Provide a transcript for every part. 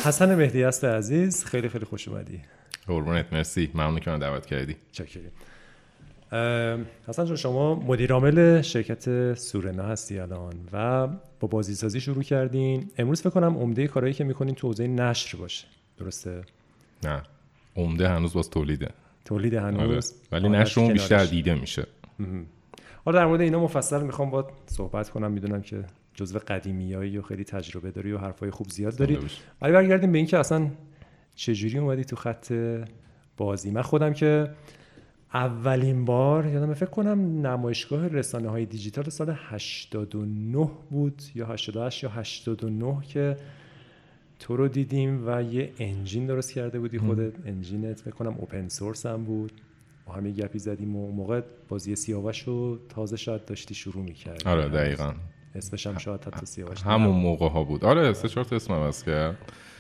حسن مهدی است عزیز، خیلی خیلی خوش اومدی. قربونت، مرسی، ممنون که من دعوت کردی. چاکریم. حسن جان، شما مدیر عامل شرکت سورنا هستی الان و با بازیسازی شروع کردین. امروز فکر کنم عمده کارهایی که میکنین تو حوزه نشر باشه، درسته؟ نه، عمده هنوز باز تولید هنوز، ولی نشرمون بیشتر دیده میشه. حالا در مورد اینا مفصل میخوام باهات صحبت کنم. میدونم که جزو قدیمیایی و خیلی تجربه داری و حرفای خوب زیاد داری، ولی برگردیم به این که اصلا چجوری اومدی تو خط بازی. من خودم که اولین بار یادم فکر کنم نمایشگاه رسانه‌های دیجیتال سال 89 بود یا 88 یا 89 که تو رو دیدیم و یه انجین درست کرده بودی خودت. انجینت فکر کنم اوپن سورس هم بود. با هم گپی زدیم و موقع بازی سیاوش رو تازه شاید داشتی شروع می‌کردی. آره دقیقاً، اسمش هم شاید حتی سیاوش همون موقع ها بود. آره 3-4 تا اسم عوض کرد.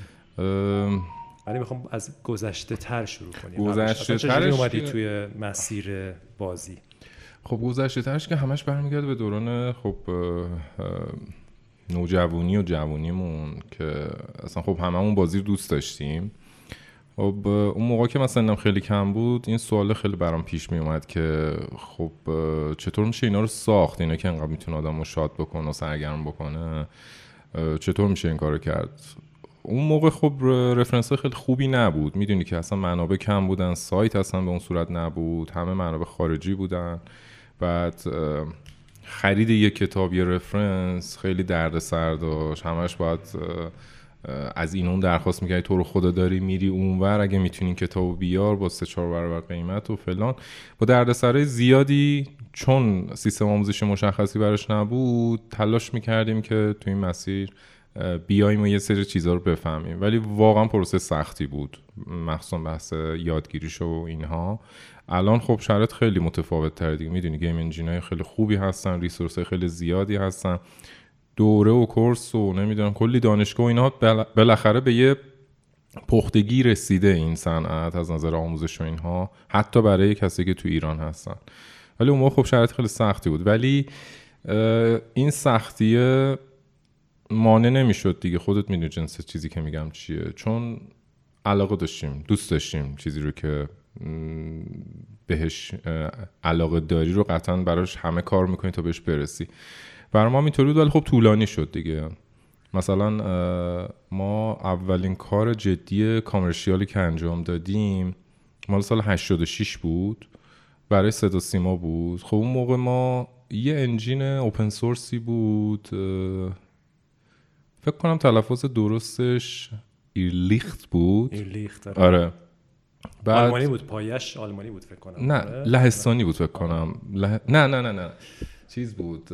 ولی میخوام از گذشته تر شروع کنیم. گذشته ترش اومدی توی مسیر بازی؟ خب گذشته ترش که همش برمیگرده به دوران نوجوانی و جوانیمون که اصلا خب هممون بازی رو دوست داشتیم. خب اون موقع که مثلا خیلی کم بود، این سوال خیلی برام پیش می اومد که خب چطور میشه اینا رو ساخت؟ اینا که انقدر میتونه آدمو شاد بکنه و سرگرم بکنه، چطور میشه این کارو کرد؟ اون موقع خب رفرنس خیلی خوبی نبود، میدونی که اصلا منابع کم بودن، سایت اصلا به اون صورت نبود، همه منابع خارجی بودن. بعد خرید یک کتاب یا رفرنس خیلی دردسر داشت، همش باید از این اون درخواست می‌کردی تو رو خدا داری میری اونور، اگه میتونی کتابو بیار با 3-4 برابر قیمت و فلان، با دردسرای زیادی. چون سیستم آموزشی مشخصی براش نبود، تلاش می‌کردیم که تو این مسیر بیایم و یه سری چیزا رو بفهمیم، ولی واقعا پروسه سختی بود، مخصوصا بحث یادگیریش و اینها. الان خب شرایط خیلی متفاوت تر دیگه، میدونی گیم انجینای خیلی خوبی هستن، ریسورس‌های خیلی زیادی هستن، دوره و کورس و نمیدونم کلی دانشگاه و اینها بالاخره به یه پختگی رسیده این صنعت از نظر آموزش و اینها، حتی برای کسی که تو ایران هستن. ولی اون موقع خب شرایط خیلی سختی بود، ولی این سختیه مانع نمیشد دیگه. خودت میدونی جنس چیزی که میگم چیه، چون علاقه داشتیم، دوست داشتیم چیزی رو که بهش علاقه داری رو قطعا براش همه کار میکنی تا بهش برسی. برای ما اینطوری بود، ولی خب طولانی شد دیگه. مثلا ما اولین کار جدی کامرشیالی که انجام دادیم مال سال 86 بود، برای صدا سیما بود. خب اون موقع ما یه انجین اوپن سورسی بود، فکر کنم تلفظ درستش ایرلیخت بود. ایرلیخت، آره. بعد آلمانی بود، پایش آلمانی بود فکر کنم. نه لهستانی بود فکر کنم. نه چیز بود،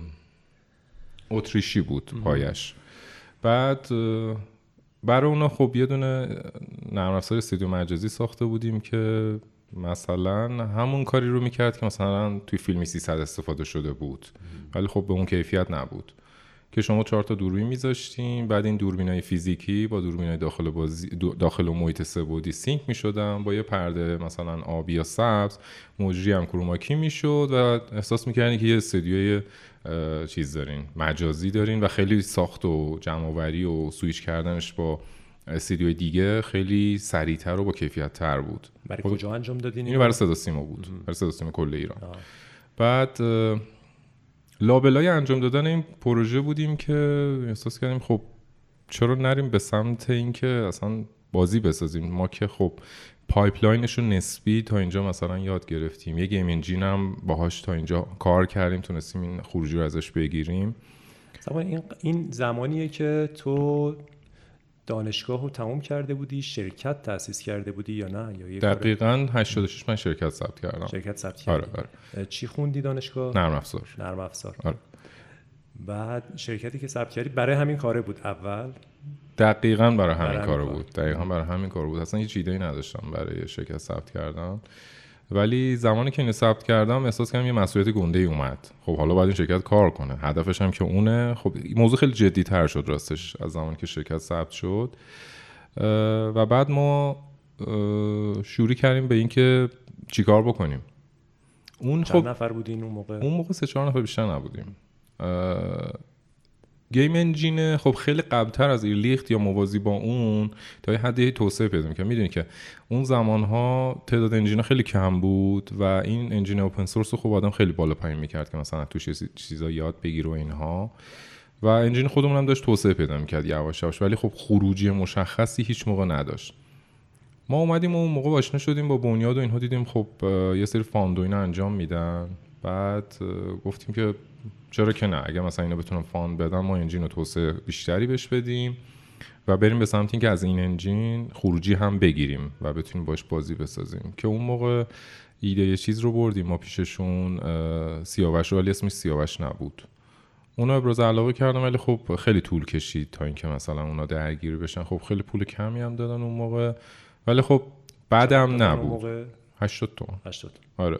اتریشی بود پایش. بعد برای اونا خب یه دونه نرم افزار استودیو مجازی ساخته بودیم که مثلا همون کاری رو میکرد که مثلا توی فیلمی 300 استفاده شده بود، ولی خب به اون کیفیت نبود. که شما 4 تا دوربین میذاشتیم، بعد این دوربینای فیزیکی با دوربینای داخل و محیط سه‌بعدی سینک میشدن با یه پرده مثلا آبی یا سبز، مجری هم کروماکی میشد و احساس میکردین که یه استودیوی چیز دارین، مجازی دارین و خیلی ساخت و جمع‌آوری و سویچ کردنش با استودیوی دیگه خیلی سریعتر و با کیفیت تر بود. برای کجا انجام دادین؟ اینو برای صدا سیما بود، برای صدا سیما کل ایران. بعد لابلای انجام دادن این پروژه بودیم که احساس کردیم خب چرا نریم به سمت این که اصلا بازی بسازیم. ما که خب پایپلاینش رو نسبی تا اینجا مثلا یاد گرفتیم، یه گیم انجین هم باهاش تا اینجا کار کردیم، تونستیم این خروجی رو ازش بگیریم. این زمانیه که تو دانشگاه رو تموم کرده بودی، شرکت تأسیس کرده بودی یا نه؟ یا دقیقاً 86 من شرکت ثبت کردم. شرکت ثبت کردی؟ آره. چی خوندی دانشگاه؟ نرم افزار. آره. بعد شرکتی که ثبت کردی برای همین کاره بود اول؟ دقیقاً برای همین کار بود. اصلا هیچ ایده‌ای نداشتم برای شرکت ثبت کردن، ولی زمانی که اینو ثبت کردم احساس کردم یه مسئولیت گنده‌ای اومد. خب حالا باید این شرکت کار کنه، هدفش هم که اونه. خب موضوع خیلی جدی‌تر شد راستش از زمانی که شرکت ثبت شد و بعد ما شروع کردیم به این که چیکار بکنیم. چند نفر بودین اون موقع؟ اون موقع 3-4 نفر، بیشتر نبودیم. گیم انجین خب خیلی قبلتر از ایرلیخت یا موازی با اون تا یه حدی توسعه پیدا می‌کنه. میدونی که اون زمانها تعداد انجینا خیلی کم بود و این انجین اوپن سورس رو خب آدم خیلی بالا پایین می‌کرد که مثلا توش چیزا یاد بگیره و اینها، و انجین خودمون هم داشت توسعه پیدا می‌کرد یواش یواش، ولی خب خروجی مشخصی هیچ موقع نداشت. ما اومدیم اون موقع آشنا شدیم با بنیاد و اینها، دیدیم خب یه سری فاند و اینا انجام میدن، بعد گفتیم که چرا که نه، اگه مثلا اینا بتونن فاند بدن ما انجین رو توسعه بیشتری بهش بدیم و بریم به سمت این که از این انجین خروجی هم بگیریم و بتونیم باش بازی بسازیم. که اون موقع ایده یه چیز رو بردیم ما پیششون، سیاوش، ولی اسمش سیاوش نبود. اونا ابراز علاقه کردن ولی خب خیلی طول کشید تا اینکه مثلا اونا درگیر بشن. خب خیلی پول کمی هم دادن اون موقع، ولی خب بعدم نبود. 80 تومن. آره.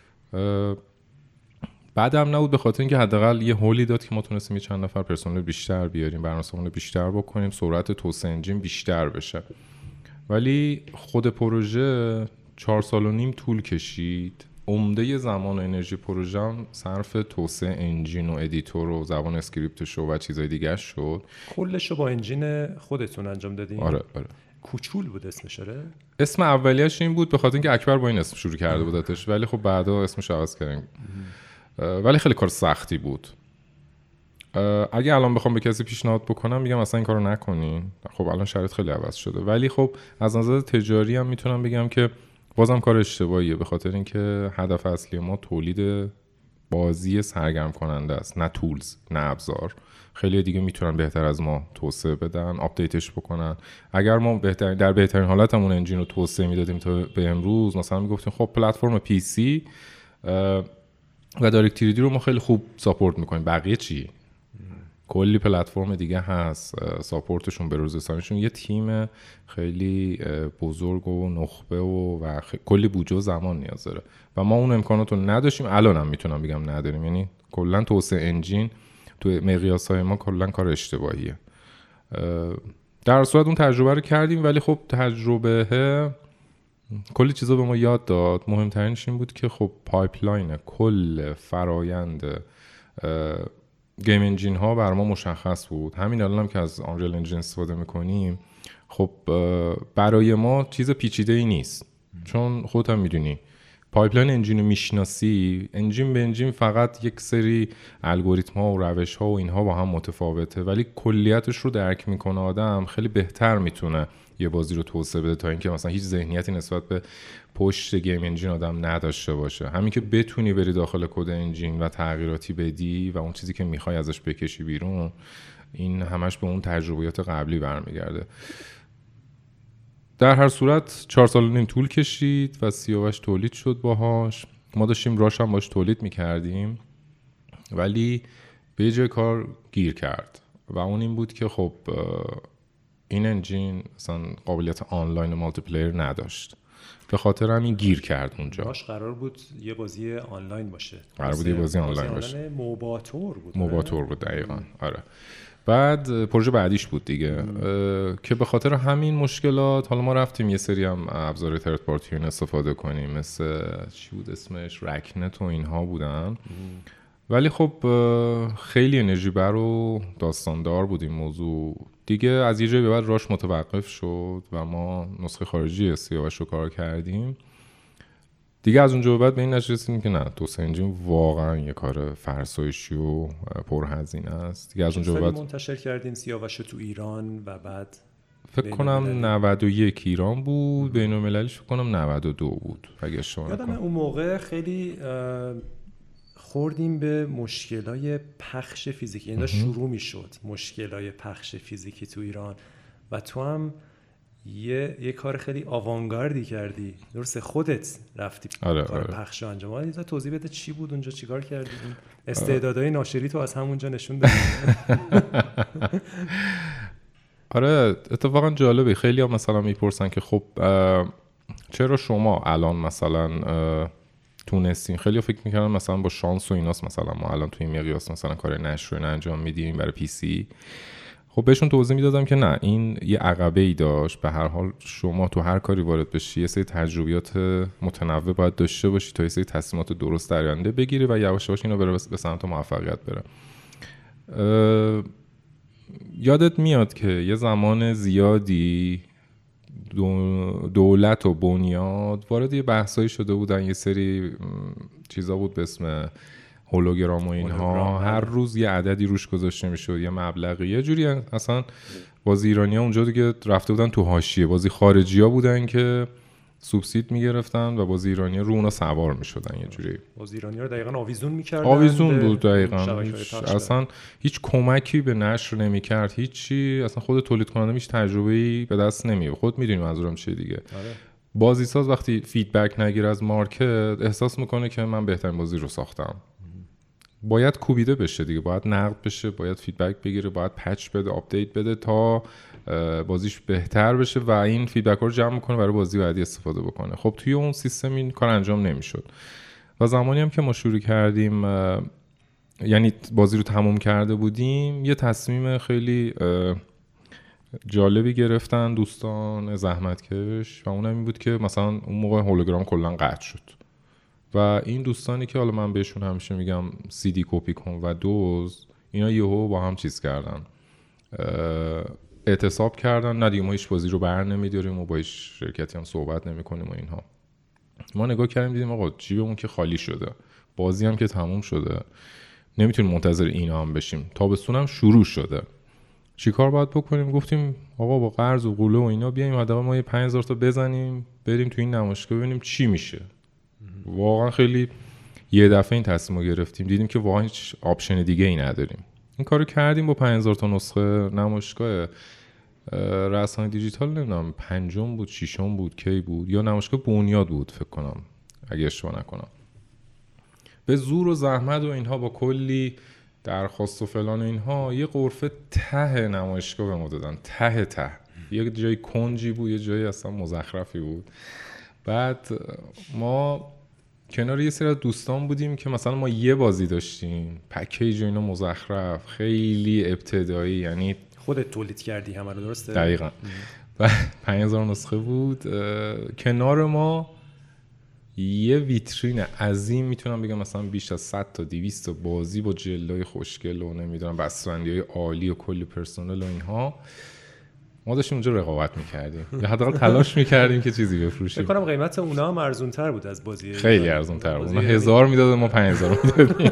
بعدم نبود به خاطر اینکه حداقل یه هولی داد که ما تونستیم یه چند نفر پرسنل بیشتر بیاریم، برنامه‌نویسمون بیشتر بکنیم، سرعت توسعه انجین بیشتر بشه. ولی خود پروژه 4.5 سال طول کشید. عمده زمان و انرژی پروژه هم صرف توسعه انجین و ادیتور و زبان اسکریپتش و چیزای دیگه شد. کلش رو با انجین خودتون انجام دادین؟ آره. کوچول بود اسمش؟ آره. اسم اولیش این بود به خاطر اینکه اکبر با این اسم شروع کرده بودتش، ولی خب بعدا اسمش عوض کردیم. ولی خیلی کار سختی بود. اگه الان بخوام به کسی پیشنهاد بکنم میگم اصلا این کارو نکنین. خب الان شرایط خیلی عوض شده، ولی خب از نظر تجاری هم میتونم بگم که بازم کار اشتباهیه، به خاطر اینکه هدف اصلی ما تولید بازی سرگرم کننده است، نه تولز، نه ابزار. خیلی دیگه میتونن بهتر از ما توسعه بدن، آپدیتش بکنن. اگر ما در بهترین حالت همون انجین رو توسعه میدادیم تا به امروز، مثلا میگفتیم خب پلتفرم پی سی و دایرکت 3D رو ما خیلی خوب ساپورت میکنیم، بقیه چی؟ کلی پلتفرم دیگه هست ساپورتشون، بروزرسانشون یه تیم خیلی بزرگ و نخبه و کلی بودجه و زمان نیاز داره و ما اون امکانات رو نداشتیم. الان هم میتونم بگم نداریم. یعنی کلا توسعه انجین تو مقیاس‌های ما کلا کار اشتباهیه. در صورت اون تجربه رو کردیم، ولی خب تجربه کلی چیزا به ما یاد داد. مهمترینش این بود که خب پایپلاین کل فرایند گیم انجین ها بر ما مشخص بود. همین الان هم که از آنریل انجین استفاده میکنیم، خب برای ما چیز پیچیده ای نیست، چون خودت هم میدونی پایپلاین انجین رو میشناسی. انجین به انجین فقط یک سری الگوریتم ها و روش ها و اینها با هم متفاوته، ولی کلیتش رو درک میکنه آدم خیلی بهتر میتونه یه بازی رو توسعه بده تا اینکه مثلا هیچ ذهنیتی نسبت به پشت گیم انجین آدم نداشته باشه. همین که بتونی بری داخل کد انجین و تغییراتی بدی و اون چیزی که میخوای ازش بکشی بیرون، این همش به اون تجربیات قبلی برمیگرده. در هر صورت 4.5 سال طول کشید و سیاوش تولید شد باهاش. ما داشتیم راش هم باش تولید میکردیم، ولی به یه جای کار گیر کرد و اون این بود که خب این انجین اصلا قابلیت آنلاین و مالتی پلیر نداشت، به خاطر همین گیر کرد اونجا. باش قرار بود یه بازی آنلاین باشه. قرار بود یه بازی آنلاین باشه. موباتور بود. موباتور بود دقیقاً. آره. بعد پروژه بعدیش بود دیگه که به خاطر همین مشکلات حالا ما رفتیم یه سری هم ابزار ترد پارتی استفاده کنیم، مثل چی بود اسمش، رکنت و اینها بودن. ولی خب خیلی انرژی بر و داستاندار بود این موضوع دیگه. از یه جایی به بعد راش متوقف شد و ما نسخه خارجی سیاوش رو کار کردیم دیگه. از اونجا به بعد به این نتیجه رسیدیم که نه، توسعه انجین واقعا یه کار فرسایشی و پرهزینه است دیگه. از اونجا به بعد منتشر کردیم سیاوش تو ایران و بعد فکر کنم 91 ایران بود، بین المللیش فکر کنم 92 بود اگه اشتباه نکنم. یادم اون موقع خیلی خوردیم به مشکلای پخش فیزیکی، یعنی شروع میشد مشکلای پخش فیزیکی تو ایران و تو هم یه کار خیلی آوانگاردی کردی، درسته؟ خودت رفتی کار پخش انجام دادی. توضیح بده چی بود اونجا، چیکار کردی؟ استعدادهای ناشری تو از همونجا نشون دادی. آره اتفاقا جالبه. خیلی هم مثلا میپرسن که خب چرا شما الان مثلا تونستین؟ خیلی فکر میکنن مثلا با شانس و ایناست مثلا ما الان توی این مقیاس مثلا کار نشر انجام میدیم برای پی سی. خب بهشون توضیح میدادم که نه، این یه عقبه ای داشت. به هر حال شما تو هر کاری وارد بشی یه سری تجربیات متنوع باید داشته باشی تا یه سری تصمیمات درست در آینده بگیری و یواش یواش اینو بره به سمت موفقیت بره. یادت میاد که یه زمان زیادی دولت و بنیاد وارد یه بحثایی شده بودن، یه سری چیزا بود به اسم هولوگرام و اینها، هر روز یه عددی روش گذاشته میشد، یه مبلغی، یه جوری اصلا بازی ایرانی‌ها اونجا دیگه رفته بودن تو حاشیه، بازی خارجی‌ها بودن که سوبسید میگرفتن و بازی ایرانی‌ها رو اونا سوار میشدن، یه جوری بازی ایرانی‌ها رو دقیقاً آویزون می‌کردن، آویزون بود دقیقاً، اصلا هیچ کمکی به نشر نمی‌کرد، هیچی، اصلا خود تولید کننده هیچ تجربه‌ای به دست نمیاره. خود می‌دونی منظورم چیه دیگه. آره. بازیساز وقتی فیدبک نگیره از مارکت احساس میکنه که من بهترین بازی رو ساختم، باید کوبیده بشه دیگه، باید نقد بشه، باید فیدبک بگیره، باید پچ بده، آپدیت بده تا بازیش بهتر بشه و این فیدبک رو جمع کنه برای بازی بعدی استفاده بکنه. خب توی اون سیستم این کار انجام نمیشد و زمانی هم که ما شروع کردیم، یعنی بازی رو تموم کرده بودیم، یه تصمیم خیلی جالبی گرفتن دوستان زحمتکش و اونم این بود که مثلا اون موقع هولوگرام کلا قطع شد و این دوستانی که حالا من بهشون همیشه میگم سی دی کپی کن و دوز، اینا یهو با هم چیز کردن، اعتصاب کردن، نه دیگه ما هیچ بازی رو بر نمیداریم و با هیچ شرکتی هم صحبت نمیکنیم و اینها. ما نگاه کردیم دیدیم آقا جیبمون که خالی شده، بازی هم که تموم شده، نمیتونیم منتظر اینا هم بشیم، تابستون هم شروع شده، چی کار باید بکنیم؟ گفتیم آقا با قرض و قوله و اینا بیایم حداقل ما یه 5000 تا بزنیم بریم تو این نمایشگاه ببینیم چی میشه. واقعا خیلی یه دفعه این تصمیم رو گرفتیم، دیدیم که واقعا هیچ آپشن دیگه ای نداریم. این کارو کردیم با 5000 تا نسخه نمایشگاه رسانه دیجیتال، نمیدونم پنجم بود ششم بود کی بود، یا نمایشگاه بنیاد بود فکر کنم اگه اشتباه نکنم. به زور و زحمت و اینها با کلی درخواست و فلان و اینها یه غرفه ته نمایشگاه به ما دادن، ته یه جای کنجی بود، یه جای اصلا مزخرفی بود. بعد ما کنار یه سری از دوستان بودیم که مثلا ما یه بازی داشتیم، پکیج و اینا مزخرف خیلی ابتدایی، یعنی خودت تولید کردی همه رو، درسته؟ دقیقاً. و 5000 نسخه بود. کنار ما یه ویترین عظیم، میتونم بگم مثلا بیش از 100 تا 200 تا بازی با جلدای خوشگل و نمیدونم بسته‌بندی‌های عالی و کلی پرسنل و اینها. ما داشتیم اونجا رقابت می‌کردیم یا حداقل تلاش می‌کردیم که چیزی بفروشیم. فکر کنم قیمت اونا هم ارزان‌تر بود از بازی، خیلی ارزان‌تر بود. اونا 1000 میداد ما 5000 میدادیم.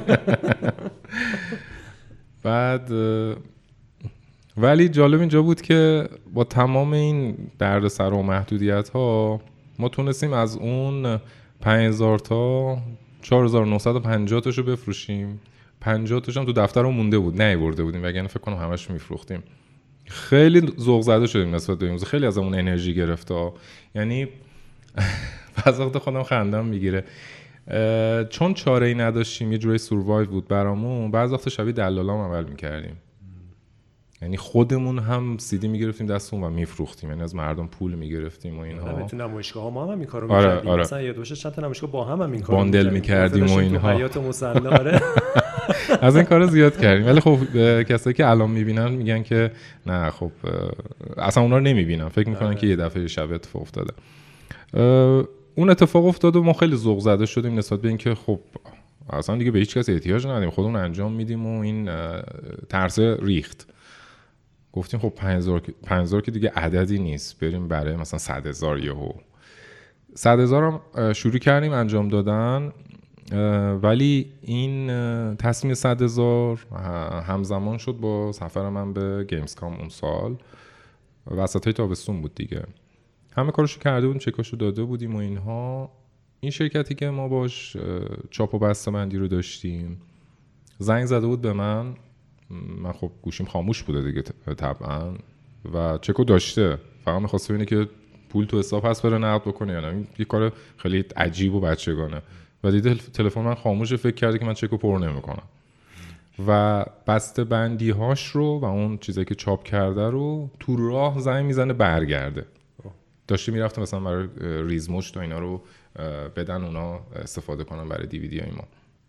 بعد ولی جالب اینجا بود که با تمام این دردسر و محدودیت‌ها ما تونستیم از اون 5000 تا 4950 تاشو بفروشیم. 50 تاش هم تو دفترمون مونده بود، نیورده بودیم، وگرنه فکر کنم همش میفروختیم. خیلی ذوق زده شدیم نسبت به این، خیلی ازمون انرژی گرفت. یعنی بعضی وقت خودم خندم میگیره چون چاره‌ای نداشتیم، یه جوری سوروایو بود برامون، بعضی وقت شبیه دلالام عمل می‌کردیم. یعنی خودمون هم سیدی میگرفتیم دستمون و میفروختیم، یعنی از مردم پول میگرفتیم و اینها. تو نمایشگاه‌ها ما هم این کارو می‌کردیم. آره. مثلا یه دوشه چند تا نمایشگاه با هم این کارو باندل می‌کردیم و اینها. حیات مصلی. آره. از این کارا زیاد کردیم. ولی خب کسایی که الان میبینن میگن که نه خب اصلا اونا رو نمیبینن، فکر میکنن که یه دفعه شب اتفاق افتاده. اون اتفاق افتاد و ما خیلی ذوق زده شدیم نسبت به اینکه خب اصلا دیگه به هیچ کس احتیاج نداریم، خودمون انجام میدیم و این ترس ریخت. گفتیم خب 5000 که دیگه عددی نیست، بریم برای مثلا 100,000 یهو. 100,000 هم شروع کردیم انجام دادن، ولی این تصمیم 100,000 همزمان شد با سفر من به گیمز کام اون سال، وسطای تابستون بود دیگه. همه کارشو کرده بودیم، چکاشو داده بودیم و اینها. این شرکتی که ما باش چاپ و بسته‌بندی رو داشتیم زنگ زده بود به من خب گوشیم خاموش بوده دیگه طبعا و چکو داشته، فقط می‌خواسته ببینه که پول تو حساب هست بره نقد بکنه یا نه. این یه کار خیلی عجیب و بچگانه و دیده تلفن من خاموشه، فکر کرده که من چکو پر نمی‌کنم و بسته‌بندی هاش رو و اون چیزایی که چاپ کرده رو تو راه زنگ میزنه برگرده. داشته میرفته مثلا برای ریزمشت و اینا رو بدن اونا استفاده کنن برای دیویدی های ما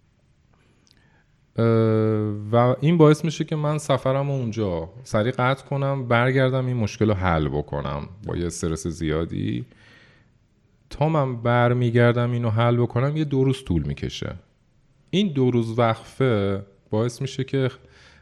و این باعث میشه که من سفرم اونجا سریع قطع کنم، برگردم این مشکل رو حل بکنم با یه استرس زیادی. تا من برمیگردم اینو حل بکنم یه 2 روز طول میکشه. این 2 روز وقفه باعث میشه که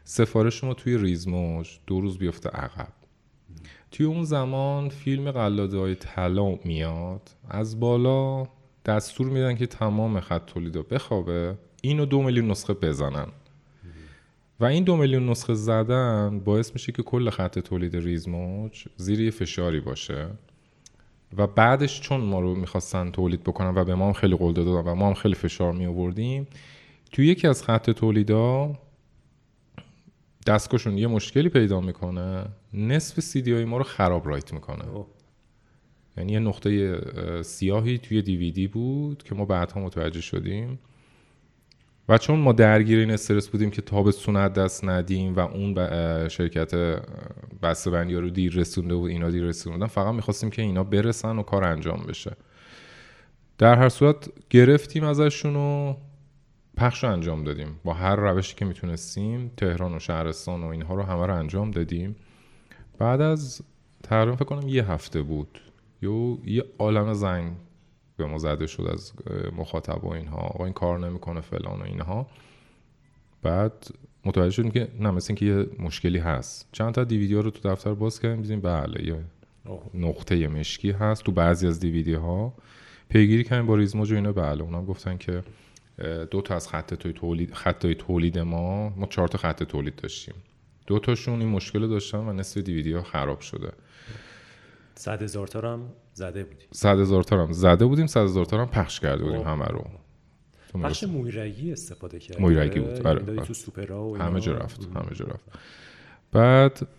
سفارش ما توی ریزموج 2 روز بیفته عقب. توی اون زمان فیلم قلاده‌های طلا میاد، از بالا دستور میدن که تمام خط تولیدا بخوابه، اینو 2 میلیون نسخه بزنن و این 2 میلیون نسخه زدن باعث میشه که کل خط تولید ریزموج زیر یه فشاری باشه و بعدش چون ما رو میخواستن تولید بکنن و به ما هم خیلی قول دادن و ما هم خیلی فشار می آوردیم، توی یکی از خط تولیدا دستگاهشون یه مشکلی پیدا میکنه، نصف CD های ما رو خراب رایت میکنه. یعنی یه نقطه سیاهی توی DVD بود که ما بعدها متوجه شدیم و چون ما درگیر این استرس بودیم که تابستون دست ندیم و اون شرکت بسته‌بندی‌ها رو دیر رسونده و اینا دیر رسوندن، فقط می‌خواستیم که اینا برسن و کار انجام بشه. در هر صورت گرفتیم ازشون و پخش رو انجام دادیم با هر روشی که میتونستیم. تهران و شهرستان و اینها رو همه رو انجام دادیم. بعد از تقریبا فکر کنم یه هفته بود یه عالمه زنگ به ما زده شد از مخاطب و اینها، آقا این کار نمیکنه فلان و اینها. بعد متوجه شدیم که نه، مثل این که یه مشکلی هست. چند تا دیویدیو رو تو دفتر باز کردیم، دیدیم بله یه نقطه مشکی هست تو بعضی از دیویدیوها. پیگیری کردیم با ریزموج و اینا، بله اونم گفتن که 2 تا از خطای تولید ما 4 تا خط تولید داشتیم، 2 تاشون این مشکل داشتن و نصف دیویدیو خراب شده. 100,000 تا هم زده بودیم. 100,000 تا هم زده بودیم، 100,000 تا هم پخش کرده بودیم همه رو. پخش مویرگی استفاده کردیم. مویرگی بود. آره. تو سوپرا و همه جا رفت. بعد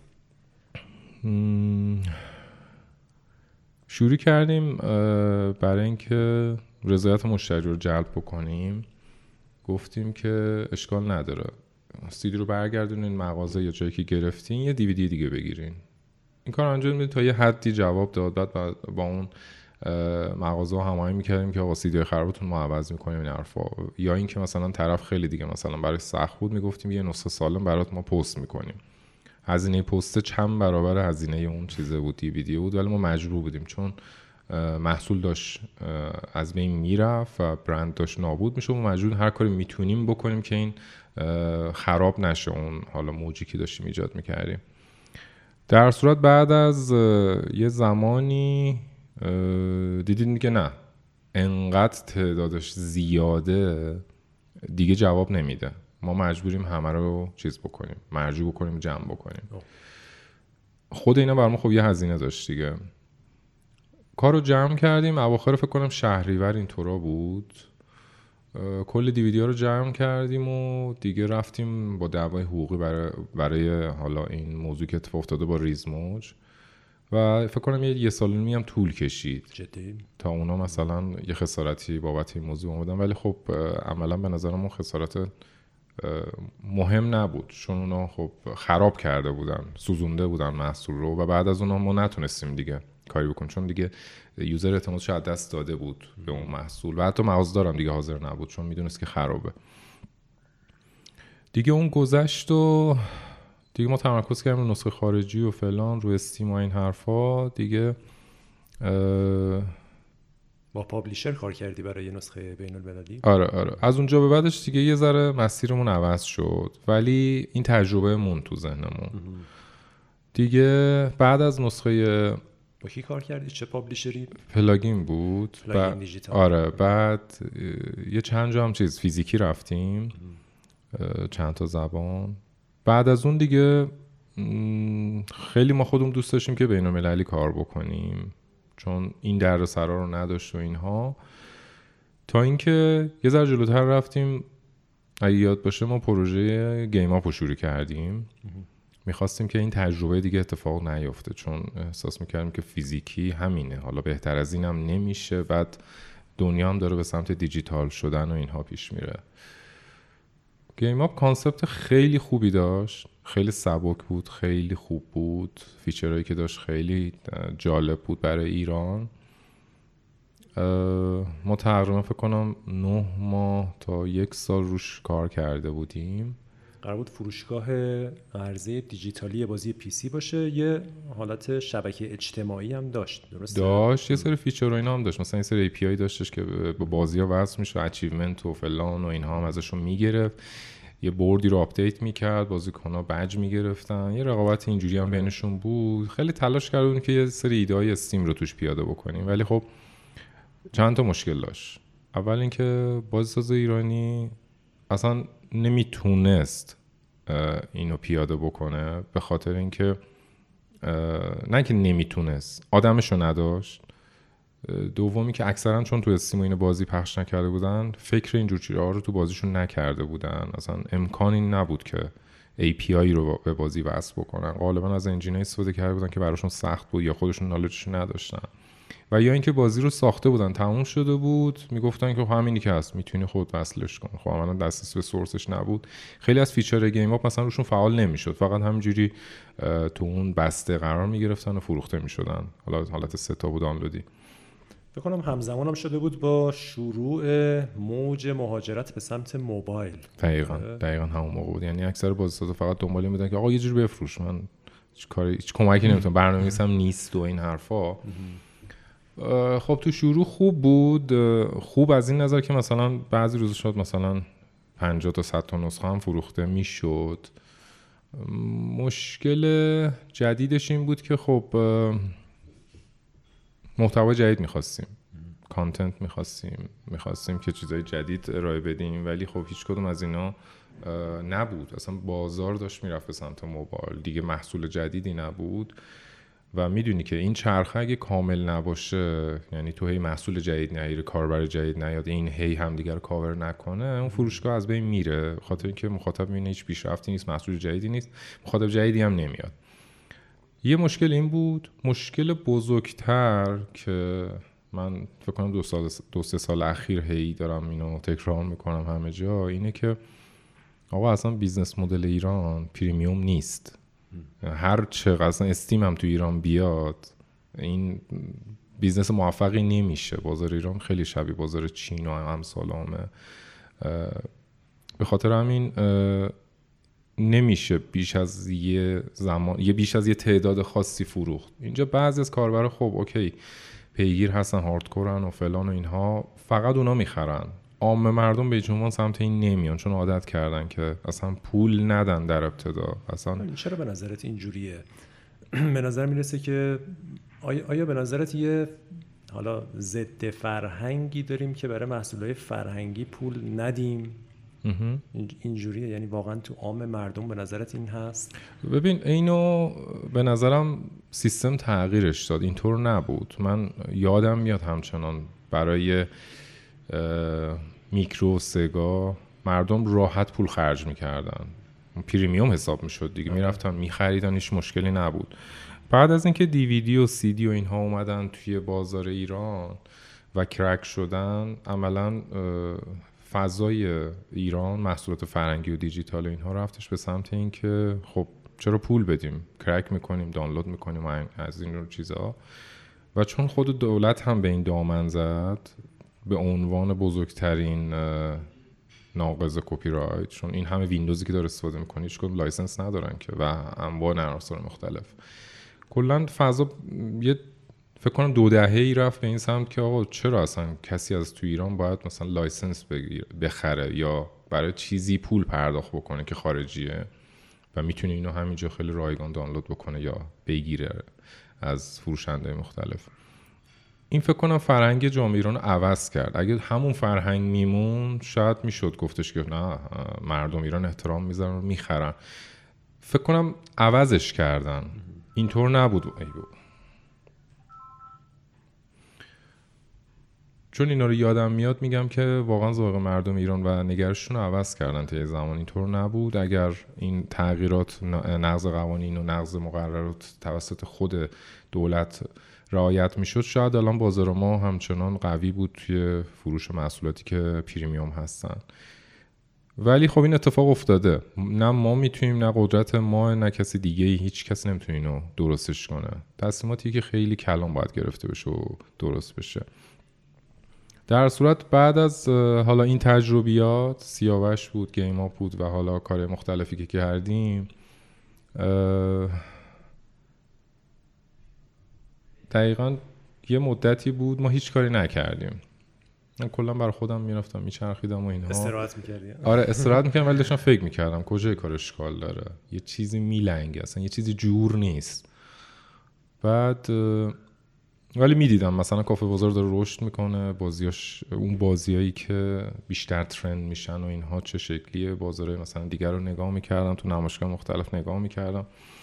شروع کردیم برای اینکه رضایت مشتری رو جلب بکنیم. گفتیم که اشکال نداره، CD رو برگردونین مغازه یا جایی که گرفتین، یه DVD دیگه بگیرین. این کار انجام میدیم تا یه حدی جواب داد. بعد با اون مغازه هماهنگ میکردیم که آقا CD خرابتون ما عوض میکنیم این حرفا، یا اینکه مثلا طرف خیلی دیگه مثلا برای سخت بود میگفتیم یه نسخه سالم برات ما پست میکنیم. هزینه پست چند برابر هزینه اون چیزه بود، DVD بود، ولی ما مجبور بودیم چون محصول داشت از بین میرفت و برند داشت نابود میشه و مجبور هر کاری میتونیم بکنیم که این خراب نشه اون حالا موجی که داشتیم ایجاد میکردیم. در صورت بعد از یه زمانی دیدیم که نه، انقدر تعدادش زیاده دیگه جواب نمیده، ما مجبوریم همه رو چیز بکنیم، مرجوع بکنیم، جمع بکنیم. خود اینا برام خب یه هزینه داشت دیگه. کارو جمع کردیم، اواخر فکر کنم شهریور اینطورا بود. کل دیویدیو رو جمع کردیم و دیگه رفتیم با دعوای حقوقی برای حالا این موضوع که اتفاق افتاده با ریزموج و فکر کنم یه سال و نیم هم طول کشید جدی تا اونا مثلا یه خسارتی بابت این موضوع اومدن، ولی خب عملا به نظرم اون خسارت مهم نبود چون اونا خب خراب کرده بودن، سوزونده بودن محصول رو و بعد از اونا ما نتونستیم دیگه کاری بکنیم چون دیگه یوزر اعتمادش از دست داده بود به اون محصول و حتی مغازه‌دارم دیگه حاضر نبود چون میدونست که خرابه. دیگه اون گذشت و دیگه ما تمرکز کردیم رو نسخه خارجی و فلان، رو استیم و این حرفا. دیگه با پابلیشر کار کردی برای نسخه بین المللی؟ آره. از اونجا به بعدش دیگه یه ذره مسیرمون عوض شد ولی این تجربه مون تو ذهنمون. دیگه بعد از نسخه با کی کار کردی؟ چه پابلیشری؟ پلاگین بود. پلاگین دیجیتال. آره. بعد یه چند جا هم چیز فیزیکی رفتیم، چند تا زبان. بعد از اون دیگه خیلی ما خودمون دوست داشتیم که بین المللی کار بکنیم چون این دردسرا رو نداشت و اینها، تا اینکه یه ذره جلوتر رفتیم. اگه یاد باشه ما پروژه گیم آپ رو شروع کردیم. میخواستیم که این تجربه دیگه اتفاق نیفته چون احساس میکردیم که فیزیکی همینه، حالا بهتر از این هم نمیشه، بعد دنیا هم داره به سمت دیجیتال شدن و اینها پیش میره. گیم آپ کانسپت خیلی خوبی داشت، خیلی سبک بود، خیلی خوب بود، فیچرهایی که داشت خیلی جالب بود برای ایران. ما تقریبا فکر کنم 9 ماه تا 1 سال روش کار کرده بودیم. قرار بود فروشگاه عرضه دیجیتالی بازی PC باشه، یه حالت شبکه اجتماعی هم داشت، درسته؟ داشت یه سری فیچر و اینا هم داشت، مثلا یه سری API داشتش که با بازی‌ها وصل میشه، اچیومنت و فلان و اینها هم ازشون میگرفت. یه بوردی رو آپدیت میکرد، بازیکن‌ها بج میگرفتن، یه رقابت اینجوری هم بینشون بود. خیلی تلاش کردیم که یه سری ایده‌های استیم رو توش پیاده بکنیم، ولی خب چند تا مشکل داشت. اول اینکه بازیساز ایرانی اصلا نمیتونست اینو پیاده بکنه، به خاطر اینکه نه که نمیتونست، آدمشو نداشت. دومی که اکثرا چون تو استیم اینو بازی پخش نکرده بودن، فکر اینجور چیزها رو تو بازیشون نکرده بودن. اصلا امکانی نبود که API رو به بازی وصل بکنن. غالبا از انجینای استفاده کرده بودن که براشون سخت بود یا خودشون نالجش نداشتن، و یا اینکه بازی رو ساخته بودن تموم شده بود میگفتن که همینی که هست میتونی خود وصلش کن. خب عملاً دسترسی به سورسش نبود. خیلی از فیچر گیم آپ مثلا روشون فعال نمیشد، فقط همینجوری تو اون بسته قرار میگرفتن و فروخته میشدن. حالا حالت ستا بود دانلودی. فکر کنم همزمان هم شده بود با شروع موج مهاجرت به سمت موبایل. دقیقاً همون موقع بود. یعنی اکثر بازیسازا فقط دنبال این بودن که آقا یه جوری بفروش، من هیچ کمکی نمیتونم، برنامه‌نویسم نیست و این حرفا. خب تو شروع خوب بود، خوب از این نظر که مثلا بعضی روز شد مثلا 50 تا 100 تا نسخه هم فروخته میشد. مشکل جدیدش این بود که خب محتوا جدید میخواستیم، کانتنت میخواستیم که چیزای جدید ارائه بدیم، ولی خب هیچ کدوم از اینا نبود. اصلا بازار داشت میرفت به سمت موبایل دیگه، محصول جدیدی نبود. و میدونی که این چرخه اگه کامل نباشه، یعنی تو هی محصول جدید نیاره، کاربر جدید نیاد، این هی همدیگه رو کاور نکنه، اون فروشگاه از بین میره. خاطر اینکه مخاطب میبینه هیچ پیشرفتی نیست، محصول جدیدی نیست، مخاطب جدیدی هم نمیاد. یه مشکل این بود. مشکل بزرگتر که من فکر کنم 2-3 سال اخیر هی دارم اینو تکرار میکنم همه جا، اینه که آقا اصلا بیزنس مدل ایران پریمیوم نیست. هر چقدر اصلا استیم هم تو ایران بیاد، این بیزنس موفقی نمیشه. بازار ایران خیلی شبیه بازار چین و امثالامه. به خاطر همین نمیشه بیش از یه تعداد خاصی فروخت. اینجا بعضی از کاربرا خب اوکی پیگیر هستن، هاردکورن و فلان و اینها، فقط اونا میخرن. عام مردم به جنبان سمت این نمیان، چون عادت کردن که اصلا پول ندن در ابتدا. اصلا چرا به نظرت اینجوریه؟ به نظر میرسه که آیا به نظرت یه حالا ضد فرهنگی داریم که برای محصولات فرهنگی پول ندیم؟ اینجوریه؟ یعنی واقعا تو عام مردم به نظرت این هست؟ ببین اینو به نظرم سیستم تغییرش داد، اینطور نبود. من یادم میاد همچنان برای میکرو سگا مردم راحت پول خرج میکردن، پریمیوم حساب میشد دیگه، میرفتن میخریدن، هیچ مشکلی نبود. بعد از اینکه دیویدی و CD و اینها اومدن توی بازار ایران و کرک شدن، عملاً فضای ایران محصولات فرهنگی و دیجیتال و اینها رفتش به سمت این که خب چرا پول بدیم، کرک میکنیم، دانلود میکنیم و از این چیزا. و چون خود دولت هم به این دامن زد به عنوان بزرگترین ناقض کپی رایت، چون این همه ویندوزی که داره استفاده میکنه هیچ کدوم لایسنس ندارن که و انواع نرم افزار مختلف. کلا فضا یه فکر کنم 2 دهه‌ای رفت به این سمت که آقا چرا اصلا کسی از تو ایران باید مثلا لایسنس بخره یا برای چیزی پول پرداخت بکنه که خارجیه و میتونه اینو همینجا خیلی رایگان دانلود بکنه یا بگیره از فروشنده مختلف. این فکر کنم فرهنگ جامعه ایران رو عوض کرد. اگه همون فرهنگ میمون شاید میشد گفتش که نه مردم ایران احترام میذارن و میخرن. فکر کنم عوضش کردن، اینطور نبود. چون اینا رو یادم میاد میگم که واقعا ذوق مردم ایران و نگرششون رو عوض کردن تا یه زمان. اینطور نبود. اگر این تغییرات، نقض قوانین و نقض مقررات توسط خود دولت رعایت میشد، شاید الان بازار ما همچنان قوی بود توی فروش محصولاتی که پریمیوم هستن. ولی خب این اتفاق افتاده. نه ما میتونیم، نه قدرت ما، نه کسی دیگه، هیچ کسی نمیتونه اینو درستش کنه. تصمیماتی که خیلی کلان باید گرفته بشه و درست بشه. در صورت بعد از حالا این تجربیات، سیاوش بود، گیم آپ بود و حالا کار مختلفی که کردیم، دقیقاً یه مدتی بود ما هیچ کاری نکردیم. من کلا برای خودم میرفتم میچرخیدم و اینها. استراحت می‌کردی؟ آره استراحت می‌کردم، ولی داشتم فکر می‌کردم کجای کار اشکال داره، یه چیزی میلنگه، اصلا یه چیزی جور نیست. بعد ولی میدیدم مثلا کافه بازار داره رشد میکنه، بازیاش اون بازیایی که بیشتر ترند میشن و اینها چه شکلیه، بازارهای مثلا دیگر رو نگاه میکردم، تو نمایشگاه مختلف نگاه میکردم.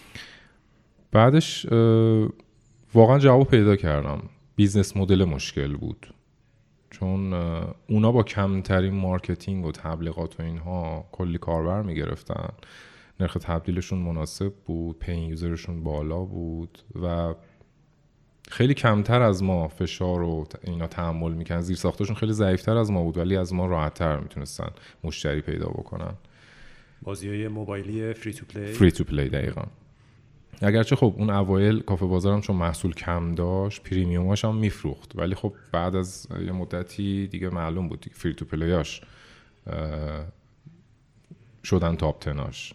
بعدش واقعا جواب پیدا کردم، بیزنس مدل مشکل بود، چون اونا با کمترین مارکتینگ و تبلیغات و اینها کلی کاربر میگرفتن، نرخ تبدیلشون مناسب بود، پین یوزرشون بالا بود و خیلی کمتر از ما فشار و اینا تحمل میکنن، زیر ساختشون خیلی ضعیفتر از ما بود ولی از ما راحت‌تر میتونستن مشتری پیدا بکنن. بازی‌های موبایلی فری تو پلی دقیقاً. اگرچه خب اون اوایل کافه بازارم چون محصول کم داشت پریمیوماش هم میفروخت، ولی خب بعد از یه مدتی دیگه معلوم بود دیگه فری تو پلیاش شدن تاپ تناش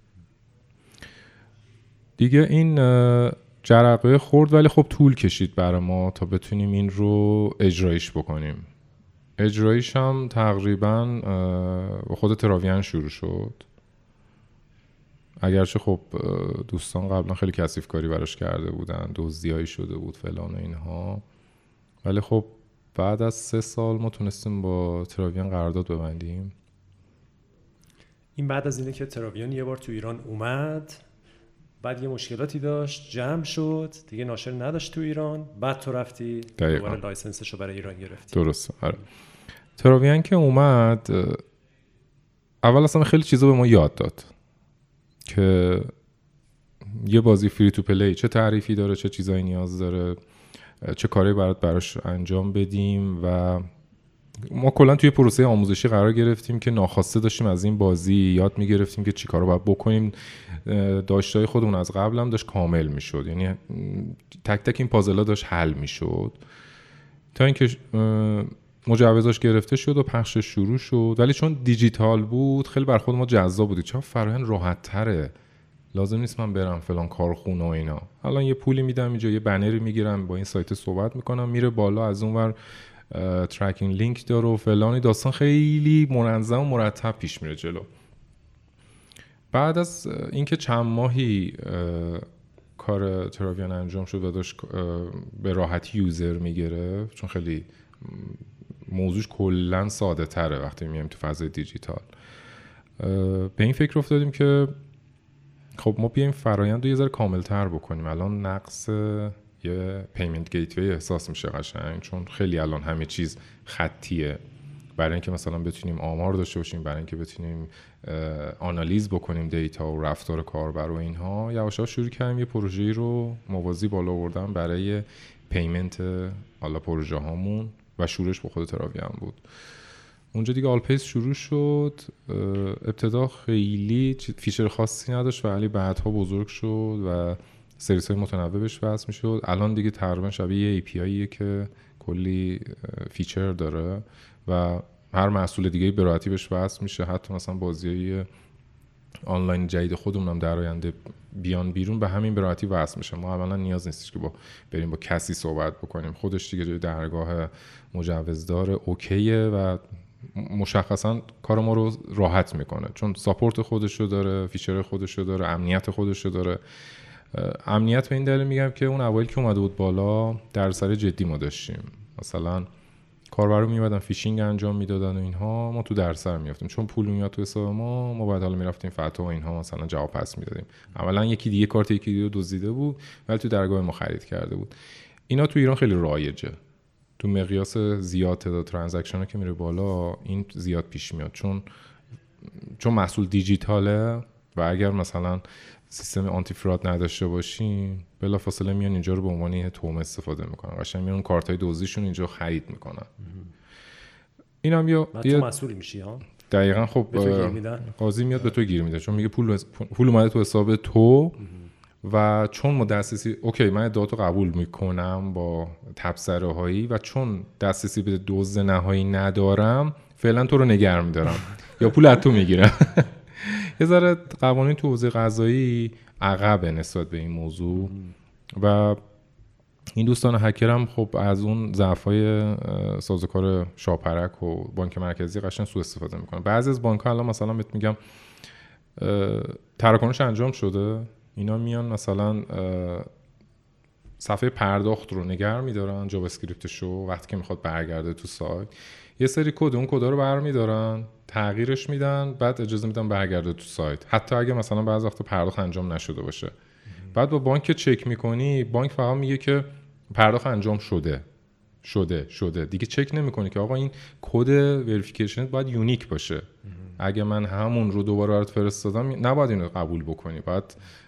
دیگه. این جرقه خورد ولی خب طول کشید برای ما تا بتونیم این رو اجرایش بکنیم. اجرایش هم تقریبا خود تراویان شروع شد، اگرچه خب دوستان قبلا خیلی کثیف کاری براش کرده بودن، دزدیایی شده بود فلان و اینها، ولی خب بعد از 3 سال ما تونستیم با تراویان قرارداد ببندیم. این بعد از اینه که تراویان یه بار تو ایران اومد، بعد یه مشکلاتی داشت، جمع شد دیگه، ناشر نداشت تو ایران، بعد تو رفتی دوباره لایسنسش رو برای ایران گرفتی. درسته. آره تراویان که اومد اول اصلا خیلی چیزا به ما یاد داد که یه بازی فری تو پلی چه تعریفی داره، چه چیزایی نیاز داره، چه کاری براش انجام بدیم. و ما کلا توی پروسه آموزشی قرار گرفتیم که ناخواسته داشتیم از این بازی یاد میگرفتیم که چی کارو باید بکنیم. داشتای خودمون از قبل هم داشت کامل میشد، یعنی تک تک این پازل‌ها داشت حل میشد تا اینکه مجوزاش گرفته شد و پخشش شروع شد. ولی چون دیجیتال بود خیلی بر خود ما جذاب بود، چون فرآیند راحت تره، لازم نیست من برم فلان کارخونه و اینا، الان یه پولی میدم اینجا، یه بنری میگیرم، با این سایت صحبت میکنم، میره بالا، از اونور ترکینگ لینک داره و فلانی، داستان خیلی منظم و مرتب پیش میره جلو. بعد از اینکه چند ماهی کار تراویان انجام شد و داشت به راحتی یوزر میگیره، چون خیلی موضوعش کلن ساده تره وقتی میایم تو فضای دیجیتال، به این فکر افتادیم که خب ما بیایم فرآیند رو یه ذره کامل‌تر بکنیم. الان نقص یه پیمنت گیتوی احساس میشه قشنگ، چون خیلی الان همه چیز خطیه. برای اینکه مثلا بتونیم آمار داشته باشیم، برای اینکه بتونیم آنالیز بکنیم دیتا و رفتار کاربر و اینها، یواش یواش شروع کردیم یه پروژه‌ای رو موازی بالا آوردن برای پیمنت حالا پروژه هامون و شروعش با خود تراویان بود. اونجا دیگه آلپیس شروع شد. ابتدا خیلی فیچر خاصی نداشت ولی بعدها بزرگ شد و سرویس های متنوع بهش وصل میشد. الان دیگه تقریبا شبیه یه APIه که کلی فیچر داره و هر محصول دیگه به راحتی بهش وصل میشه. حتی مثلا بازیای آنلاین جدید خودمون هم در آینده بیان بیرون به همین به راحتی وصل میشه. ما اولا نیاز نیستش که بریم با کسی صحبت بکنیم، خودش دیگه جای درگاه مجوز داره، اوکیه و مشخصا کار ما رو راحت میکنه، چون ساپورت خودشو داره، فیچر خودشو داره، امنیت خودشو داره. امنیت به این دلیل میگم که اون اوایل که اومده بود بالا در سر جدی ما داشتیم، مثلا کاربرا میومدن فیشینگ انجام میدادن و اینها، ما تو درسر میافتیم، چون پول میاد تو حساب ما بعد حالا میرفتیم فتوا و اینها مثلا جواب پس میدادیم. اولا یکی دیگه کارت یکی دیگه دزدیده بود ولی تو درگاه ما خرید کرده بود. اینا تو ایران خیلی رایجه، تو مقیاس زیاد تعداد ترانزکشن که میره بالا این زیاد پیش میاد، چون محصول دیجیتاله و اگر مثلا سیستم آنتی فراد نداشته باشین بلافاصله میان اینجا رو به عنوان یه تومه استفاده میکنن، قشنگ میان اون کارتای دزدیشون اینجا خرید میکنن. اینم یا تو مسئول میشی ها. دقیقاً. خب قاضی میاد به تو گیر میده، چون میگه پول اومده تو حساب تو و چون ما دسترسی اوکی من ادعاتو قبول میکنم با تبصره هایی و چون دسترسی به دزد نهایی ندارم فعلا تو رو نگه میدارم یا پول از تو میگیرم. یه ذره قوانین تو حوزه قضایی عقبه نسبت به این موضوع و این دوستان هکر هم خب از اون ضعف‌های سازوکار شاپرک و بانک مرکزی قشنگ سوء استفاده میکنن. بعضی از بانک‌ها الان مثلا بهت میگم تراکنش انجام شده، اینا میان مثلا صفحه پرداخت رو نگه می‌دارن، جاوا اسکریپتشو، وقتی که میخواد برگرده تو سایت یه سری کد اون کدا رو برمی‌دارن تغییرش میدن، بعد اجازه میدن برگرده تو سایت، حتی اگه مثلا بعضی وقت پرداخت انجام نشده باشه. بعد با بانک چک میکنی، بانک فقط میگه که پرداخت انجام شده دیگه چک نمیکنه که آقا این کد وریفیکیشن باید یونیک باشه. اگه من همون رو دوباره برات فرستادم نباید اینو قبول بکنی، باید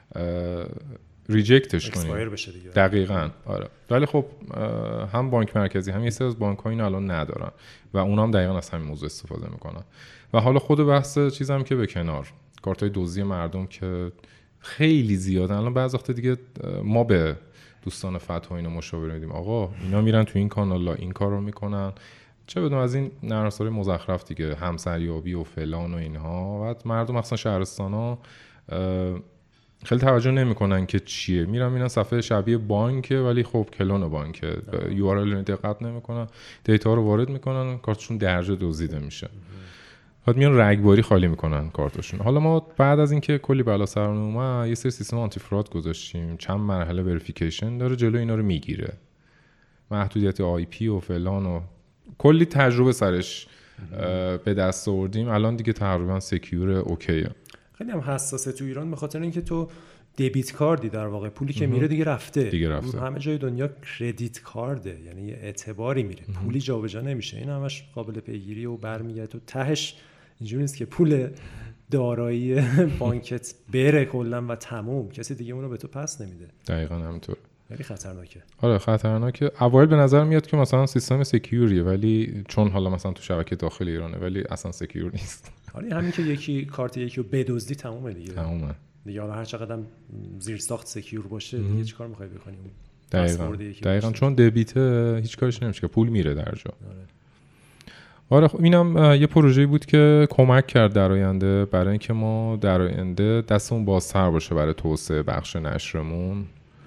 ریجکتش کنی. دقیقاً آره. ولی خب هم بانک مرکزی هم یه سری از بانک‌ها اینو الان ندارن و اونا هم دقیقاً از همین موضوع استفاده میکنن. و حالا خود بحث چیزام که به کنار، کارتای دزدی مردم که خیلی زیادن الان، بعضی وقت دیگه ما به دوستان فتح اینو مشاوره میدیم آقا اینا میرن تو این کانالا این کارو میکنن، چه بدون از این نرم افزارهای مزخرف دیگه، همسریابی و فلان و اینها. بعد مردم مثلا شهرستانا خیلی توجه نمیکنن که چیه، میرن صفحه شبیه بانکه ولی خب کلون بانکه، یو آر ال دقت نمیکنن، دیتا رو وارد میکنن، کارتشون درجه دزدیده میشه. بعد میان رگباری خالی میکنن کارتشون. حالا ما بعد از اینکه کلی بلا سرمون اومد یه سری سیستم آنتی فراد گذاشتیم، چند مرحله وریفیکیشن داره جلو اینا رو میگیره، محدودیت آی پی و فلان و کلی تجربه سرش به دست آوردیم. الان دیگه تقریبا سکیور اوکیه. خیلی هم حساسه تو ایران، به خاطر اینکه تو دیبیت کاردی، در واقع پولی که میره دیگه رفته. همه جای دنیا کردیت کارده، یعنی یه اعتباری میره، پولی جابجا نمیشه. این همش قابل پیگیری و برمیگرده. تو تهش اینجوری نیست که پول دارایی بانکت بره کلا و تموم، کسی دیگه اونو به تو پس نمیده. دقیقاً همینطور. خیلی خطرناکه. آره خطرناکه. اوایل به نظر میاد که مثلا سیستم سکیوریه، ولی چون حالا مثلا تو شبکه داخل ایرانه ولی اصلا سکیور نیست. آره همین که یکی کارت یکی رو بدزدی تمومه دیگه. تمومه دیگه. حالا هر چقدر زیر ساخت سکیور باشه دیگه چیکار می‌خوای بکنی؟ دقیقاً چون دبیت هیچ کارش نمیشه که پول میره در جا. آره خب اینم یه پروژه‌ای بود که کمک کرد در آینده برای اینکه ما در آینده دستمون بازتر باشه برای توسعه بخش نشرمون.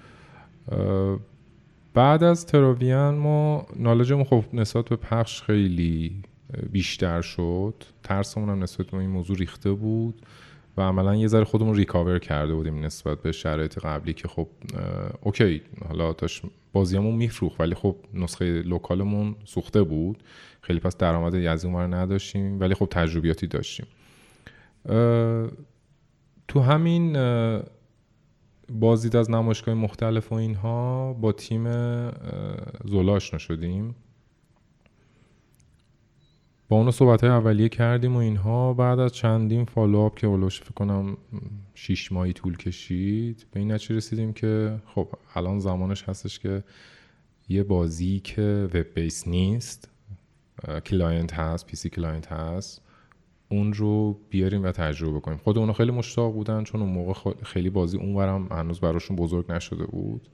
بعد از تراویان ما نالجمون خب نسبت به پخش خیلی بیشتر شد، ترسمون هم نسبت به این موضوع ریخته بود و عملا یه ذره خودمون ریکاور کرده بودیم نسبت به شرایط قبلی که خب اوکی حالا داشت بازیامون میفروخت ولی خب نسخه لوکالمون سوخته بود، خیلی پس درآمد از اونور نداشتیم ولی خب تجربیاتی داشتیم. تو همین بازدید از نمایشگاه مختلف و اینها با تیم زولا آشنا شدیم، با اونو صحبت‌های اولیه کردیم و اینها. بعد از چندین فالوآپ که اولوش فکر کنم 6 ماهی طول کشید به این نتیجه رسیدیم که خب الان زمانش هستش که یه بازی که وب بیس نیست، کلاینت هست، پی سی کلاینت هست، اون رو بیاریم و تجربه کنیم. خود اونا خیلی مشتاق بودن چون اون موقع خیلی بازی اونورم هنوز براشون بزرگ نشده بود.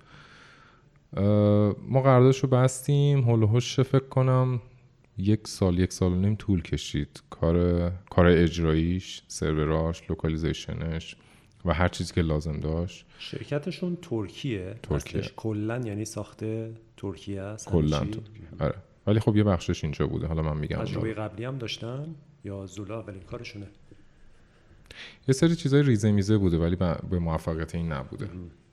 ما قراردادش رو بستیم، هولوش فکر کنم 1 سال 1.5 سال طول کشید کار اجراییش، سروراش، لوکالیزیشنش و هر چیزی که لازم داشت. شرکتشون ترکیه کلن، یعنی ساخته ترکیه است کلن. آره ولی خب یه بخشش اینجا بوده. حالا من میگم تجربه قبلی هم داشتن یا زولا اولین کارشونه؟ یه سری چیزای ریزه میزه بوده ولی به موفقیت این نبوده.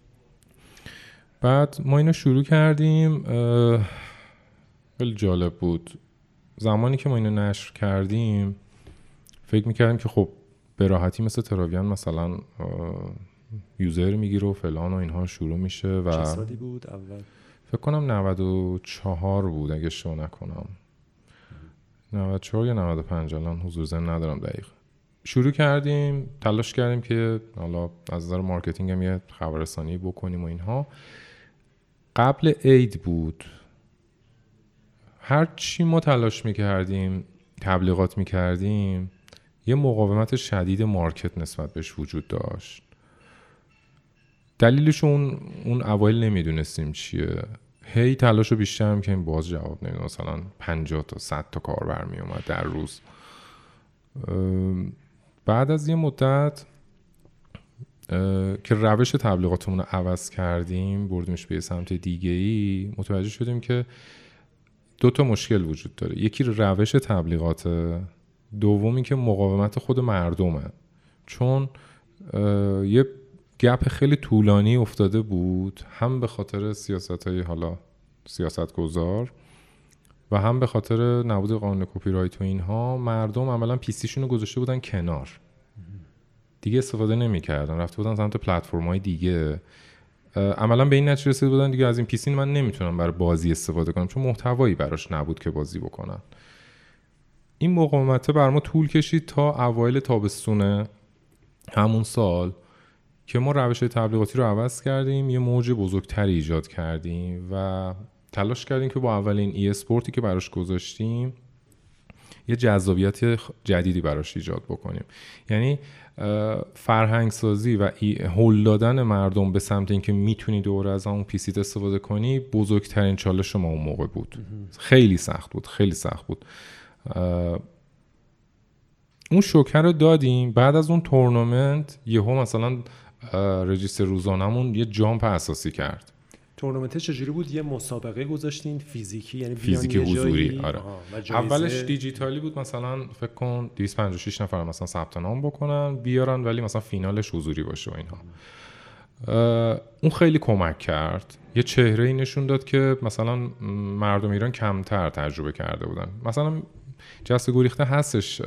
بعد ما اینو شروع کردیم، خیلی جالب بود. زمانی که ما اینو نشر کردیم فکر میکردیم که خب به راحتی مثل تراویان مثلا یوزر میگیره و فلان و اینها شروع میشه. و چه سالی بود اول؟ فکر کنم 94 بود اگه اشتباه نکنم، 94 یا 95 الان حضور ذهن ندارم دقیق. شروع کردیم، تلاش کردیم که حالا از نظر مارکتینگ هم یه خبررسانی بکنیم و اینها. قبل عید بود، هر چی ما تلاش میکردیم تبلیغات میکردیم یه مقاومت شدید مارکت نسبت بهش وجود داشت. دلیلش اون اوایل نمیدونستیم چیه، هی تلاش رو بیشتر میکنیم باز جواب نمیدونم، مثلا 50 تا 100 تا کاربر میومد در روز. بعد از یه مدت که روش تبلیغاتمون رو عوض کردیم، بردیمش به سمت دیگه‌ای، متوجه شدیم که 2 مشکل وجود داره. یکی روش تبلیغات، دومی که مقاومت خود مردمه. چون یه گپ خیلی طولانی افتاده بود، هم به خاطر سیاست‌های حالا سیاستگزار و هم به خاطر نبود قانون کپی رایت و اینها. مردم عملاً پیسیشون رو گذاشته بودن کنار، دیگه استفاده نمی‌کردن، رفته بودن سمت پلتفرم‌های دیگه. عملاً به این نتیجه رسیده بودن دیگه از این پیسی من نمیتونم برای بازی استفاده کنم، چون محتوایی براش نبود که بازی بکنن. این مقاومت بر ما طول کشید تا اوایل تابستون همون سال که ما روش تبلیغاتی رو عوض کردیم، یه موج بزرگتری ایجاد کردیم و تلاش کردیم که با اولین ای اسپورتی که براش گذاشتیم یه جذابیت جدیدی براش ایجاد بکنیم. یعنی فرهنگ سازی و هول دادن مردم به سمت اینکه میتونی دوره از اون پیسیت استفاده کنی بزرگترین چالش ما اون موقع بود. خیلی سخت بود. اون شوکه رو دادیم. بعد از اون تورنمنت یهو مثلا رجیستر روزانمون یه جامپ اساسی کرد. تورنمنت چجوری بود؟ یه مسابقه گذاشتین فیزیکی، یعنی فیزیکی حضوری؟ آره. اولش جایزه... دیجیتالی بود، مثلا فکر کن 256 نفر مثلا ثبت نام بکنن بیارن، ولی مثلا فینالش حضوری باشه و اینها. اون خیلی کمک کرد، یه چهره‌ای نشون داد که مثلا مردم ایران کمتر تجربه کرده بودن. مثلا جست گریخته هستش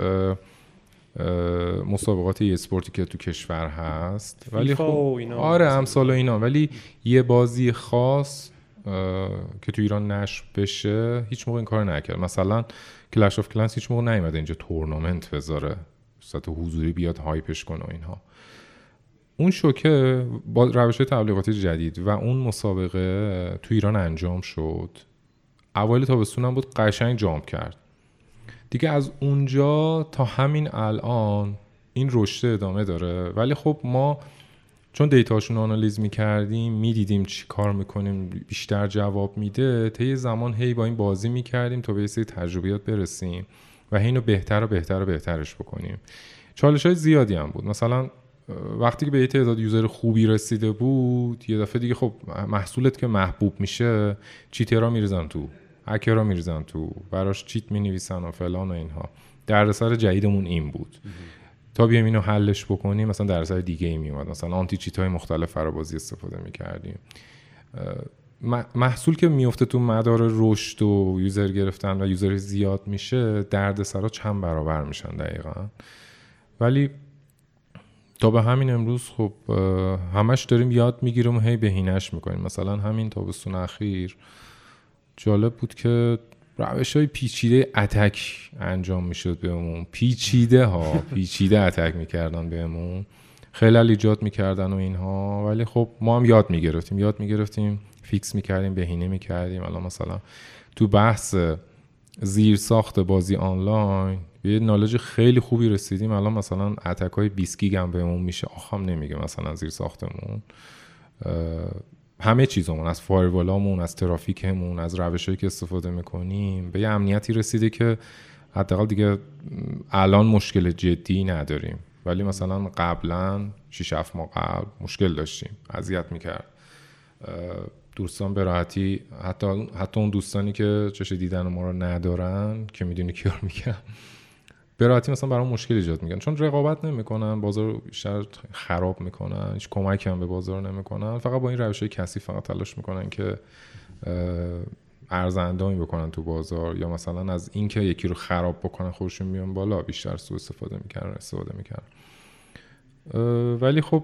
مسابقات ای اسپورتی که تو کشور هست، ولی خب آره امثال اینا، ولی یه بازی خاص که تو ایران نشر بشه هیچ موقع این کار نکرد. مثلا کلش آف کلنس هیچ موقع نیومده اینجا تورنمنت بذاره، سطح حضوری بیاد هایپش کنه و اینها. اون شوکه با روش تبلیغاتی جدید و اون مسابقه تو ایران انجام شد. اوایل تابستون هم بود، قشنگ جامپ کرد دیگه. از اونجا تا همین الان این رشد ادامه داره. ولی خب ما چون دیتاشون رو آنالیز می‌کردیم، می‌دیدیم چی کار می‌کنیم بیشتر جواب میده، طی زمان هی با این بازی می‌کردیم تا به یه سری تجربیات برسیم و اینو بهتر و بهترش بکنیم. چالش‌های زیادی هم بود. مثلا وقتی که به یه تعداد یوزر خوبی رسیده بود، یه دفعه دیگه خب محصولت که محبوب میشه، چیترها میریزن تو، هکرها میریزن تو، براش چیت مینویسن و فلان و اینها. دردسر جدیدمون این بود. تا بیایم اینو حلش بکنیم مثلا دردسر دیگه ای میومد، مثلا آنتی چیت های مختلف فرابازی استفاده میکردیم. محصول که میفته تو مدار رشد و یوزر گرفتن و یوزر زیاد میشه، دردسرها چند برابر میشن دقیقاً. ولی تا به همین امروز خب همش داریم یاد میگیریم و هی بهینه‌اش میکنیم. مثلا همین تابستون اخیر جالب بود که روش‌های پیچیده اتک انجام میشد بهمون، پیچیده اتک میکردن بهمون، خلل ایجاد میکردن و اینها. ولی خب ما هم یاد میگرفتیم، فیکس میکردیم، بهینه میکردیم. الان مثلا تو بحث زیر ساخت بازی آنلاین به یه نالج خیلی خوبی رسیدیم. الان مثلا اتک‌های 20 گیگ هم بهمون میشه، آخام نمیگه مثلا زیر ساختمون. همه چیزمون، از فایروالامون، از ترافیکمون، از روشایی که استفاده میکنیم به یه امنیتی رسیده که حداقل دیگه الان مشکل جدی نداریم. ولی مثلا قبلا 6-7 ماه قبل مشکل داشتیم، اذیت میکرد. دوستان به راحتی، حتی اون دوستانی که چش دیدن ما رو ندارن که میدونی کیار میگم، به راحتی مثلا برام مشکل ایجاد میکنن، چون رقابت نمیکنن، بازار رو بیشتر خراب میکنن، هیچ کمکی هم به بازار نمیکنن، فقط با این روش‌های کثیف فقط تلاش میکنن که ارزنده‌ای بکنن تو بازار، یا مثلا از اینکه یکی رو خراب بکنن خودشون میان بالا، بیشتر سوء استفاده میکنن. ولی خب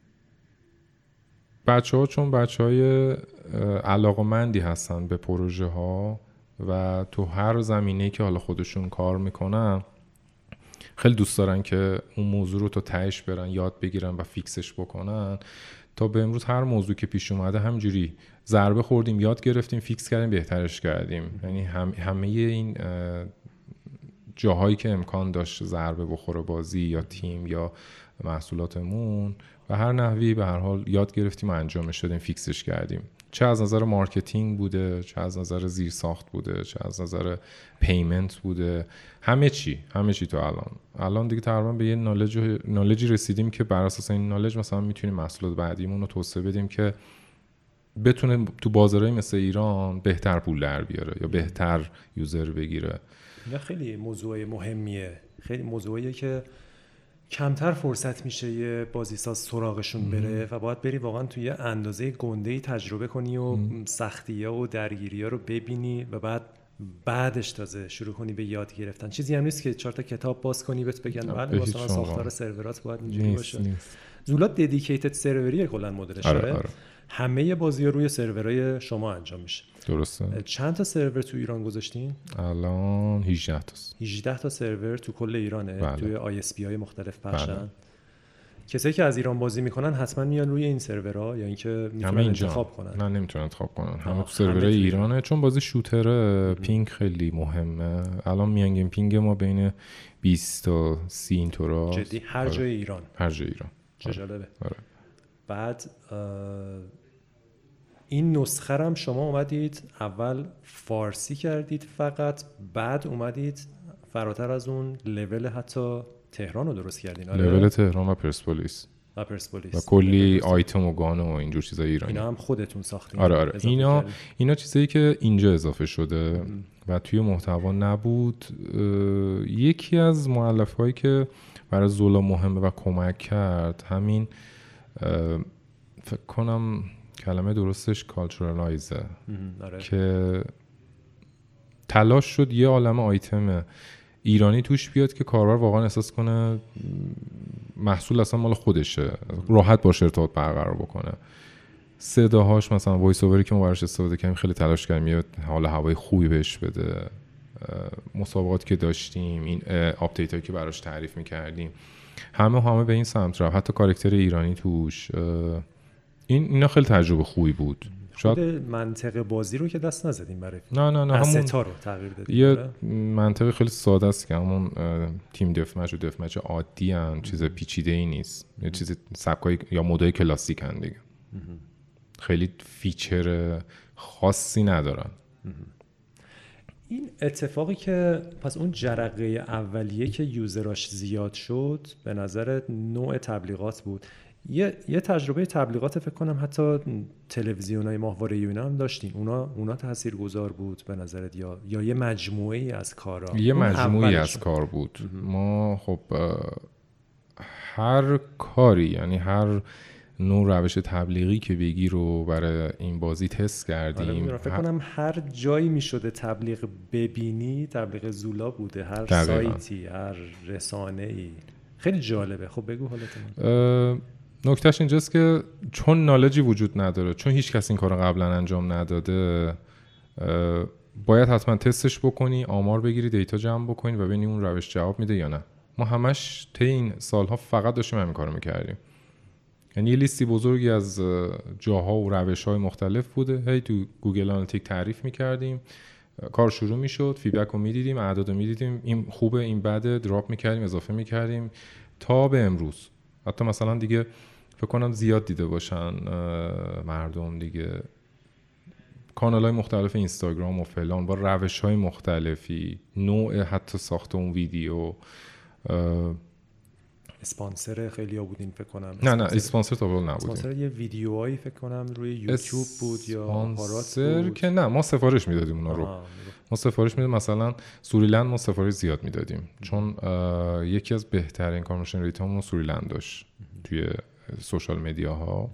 بچه‌ها چون بچه‌های علاقه‌مندی هستن به پروژه ها و تو هر زمینه‌ای که حالا خودشون کار میکنن خیلی دوست دارن که اون موضوع رو تا تهش برن یاد بگیرن و فیکسش بکنن. تا به امروز هر موضوع که پیش اومده همجوری ضربه خوردیم، یاد گرفتیم، فیکس کردیم، بهترش کردیم. یعنی همه این جاهایی که امکان داشت ضربه بخوره بازی یا تیم یا محصولاتمون به هر نحوی به هر حال یاد گرفتیم و انجامش دادیم، فیکسش کردیم. چه از نظر مارکتینگ بوده، چه از نظر زیرساخت بوده، چه از نظر پیمنت بوده، همه چی تو الان دیگه تقریبا به یه نالجی رسیدیم که بر اساس این نالج مثلا میتونیم محصولات بعدیمون رو توسعه بدیم که بتونه تو بازارهای مثل ایران بهتر پول در بیاره یا بهتر یوزر بگیره. اینا خیلی موضوع مهمیه، خیلی موضوعیه که کمتر فرصت میشه یه بازیساز سراغشون بره و باید بری واقعا توی یه اندازه گنده‌ای تجربه کنی و سختی‌ها و درگیری‌ها رو ببینی و بعدش تازه شروع کنی به یاد گرفتن. چیزی هم نیست که 4 تا کتاب باز کنی بهت بگن بله مثلا ساختار سرورات باید اینجوری باشه. زولا ددیکیتد سروریه کلا مدلش. آره. همه بازی‌ها روی سرورهای شما انجام میشه. درسته. چند تا سرور تو ایران گذاشتین؟ الان 18 تاست. 18 تا سرور تو کل ایرانه. بله. توی آی اس پی های مختلف پخشن. بله. کسایی که از ایران بازی میکنن حتما میان روی این سرورها یا اینکه میتونن انتخاب کنن؟ نه نمیتونن انتخاب کنن. همه تو سرورهای ایرانه چون بازی شوتره. پینگ خیلی مهمه. الان میانگین پینگ ما بین 20 تا 30 اینطورا. جدی هر جای ایران. هر جای ایران. چه جالبه. بعد این نسخه هم شما اومدید اول فارسی کردید فقط، بعد اومدید فراتر از اون لول حتی تهران رو درست کردین. لول تهران و پرسپولیس و کلی آیتم و گان و اینجور چیزای ایرانی. اینا هم خودتون ساختین؟ آره. اینا چیزایی که اینجا اضافه شده و توی محتوا نبود. یکی از مؤلفه‌هایی که برای زولا مهمه و کمک کرد همین فکر کنم کلمه درستش کالچورالایزه که تلاش شد یه عالمه آیتم ایرانی توش بیاد که کاربر واقعا احساس کنه محصول اصلا مال خودشه، راحت باشه ارتباط برقرار بکنه. صداهاش مثلا وایس اووری که ما براش استفاده کردیم خیلی تلاش کردیم یه حال هوای خوبی بهش بده. مسابقاتی که داشتیم، این آپدیت هایی که براش تعریف می‌کردیم، همه به این سمت رفت. حتی کاراکتر ایرانی توش. اینا خیلی تجربه خوبی بود. شاید منطق بازی رو که دست نزدیم برای نه استا رو تغییر دادیم. یه منطق خیلی ساده است که همون تیم دف مچ عادی ان، چیز پیچیده ای نیست. یه چیز سبکای یا مودای کلاسیک ان دیگه. خیلی فیچر خاصی ندارن. این اتفاقی که پس اون جرقه اولیه که یوزراش زیاد شد به نظر نوع تبلیغات بود. یه تجربه تبلیغات فکر کنم حتی تلویزیونای ماهواره‌ای اینا هم داشتین. اونا تاثیرگذار بود به نظرت یا یه مجموعه‌ای از کارا؟ یه مجموعه‌ای از کار بود. ما خب هر کاری، یعنی هر نوع روش تبلیغی که بگی رو برای این بازی تست کردیم. فکر کنم هر جایی میشده تبلیغ ببینی تبلیغ زولا بوده، هر سایتی، هر رسانه‌ای. خیلی جالبه. خب بگو حالتون. نکتهش اینجاست که چون نالجی وجود نداره، چون هیچ کس این کار رو قبلا انجام نداده، باید حتما تستش بکنی، آمار بگیری، دیتا جمع بکنی و ببینی اون روش جواب میده یا نه. ما همش طی این سالها فقط داشتیم همین کارو میکردیم. یعنی یه لیستی بزرگی از جاها و روش‌های مختلف بوده، هی تو گوگل آنالیتیک تعریف میکردیم، کار شروع میشد، فیدبک رو میدیدیم، اعداد رو میدیدیم، این خوبه این بده، دراپ میکردیم، اضافه میکردیم تا به امروز. حتی مثلا دیگه فکر کنم زیاد دیده باشن مردم دیگه کانال‌های مختلف اینستاگرام و فلان با روش‌های مختلفی، نوع حتی ساخت اون ویدیو. اسپانسر خیلی‌ها بودین فکر کنم. نه اسپانسر تا الان نبودیم. اسپانسر یه ویدیوهایی فکر کنم روی یوتیوب بود یا آپارات بود که نه ما سفارش میدادیم اونا رو. ما سفارش میدادیم، مثلا سوریلند ما سفارش زیاد میدادیم چون یکی از بهترین کانورشن ریت همون سوریلند داشت توی سوشال مدیاها.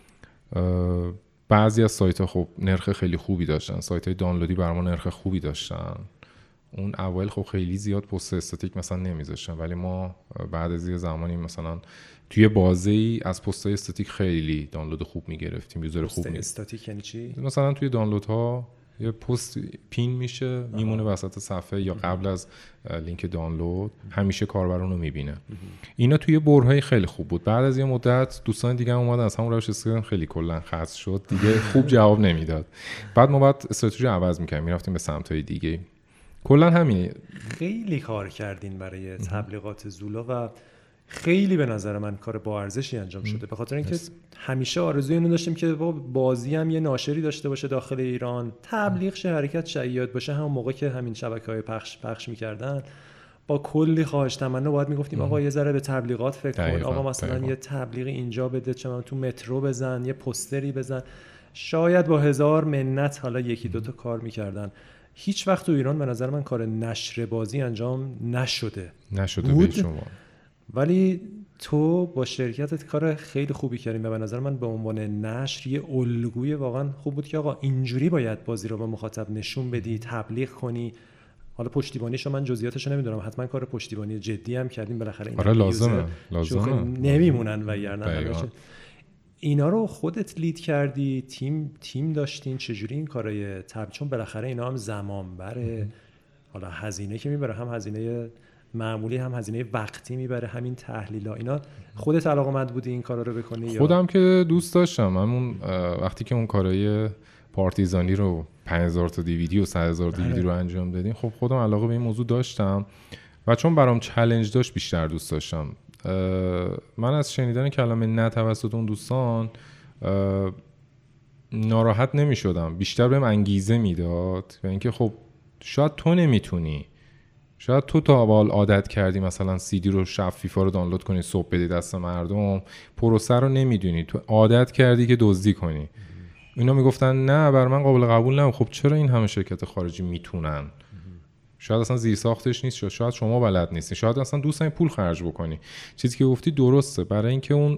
بعضی از سایت‌ها خب نرخ خیلی خوبی داشتن، سایت‌های دانلودی برام نرخ خوبی داشتن. اون اول خب خیلی زیاد پست استاتیک مثلا نمیذاشتن، ولی ما بعد از یه زمانی مثلا توی بازی از پست‌های استاتیک خیلی دانلود خوب میگرفتیم، یوزر خوب میگرفتیم. استاتیک یعنی چی؟ مثلا توی دانلودها یه پست پین میشه میمونه وسط صفحه یا قبل از لینک دانلود، همیشه کاربر اون رو میبینه. اینا توی برهای خیلی خوب بود. بعد از یه مدت دوستان دیگه اومدن از همون روش استفاده خیلی کلا خاص شد دیگه، خوب جواب نمیداد. بعد ما بعد استراتژی عوض می‌کردیم، میرفتیم به سمت‌های دیگه. کلا همین خیلی کار کردین برای تبلیغات زولا و خیلی به نظر من کار با ارزشی انجام شده، به خاطر اینکه همیشه آرزوی اینو داشتیم که بازی هم یه ناشری داشته باشه داخل ایران، تبلیغ شه، حرکت شیاد باشه. همون موقع که همین شبکه‌های پخش می‌کردن با کلی خواهش تمنا باید میگفتیم آقا یه ذره به تبلیغات فکر کن، آقا مثلا یه تبلیغ اینجا بده، چه تو مترو بزن، یه پوستری بزن. شاید با هزار منت حالا یکی دوتا کار میکردن. هیچ وقت تو ایران به نظر من کار نشر بازی انجام نشده بود شما. ولی تو با شرکتت کار خیلی خوبی کردیم و به نظر من به عنوان نشر یه الگوی واقعا خوب بود که آقا اینجوری باید بازی رو به مخاطب نشون بدی، تبلیغ کنی. حالا پشتیبانیشو من جزئیاتشو نمیدونم، حتما کار پشتیبانی جدی هم کردیم بالاخره. این آره لازمه نمیمونن وگرنه اینا رو خودت لید کردی، تیم داشتین، چجوری این کارای چون بالاخره اینا هم زمان بره، حالا هزینه که میبره، هم هزینه معمولی هم هزینه وقتی میبره، همین تحلیلا اینا. خودت علاقه‌مند بودی این کارا رو بکنی؟ خودم که دوست داشتم. همون وقتی که اون کارای پارتیزانی رو 5000 تا دیویدی و 100000 دیویدی رو انجام دادیم، خب خودم علاقه به این موضوع داشتم و چون برام چالش داشت بیشتر دوست داشتم. من از شنیدن کلمه نه توسط اون دوستان ناراحت نمی شدم، بیشتر بهم انگیزه میداد و اینکه خب شاید تو نمیتونی، شاید تو تا اول عادت کردی مثلا CD رو شب فیفا رو دانلود کنی صبح بدی دست مردم، پروسه رو نمیدونی، تو عادت کردی که دزدی کنی. اینا میگفتن نه بر من قابل قبول نه. خب چرا این همه شرکت خارجی میتونن؟ شاید اصلا زیر ساختش نیست، شاید شما بلد نیستی، شاید اصلا دوست داری پول خرج بکنی. چیزی که گفتی درسته، برای اینکه اون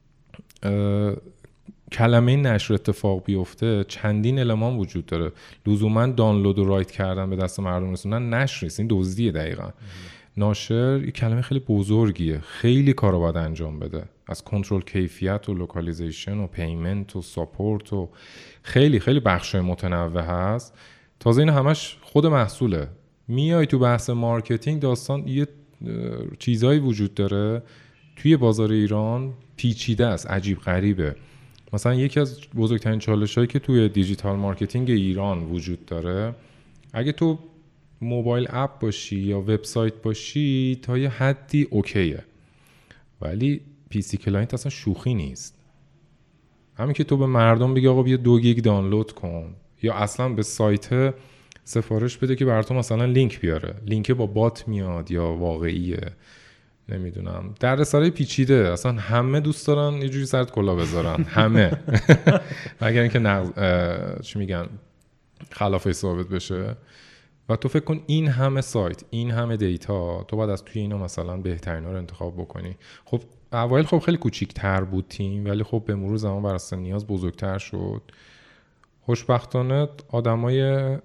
کلمه نشر اتفاق بیفته چندین المان وجود داره. لزوما دانلود و رایت کردن به دست مردم رسوندن نشر نیست، این دزدیه. دقیقاً ناشر یه کلمه خیلی بزرگیه، خیلی کارا باید انجام بده، از کنترل کیفیت و لوکالیزیشن و پیمنت و ساپورت و خیلی خیلی بخشای متنوع هست. تازه این همش خود محصوله. میای تو بحث مارکتینگ، داستان یه چیزایی وجود داره توی بازار ایران پیچیده است، عجیب غریبه. مثلا یکی از بزرگترین چالش‌هایی که توی دیجیتال مارکتینگ ایران وجود داره، اگه تو موبایل اپ باشی یا وبسایت باشی تا یه حدی اوکیه، ولی پی سی کلاینت اصلا شوخی نیست. همین که تو به مردم بگی آقا بیا 2 گیگ دانلود کن، یا اصلا به سایت سفارش بده که براتون مثلا لینک بیاره، لینک با بات میاد یا واقعیه، نمیدونم، دردسرای پیچیده. اصلا همه دوست دارن یه جوری سرت کلا بذارن همه مگر اینکه چی میگن خلافه ثابت بشه. و تو فکر کن این همه سایت، این همه دیتا، تو باید از توی اینا مثلا بهترینا رو انتخاب بکنی. خب اوایل خب خیلی کوچیک‌تر بود تیم، ولی خب به مرور زمان بر اساس نیاز بزرگتر شد. خوشبختانه آدمای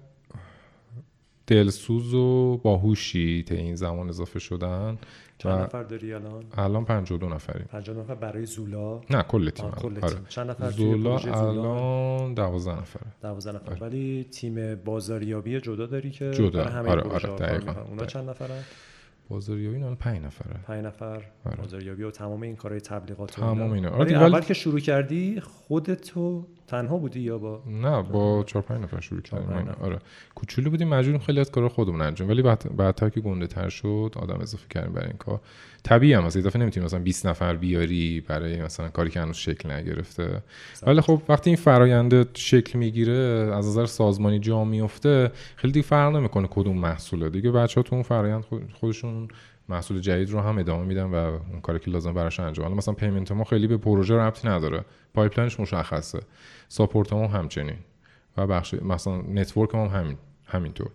دلسوز و باهوشی تا این زمان اضافه شدن. چند نفر داری الان؟ الان 52 نفریم. 52 نفر برای زولا؟ نه کل تیم. آره. چند نفر زولا الان 12 نفره. 12 نفر. ولی تیم بازاریابی جدا داری که جدا. همه آره دقیقاً. اونا چند نفره؟ بازاریابی الان 5 نفره. 5 نفر. بازاریابی و تمام این کارهای تبلیغات تمام اینا. آره اول که شروع کردی خودتو تنها بودی یا با؟ نه با 4-5 نفر شروع کردیم. آره کوچولو بودیم، مجبوریم خیلی از کارا خودمون انجام، ولی بعدتر که گنده تر شد آدم اضافه کردیم برای این کار. طبیعیه هم یه دفعه نمیتونیم مثلا 20 نفر بیاری برای مثلا کاری که هنوز شکل نگرفته. ولی خب وقتی این فرآیند شکل میگیره، از نظر سازمانی جا میفته، خیلی دیگه فرق نمیکنه کدوم محصوله دیگه. بچه‌ها تو اون فرآیند خودشون محصول جدید رو هم ادامه میدن و اون کاری که لازم براش انجام. حالا مثلا پیمنت ما خیلی به پروژه ربطی نداره، پایپلاینش مشخصه، ساپورت ما همچنین و بخش مثلا نتورک ما همینطور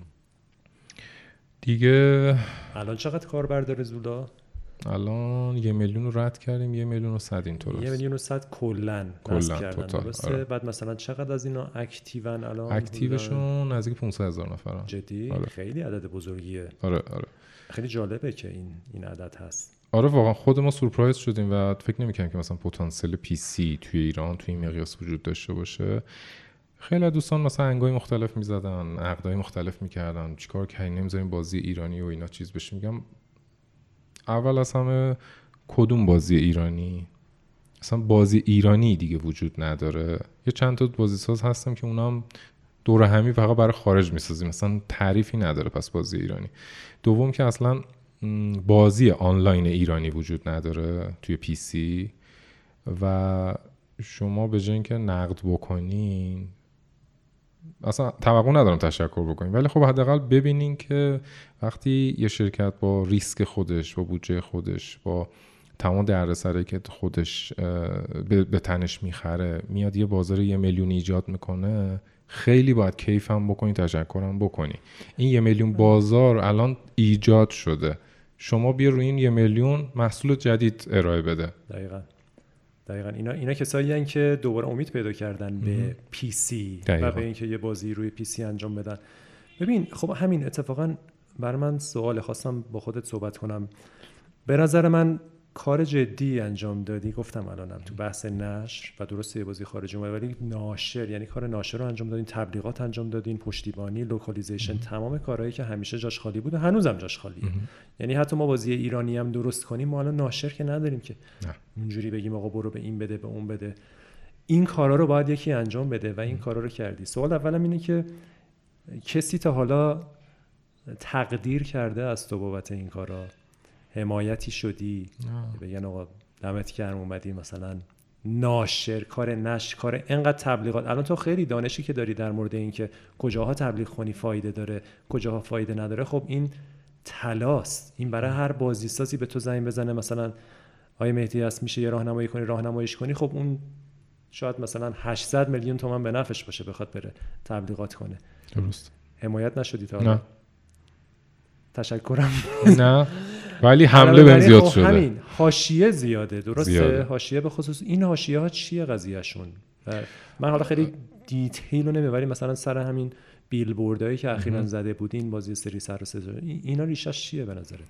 دیگه. الان چقدر کاربر داره زولا؟ الان 1 میلیون رو رد کردیم، 1,100,000 اینطور. 1,100,000 کلا کردن درسته؟ آره. بعد مثلا چقدر از اینا اکتیون الان؟ اکتیوشون نزدیک 500,000 نفرن. جدی؟ آره. خیلی عدد بزرگیه. آره. خیلی جالبه که این عدد هست. آره واقعا خود ما سورپرایز شدیم و فکر نمی‌کردیم که مثلا پتانسیل پی سی توی ایران توی این مقیاس وجود داشته باشه. خیلی دوستان مثلا انگای مختلف می‌زدن، عقدای مختلف می‌کردن، چیکار کنیم نمی‌ذاریم بازی ایرانی و اینا چیز بشه. میگم اول از همه کدوم بازی ایرانی؟ اصلا بازی ایرانی دیگه وجود نداره. یه چند تا بازیساز هستن که اونام دوره همی فقط برای خارج می‌سازیم، مثلا تعریفی نداره پس بازی ایرانی. دوم که اصلا بازی آنلاین ایرانی وجود نداره توی پی سی و شما به جای اینکه نقد بکنین، اصلا توقع ندارم تشکر بکنین، ولی خب حداقل ببینین که وقتی یه شرکت با ریسک خودش، با بودجه خودش، با تمام دردسرایی که خودش به تنش میخره میاد یه بازار 1 میلیون ایجاد میکنه، خیلی باید کیف هم بکنی، تشکرم بکنی. این 1 میلیون بازار الان ایجاد شده، شما بیا روی این 1 میلیون محصول جدید ارائه بده. دقیقاً اینا کسایی هستن که دوباره امید پیدا کردن به پی سی و به اینکه یه بازی روی پی سی انجام بدن. ببین خب همین اتفاقا برای من سوال، خواستم با خودت صحبت کنم. به نظر من کار جدی انجام دادی، گفتم الانم تو بحث نشر و درسته یه بازی خارجی اومد، ولی ناشر، یعنی کار ناشر رو انجام دادین، تبلیغات انجام دادین، پشتیبانی، لوکالیزیشن، تمام کارهایی که همیشه جاش خالی بود و هنوزم جاش خالیه. یعنی حتی ما بازی ایرانی هم درست کنیم، ما الان ناشر که نداریم که اونجوری بگیم آقا برو به این بده به اون بده. این کارا رو باید یکی انجام بده و این کارا رو کردی. سوال اولم اینه که کسی تا حالا تقدیر کرده از تو بابت این کارا؟ حمایتی شدی؟ بگن آقا دمت گرم اومدی مثلا ناشر، کار نشر، کار اینقدر تبلیغات، الان تو خیلی دانشی که داری در مورد این که کجاها تبلیغ کنی فایده داره کجاها فایده نداره، خب این طلاست. این برای هر بازیسازی به تو زنگ بزنه مثلا آقای مهدی هست میشه یه راهنمایی کنی، راهنماییش کنی، خب اون شاید مثلا 800 میلیون تومان به نفعش باشه بخواد بره تبلیغات کنه. درست. حمایت نشدی تا حالا؟ تشکرم. نه ولی حمله بهم زیاد شده. همین حاشیه زیاده، درسته؟ حاشیه به خصوص این حاشیه ها چیه قضیهشون؟ من حالا خیلی دیتیل رو نمیبریم، مثلا سر همین بیلبوردهایی که اخیراً زده بودین بازی سری سر و صدا، اینا ریشش چیه به نظرت؟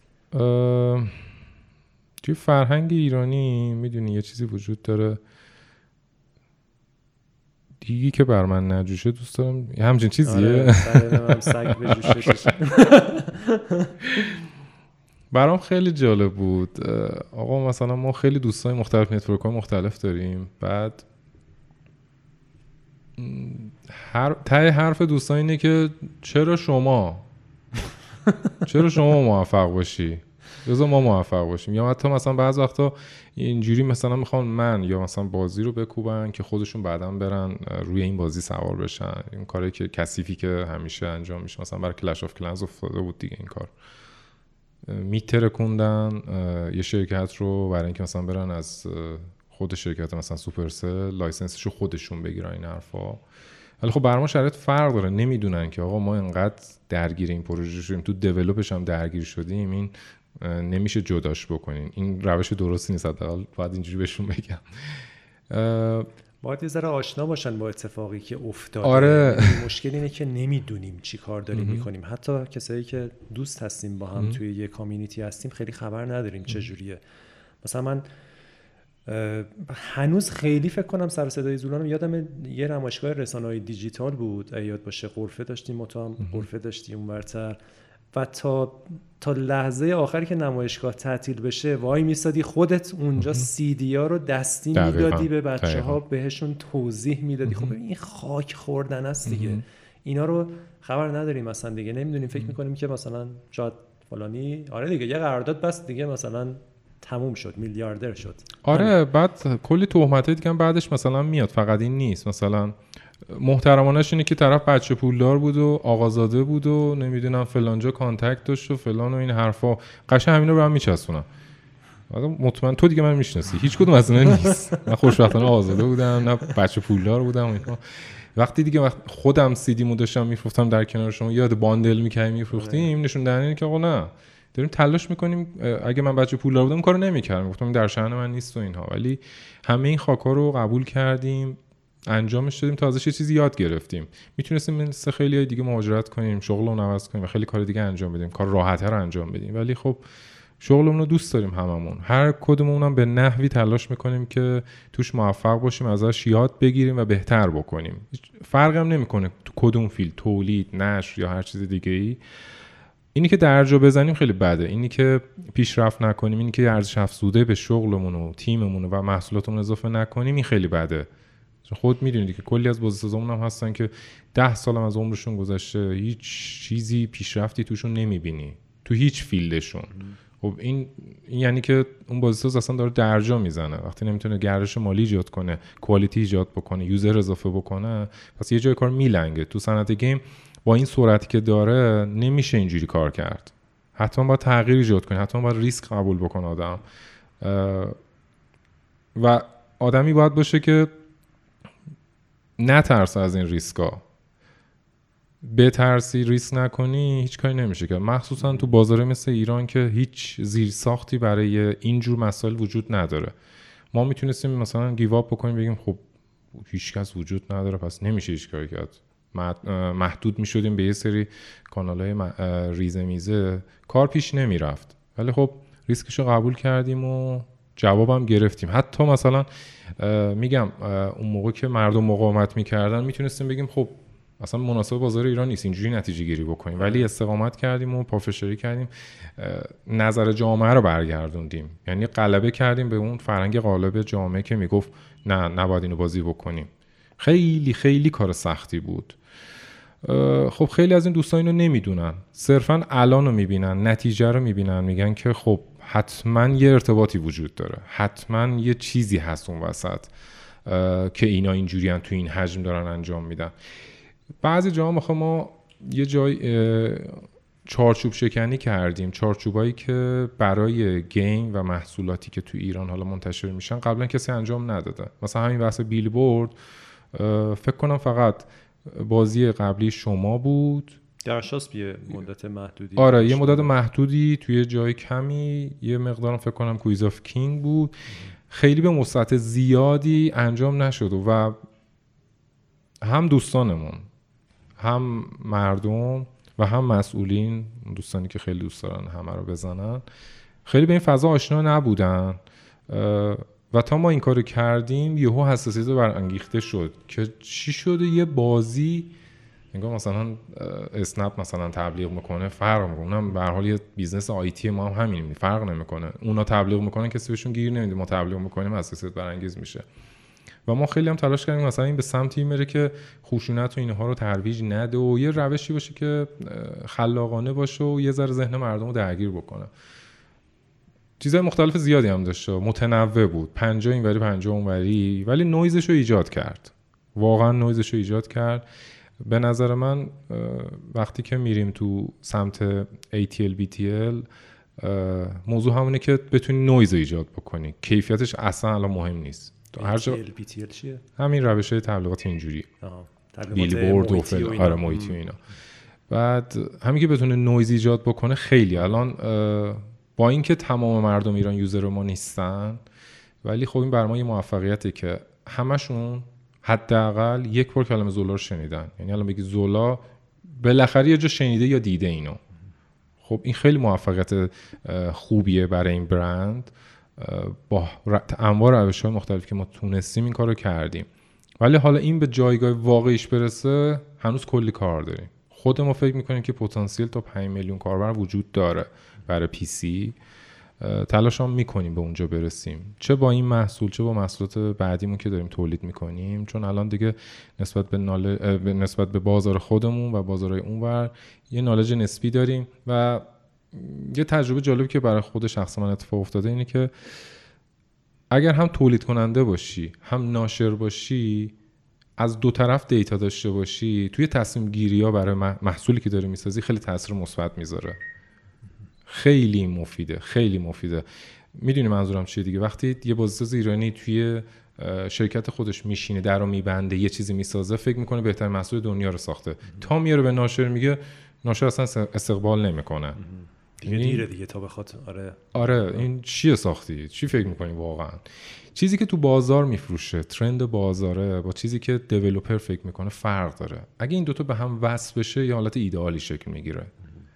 توی فرهنگ ایرانی میدونی یه چیزی وجود داره، دیگی که بر من نجوشه دوست دارم، همچین چیزیه. آره سگ به جوشش. برام خیلی جالب بود. آقا مثلا ما خیلی دوستای مختلف، نتورک‌های مختلف داریم، بعد ته حرف دوستان اینه که چرا شما موفق باشی بذار ما موفق باشیم. یا حتی مثلا بعض وقتا اینجوری مثلا میخوان من یا مثلا بازی رو بکوبن که خودشون بعداً برن روی این بازی سوار بشن. این کاری که کثیفی که همیشه انجام میشه، مثلا برای کلش آف کلنز افتاده بود دیگه، این کار میترکوندن یه شرکت رو برای اینکه مثلا برن از خود شرکت مثلا سوپرسل لایسنسشو خودشون بگیرن این حرفا. ولی خب برای ما شرایط فرق داره، نمیدونن که آقا ما اینقدر درگیر این پروژه شدیم، تو دیولپش هم درگیر شدیم، این نمیشه جداش بکنین، این روش درستی نیست. حداقل باید اینجوری بهشون بگم. باید یه ذره آشنا باشن با اتفاقی که افتاده. آره. مشکل اینه که نمیدونیم چی کار داریم میکنیم. حتی کسایی که دوست هستیم با هم توی یه کامیونیتی هستیم خیلی خبر نداریم چجوریه. مثلا من هنوز خیلی فکر کنم سر صدای زولانم یادم یه نمایشگاه رسانه‌های دیجیتال بود، یاد باشه، غرفه داشتیم، ما تو هم غرفه داشتیم اونورتر، و تا لحظه آخری که نمایشگاه تعطیل بشه وای میستادی خودت اونجا سی ها رو دستی میدادی به بچه‌ها، بهشون توضیح میدادی. خب این خاک خوردن است دیگه. اینا رو خبر نداریم مثلا دیگه، نمیدونیم، فکر میکنیم که مثلا شاید فلانی آره دیگه یه قرارداد بس دیگه مثلا تموم شد، میلیاردر شد. آره بعد کلی تهمتای دیگه بعدش مثلا میاد. فقط این نیست، مثلا محترمانش اینه که طرف بچه پولدار بود و آقازاده بود و نمیدونم فلانجا کانتکت داشت و فلان و این حرفا، قشنگ همینا رو هم میچسبونن. مطمئن تو دیگه من میشناسی، هیچ کدوم از اینا نیست. من خوشبختانه آزاده بودم، نه بچه پولدار بودم اینا. وقتی دیگه خودم سی دیمو داشتم میفروختم در کنار شما، یاد باندل می‌کردیم میفروختیم، نشون دهنه که آقا نه داریم تلاش میکنیم. اگه من بچه پولدار بودم کارو نمی‌کردم، گفتم در شأن من نیست و اینها، ولی همه این خاکا رو قبول کردیم، انجامش دادیم، تا ازش یه چیزی یاد گرفتیم. میتونستیم مثل خیلیای دیگه مهاجرت کنیم، شغلمون رو عوض کنیم و خیلی کار دیگه انجام بدیم، کار راحت‌تر انجام بدیم، ولی خب شغلمون رو دوست داریم هممون. هر کدوممون هم به نحوی تلاش میکنیم که توش موفق باشیم، ازش یاد بگیریم و بهتر بکنیم. فرقی هم نمیکنه تو کدوم فیلد، تولید، نشر یا هر چیز دیگه‌ای. اینی که درجا بزنیم خیلی بده، اینی که پیشرفت نکنیم، اینی که ارزش افزوده به شغلمون و تیممون و محصولاتمون اضافه نکنیم، این خیلی بده. خود میدونید که کلی از بازیسازامون هم هستن که 10 سال از عمرشون گذشته، هیچ چیزی پیشرفتی توشون نمیبینی. تو هیچ فیلدشون. خب این یعنی که اون بازیساز اصلا داره درجا میزنه. وقتی نمیتونه گردش مالی ایجاد کنه، کوالیتی ایجاد بکنه، یوزر اضافه بکنه، پس یه جای کار میلنگه. تو صنعت گیم با این سرعتی که داره نمیشه اینجوری کار کرد. حتما باید تغییر ایجاد کنه، حتما باید ریسک قبول بکنه آدم، و آدمی باید باشه که نترسه از این ریسکا. بترسی ریسک نکنی هیچ کاری نمیشه کرد، مخصوصا تو بازار مثل ایران که هیچ زیرساختی برای اینجور مسائل وجود نداره. ما میتونستیم مثلا گیو آپ بکنیم بگیم خب هیچ کس وجود نداره پس نمیشه هیچ کاری کرد، محدود میشدیم به یه سری کانال‌های ریزه میزه، کار پیش نمیرفت. ولی خب ریسکشو قبول کردیم و جوابم گرفتیم. حتی مثلا میگم اون موقع که مردم مقاومت میکردن میتونستیم بگیم خب اصلا مناسب بازار ایران نیست اینجوری نتیجه گیری بکنیم، ولی استقامت کردیم و پافشاری کردیم، نظر جامعه رو برگردوندیم، یعنی غلبه کردیم به اون فرهنگ غالب جامعه که میگفت نه نباید اینو بازی بکنیم. خیلی خیلی کار سختی بود. خب خیلی از این دوستان اینو نمیدونن، صرفا الان رو میبینن، نتیجه رو میبینن، میگن که خب حتما یه ارتباطی وجود داره، حتما یه چیزی هست اون وسط که اینا اینجوری ان تو این حجم دارن انجام میدن. بعضی جاها ما یه جای چارچوب شکنی کردیم، چارچوبایی که برای گیم و محصولاتی که تو ایران حالا منتشر میشن قبلا کسی انجام نداده. مثلا همین بحث بیلبورد فکر کنم فقط بازی قبلی شما بود، درشاست یه مدت محدودی. آره یه مدت محدودی توی جای کمی، یه مقدارم فکر کنم کویز آف کینگ بود، خیلی به وسعت زیادی انجام نشد و هم دوستانمون هم مردم و هم مسئولین، دوستانی که خیلی دوست دارن همه رو بزنن، خیلی به این فضا آشنا نبودن و تا ما این کارو کردیم یهو حساسیت برانگیخته شد که چی شده یه بازی انگار مثلا اسنپ مثلا تبلیغ میکنه فرق میکنه، اونم به هر حال یه بیزنس آیتی ما هم همین فرق نمیکنه، اونا تبلیغ میکنن کسی بهشون گیر نمیده، ما تبلیغ میکنیم حساسیت برانگیز میشه. و ما خیلی هم تلاش کردیم مثلا این به سمتی بره که خشونت و اینها رو ترویج نده و یه روشی باشه که خلاقانه باشه و یه ذره ذهن مردم رو درگیر بکنه. چیزای مختلف زیادی هم داشته، متنوع بود، 50 اینوری 50 اونوری، ولی نویزش رو ایجاد کرد، واقعا نویزش رو ایجاد کرد. به نظر من وقتی که میریم تو سمت ATL BTL موضوع همونه که بتونی نویز رو ایجاد بکنی، کیفیتش اصلا الان مهم نیست. ATL BTL چیه؟ همین روش‌های تبلیغات اینجوری، بیلبورد و فلان، آره محیطی و اینا. بعد همین که بتونه نویز ایجاد بکنه خیلی الان با اینکه تمام مردم ایران یوزر ما نیستن، ولی خب این برای ما یه موفقیته که همشون حداقل یک بار کلمه زولا رو شنیدن. یعنی الان بگی زولا بالاخره یه جا شنیده یا دیده اینو. خب این خیلی موفقیت خوبیه برای این برند. با انواع روش‌های مختلف که ما تونستیم این کارو کردیم، ولی حالا این به جایگاه واقعیش برسه هنوز کلی کار داریم. خود ما فکر میکنیم که پتانسیل تا 5 میلیون کاربر وجود داره برای پی سی، تلاش هم میکنیم به اونجا برسیم، چه با این محصول چه با محصولات بعدیمون که داریم تولید میکنیم، چون الان دیگه نسبت به بازار خودمون و بازارهای اونور یه نالج نسبی داریم. و یه تجربه جالبی که برای خود شخص من اتفاق افتاده اینه که اگر هم تولید کننده باشی هم ناشر باشی، از دو طرف دیتا داشته باشی، توی تصمیم گیری ها برای محصولی که داری میسازی خیلی تاثیر مثبت میذاره. خیلی مفیده، خیلی مفیده. میدونی منظورم چیه دیگه؟ وقتی یه بازیساز ایرانی توی شرکت خودش میشینه، در رو میبنده، یه چیزی میسازه، فکر میکنه بهترین محصول دنیا رو ساخته، تا میاره به ناشر میگه ناشر اصلا استقبال نمیکنه. دیگه دیره دیگه تا بخواد. آره این چیه ساختی؟ چی فکر میکنی واقعا؟ چیزی که تو بازار میفروشه، ترند بازاره، با چیزی که دیولپر فکر میکنه فرق داره. اگه این دوتا به هم وصل بشه یه حالت ایدئالی شکل میگیره.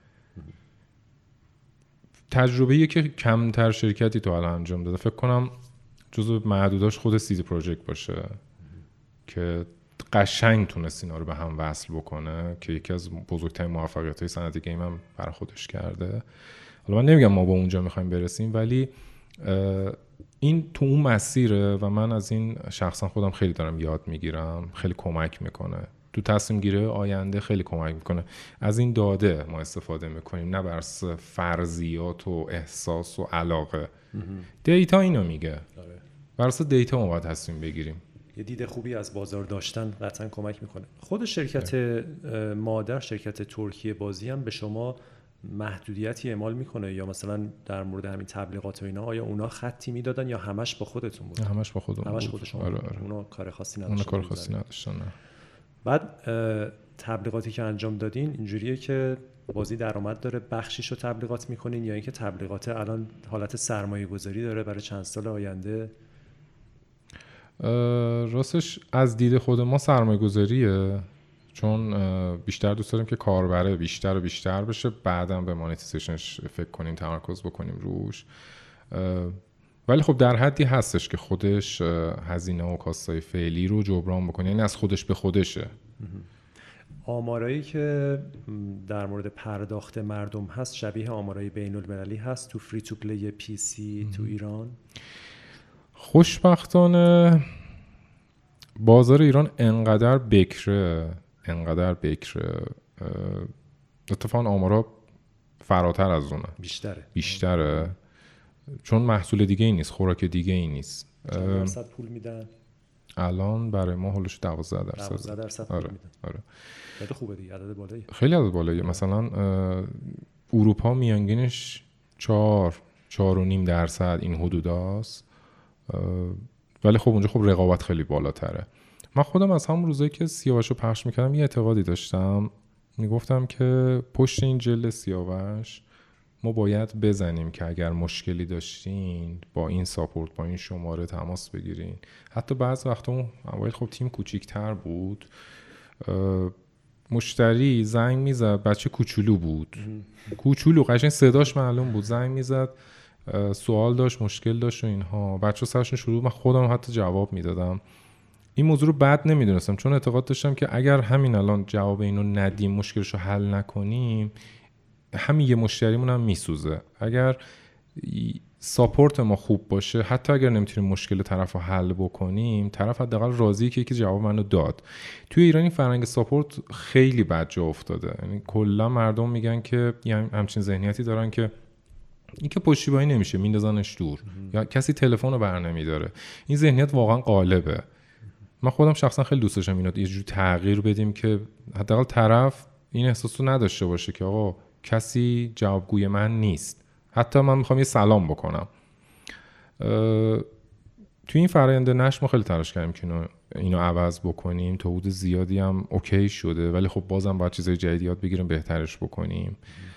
تجربه‌ایه که کمتر شرکتی تو الان انجام داده. فکر کنم جزو معدوداش خود سیدی پروژکت باشه که قشنگ تونست اینا رو به هم وصل بکنه، که یکی از بزرگترین موفقیت‌های صنعت گیم هم برای خودش کرده. حالا من نمیگم ما با اونجا میخوایم برسیم، ولی این تو اون مسیره و من از این شخصا خودم خیلی دارم یاد میگیرم، خیلی کمک میکنه. تو تصمیم گیری آینده خیلی کمک میکنه. از این داده ما استفاده میکنیم، نه بر اساس فرضیات و احساس و علاقه. دیتا اینو میگه، بر اساس دیتا ما باید تصمیم بگیریم. یه دید خوبی از بازار داشتن قطعا کمک میکنه. خود شرکت مادر، شرکت ترکیه بازی هم به شما محدودیتی اعمال میکنه یا مثلا در مورد همین تبلیغات و اینا آیا اونا خطی میدادن یا همش با خودتون بود؟ همش با خودمون، همش خودشون. اونا کار خاصی نداشتن. اونا کار خاصی نداشتن. بعد تبلیغاتی که انجام دادین اینجوریه که بازی درآمد داره بخشیشو تبلیغات میکنین یا اینکه تبلیغات الان حالت سرمایه گذاری داره برای چند سال آینده؟ راستش از دید خود ما سرمایه گذاریه، چون بیشتر دوست داریم که کاربره بیشتر و بیشتر بشه، بعدم به مانیتیزیشنش فکر کنیم، تمرکز بکنیم روش. ولی خب در حدی هستش که خودش هزینه و کاستای فعلی رو جبران بکنه، یعنی از خودش به خودشه. آمارایی که در مورد پرداخت مردم هست شبیه آمارای بین المللی هست تو فری تو پلی پی سی تو ایران؟ خوشبختانه بازار ایران انقدر بکره اتفاقا آمارا فراتر از اونه، بیشتره چون محصول دیگه ای نیست، خوراک دیگه ای نیست. درصد پول میدن الان برای ما هولش 12%. 12% پول میدن. آره. عدد خوبه دیگه، عدد بالایی. خیلی عدد بالایی. مثلا اروپا میانگینش 4.5% این حدوداست، ولی خب اونجا خب رقابت خیلی بالاتره. من خودم از همون روزایی که سیاوشو پخش میکردم یه اعتقادی داشتم، میگفتم که پشت این جلد سیاوش ما باید بزنیم که اگر مشکلی داشتین با این ساپورت، با این شماره تماس بگیرین. حتی بعض وقتا اون اوایل خب تیم کوچیک‌تر بود، مشتری زنگ میزد، بچه کوچولو بود، کوچولو قشنگ صداش معلوم بود، زنگ میزد سوال داشت، مشکل داشت و اینها، بچه سرشون شروع، من خودم حتی جواب میدادم. این موضوع رو بد نمیدونستم، چون اعتقاد داشتم که اگر همین الان جواب اینو ندیم، مشکلش رو حل نکنیم، همین یه مشتریمون هم میسوزه. اگر ساپورت ما خوب باشه، حتی اگر نمیتونیم مشکل طرف رو حل بکنیم، طرف حداقل راضیه که یکی جواب منو داد. توی ایران این فرهنگ ساپورت خیلی بد جا افتاده، یعنی کلا مردم میگن که یعنی همچین ذهنیتی دارن که این که پشتیبانی نمیشه میندازنش دور، یا کسی تلفن رو برنمیداره. این ذهنیت واقعا غالبه. من خودم شخصا خیلی دوست داشتم اینو یه جوری تغییر بدیم که حداقل طرف این احساس رو نداشته باشه که آقا کسی جوابگوی من نیست، حتی من میخوام یه سلام بکنم. توی این فرآیند نشر ما خیلی تلاش کردیم که اینو عوض بکنیم، تا حدود زیادی هم اوکی شده، ولی خب بازم باید چیزای جدید یاد بگیریم، بهترش بکنیم.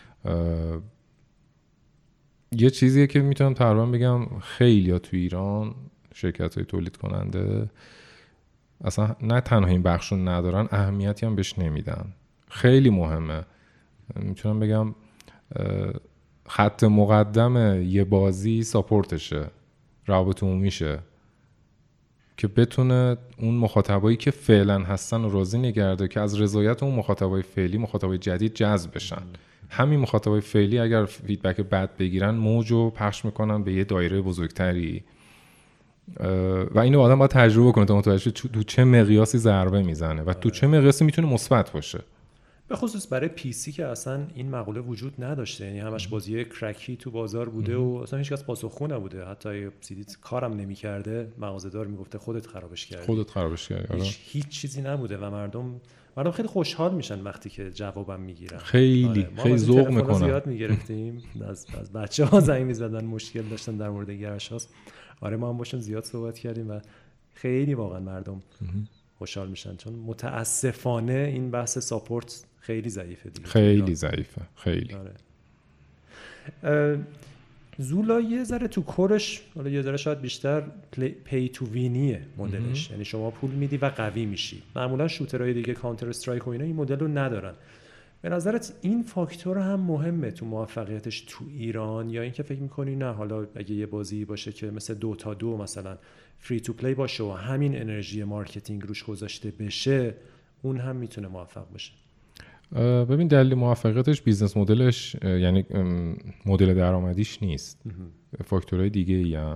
یه چیزیه که میتونم تقریبا بگم خیلی‌ها تو ایران شرکت‌های تولید کننده اصلا نه تنها این بخشو ندارن، اهمیتی هم بهش نمیدن. خیلی مهمه. میتونم بگم خط مقدم یه بازی ساپورتشه، روابط عمومیشه، که بتونه اون مخاطبایی که فعلا هستن رو راضی نگرده، که از رضایت اون مخاطبای فعلی مخاطبای جدید جذب بشن. همین مخاطبای فعلی اگر فیدبک بد بگیرن، موجو پخش میکنن به یه دایره بزرگتری و اینو آدم باید تجربه کنه تا متوجه تو چه مقیاسی ضربه میزنه و تو چه مقیاسی میتونه مثبت باشه. به خصوص برای پی سی که اصلا این مقوله وجود نداشته، یعنی همش بازی کرکی تو بازار بوده و اصلا هیچ کس پاسخگو نبوده. حتی سیدی کارم نمی‌کرده، مغازه‌دار میگفته خودت خرابش کردی. هیچ چیزی نبوده و مردم خیلی خوشحال میشن وقتی که جوابم میگیرن. خیلی ذوق میکنن. زیاد میگرفتیم از بچه‌ها زنگ می‌زدن مشکل داشتن در مورد گرش‌هاست. آره ما هم باشون زیاد صحبت کردیم و خیلی واقعا مردم خوشحال میشن، چون متاسفانه این بحث ساپورت خیلی ضعیفه دیگه. خیلی ضعیفه. خیلی. آره. زولا یه ذره تو کورش، حالا یه ذره شاید بیشتر پی تو وینیه مدلش، یعنی شما پول میدی و قوی میشی. معمولا شوترهای دیگه کانتر استرایک و اینا این مدل رو ندارن. به نظرت این فاکتور هم مهمه تو موفقیتش تو ایران، یا اینکه فکر میکنی نه حالا اگه یه بازی باشه که مثل 2-2 مثلا فری تو پلی باشه و همین انرژی مارکتینگ روش گذاشته بشه، اون هم میتونه موفق باشه؟ ببین دلیل موفقیتش بیزنس مدلش، یعنی مدل درآمدیش نیست، فاکتورهای دیگه ای هم.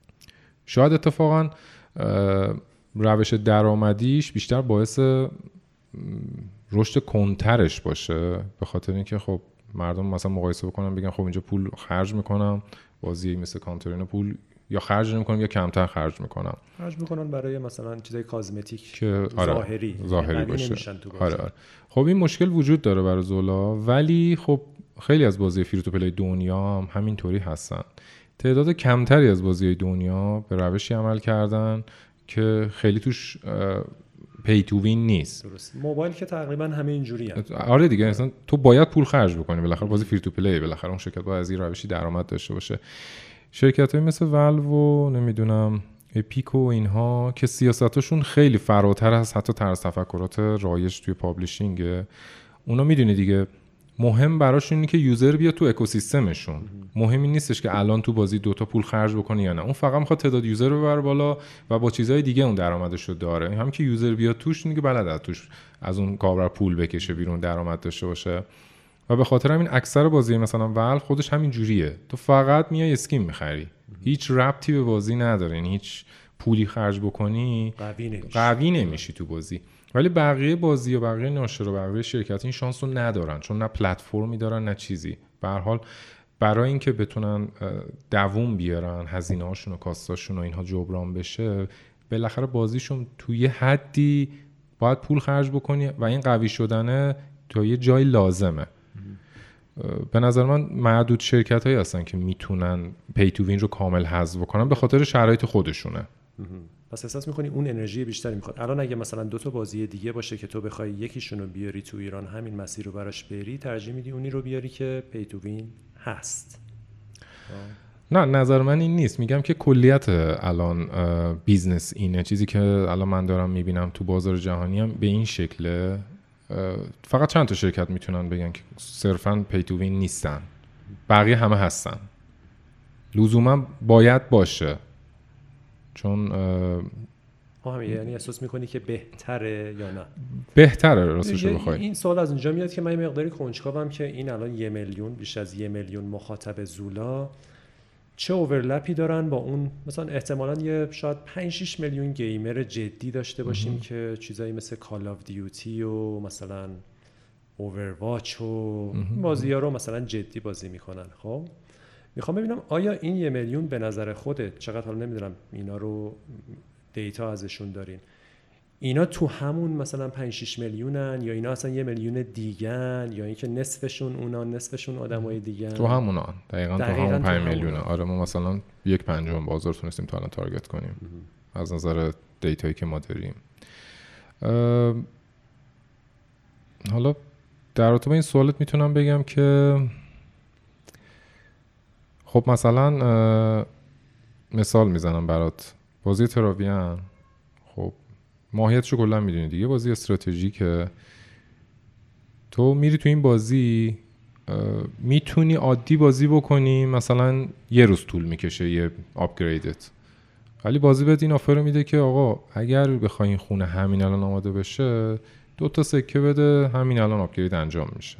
شاید اتفاقا روش درآمدیش بیشتر باعث رشد کنترش باشه، به خاطر اینکه خب مردم مثلا مقایسه بکنن بگن خب اینجا پول خرج میکنم، بازی مثل کانترین پول یا خرج نمیکنم یا کمتر خرج میکنن برای مثلا چیزای کازمتیک که ظاهری باشه. آره. خب این مشکل وجود داره برای زولا، ولی خب خیلی از بازی فری تو پلی دنیا هم همینطوری هستن. تعداد کمتری از بازی دنیا به روشی عمل کردن که خیلی توش پی تو وین نیست. درست. موبایل که تقریبا همه اینجوریه. آره دیگه، مثلا تو باید پول خرج بکنی، بالاخره بازی فری تو پلی، بالاخره اون شرکت باید از این روشی درآمد داشته باشه. شرکت‌های مثل والو و نمیدونم اپیک و اینها که سیاستاشون خیلی فراتر از حتی طرز تفکرات رایج توی پابلشینگه، اونا میدونی دیگه مهم براشون اینه که یوزر بیاد تو اکوسیستمشون. مهم این نیستش که الان تو بازی دوتا پول خرج بکنه یا نه، اون فقط میخواد تعداد یوزر رو ببره بالا و با چیزهای دیگه اون درآمدش رو داره. هم که یوزر بیاد توش دیگه بلد توش از اون کاربر پول بکشه بیرون، درآمد داشته باشه. و به خاطر همین اکثر بازی مثلا ول خودش همین جوریه، تو فقط میای اسکین میخری، هیچ ربطی به بازی نداره، یعنی هیچ پولی خرج بکنی قوی نمیشی تو بازی. ولی بقیه بازی و بقیه ناشر و بقیه شرکت این شانس رو ندارن، چون نه پلتفرمی دارن نه چیزی. به هر حال برای اینکه بتونن دووم بیارن هزینه‌هاشون و کاستاشون و اینها جبران بشه، بالاخره بازیشون توی حدی باید پول خرج بکنی و این قوی شدنه تا یه جای لازمه. به نظر من معدود شرکت‌هایی هستن که میتونن پی تو وین رو کامل حذف کنن، به خاطر شرایط خودشونه. پس احساس می‌کنی اون انرژی بیشتری می‌خواد. الان اگه مثلا 2 تا بازی دیگه باشه که تو بخوای یکیشون رو بیاری تو ایران، همین مسیر رو براش بری، ترجیح میدی اونی رو بیاری که پی تو وین هست؟ نه، نظر من این نیست. میگم که کلیت الان بیزنس اینه، چیزی که الان من دارم میبینم تو بازار جهانی هم به این شکله. فقط چند تا شرکت میتونن بگن که صرفاً پی تو وین نیستن، بقیه همه هستن. لزوما باید باشه، چون یعنی احساس میکنی که بهتره یا نه؟ بهتره راستش رو بخوای. این سوال از اونجا میاد که من یه مقداری کنجکاوم که این الان 1 میلیون، بیش از 1 میلیون مخاطب زولا چه اوورلپی دارن با اون مثلا احتمالاً یه شاید 5-6 میلیون گیمر جدی داشته باشیم که چیزایی مثل کال آف دیوتی و مثلا اوورواچ و بازی‌ها رو مثلا جدی بازی میکنن. خب میخوام ببینم آیا این 1 میلیون به نظر خودت چقدر، حالا نمیدونم اینا رو دیتا ازشون دارین، اینا تو همون مثلا 5-6 میلیونن یا اینا اصلا 1 میلیون دیگن، یا اینکه نصفشون اونا نصفشون آدمای دیگن؟ تو همونا دقیقاً تو همون 5 میلیونه. آره ما مثلا 1/5 بازار تونستیم تا الان تارگت کنیم از نظر دیتایی که ما داریم. حالا در رابطه با این سوالت میتونم بگم که خب مثلا مثال میزنم برات، بازی تراویان خب ماهیتشو کلا میدونی دیگه، بازی استراتژیکه. تو میری تو این بازی میتونی عادی بازی بکنی، مثلا 1 روز طول میکشه یه آپگریدت، ولی بازی بهت این آفر رو میده که آقا اگر بخوای این خونه همین الان آماده بشه 2 تا سکه بده، همین الان آپگرید انجام میشه.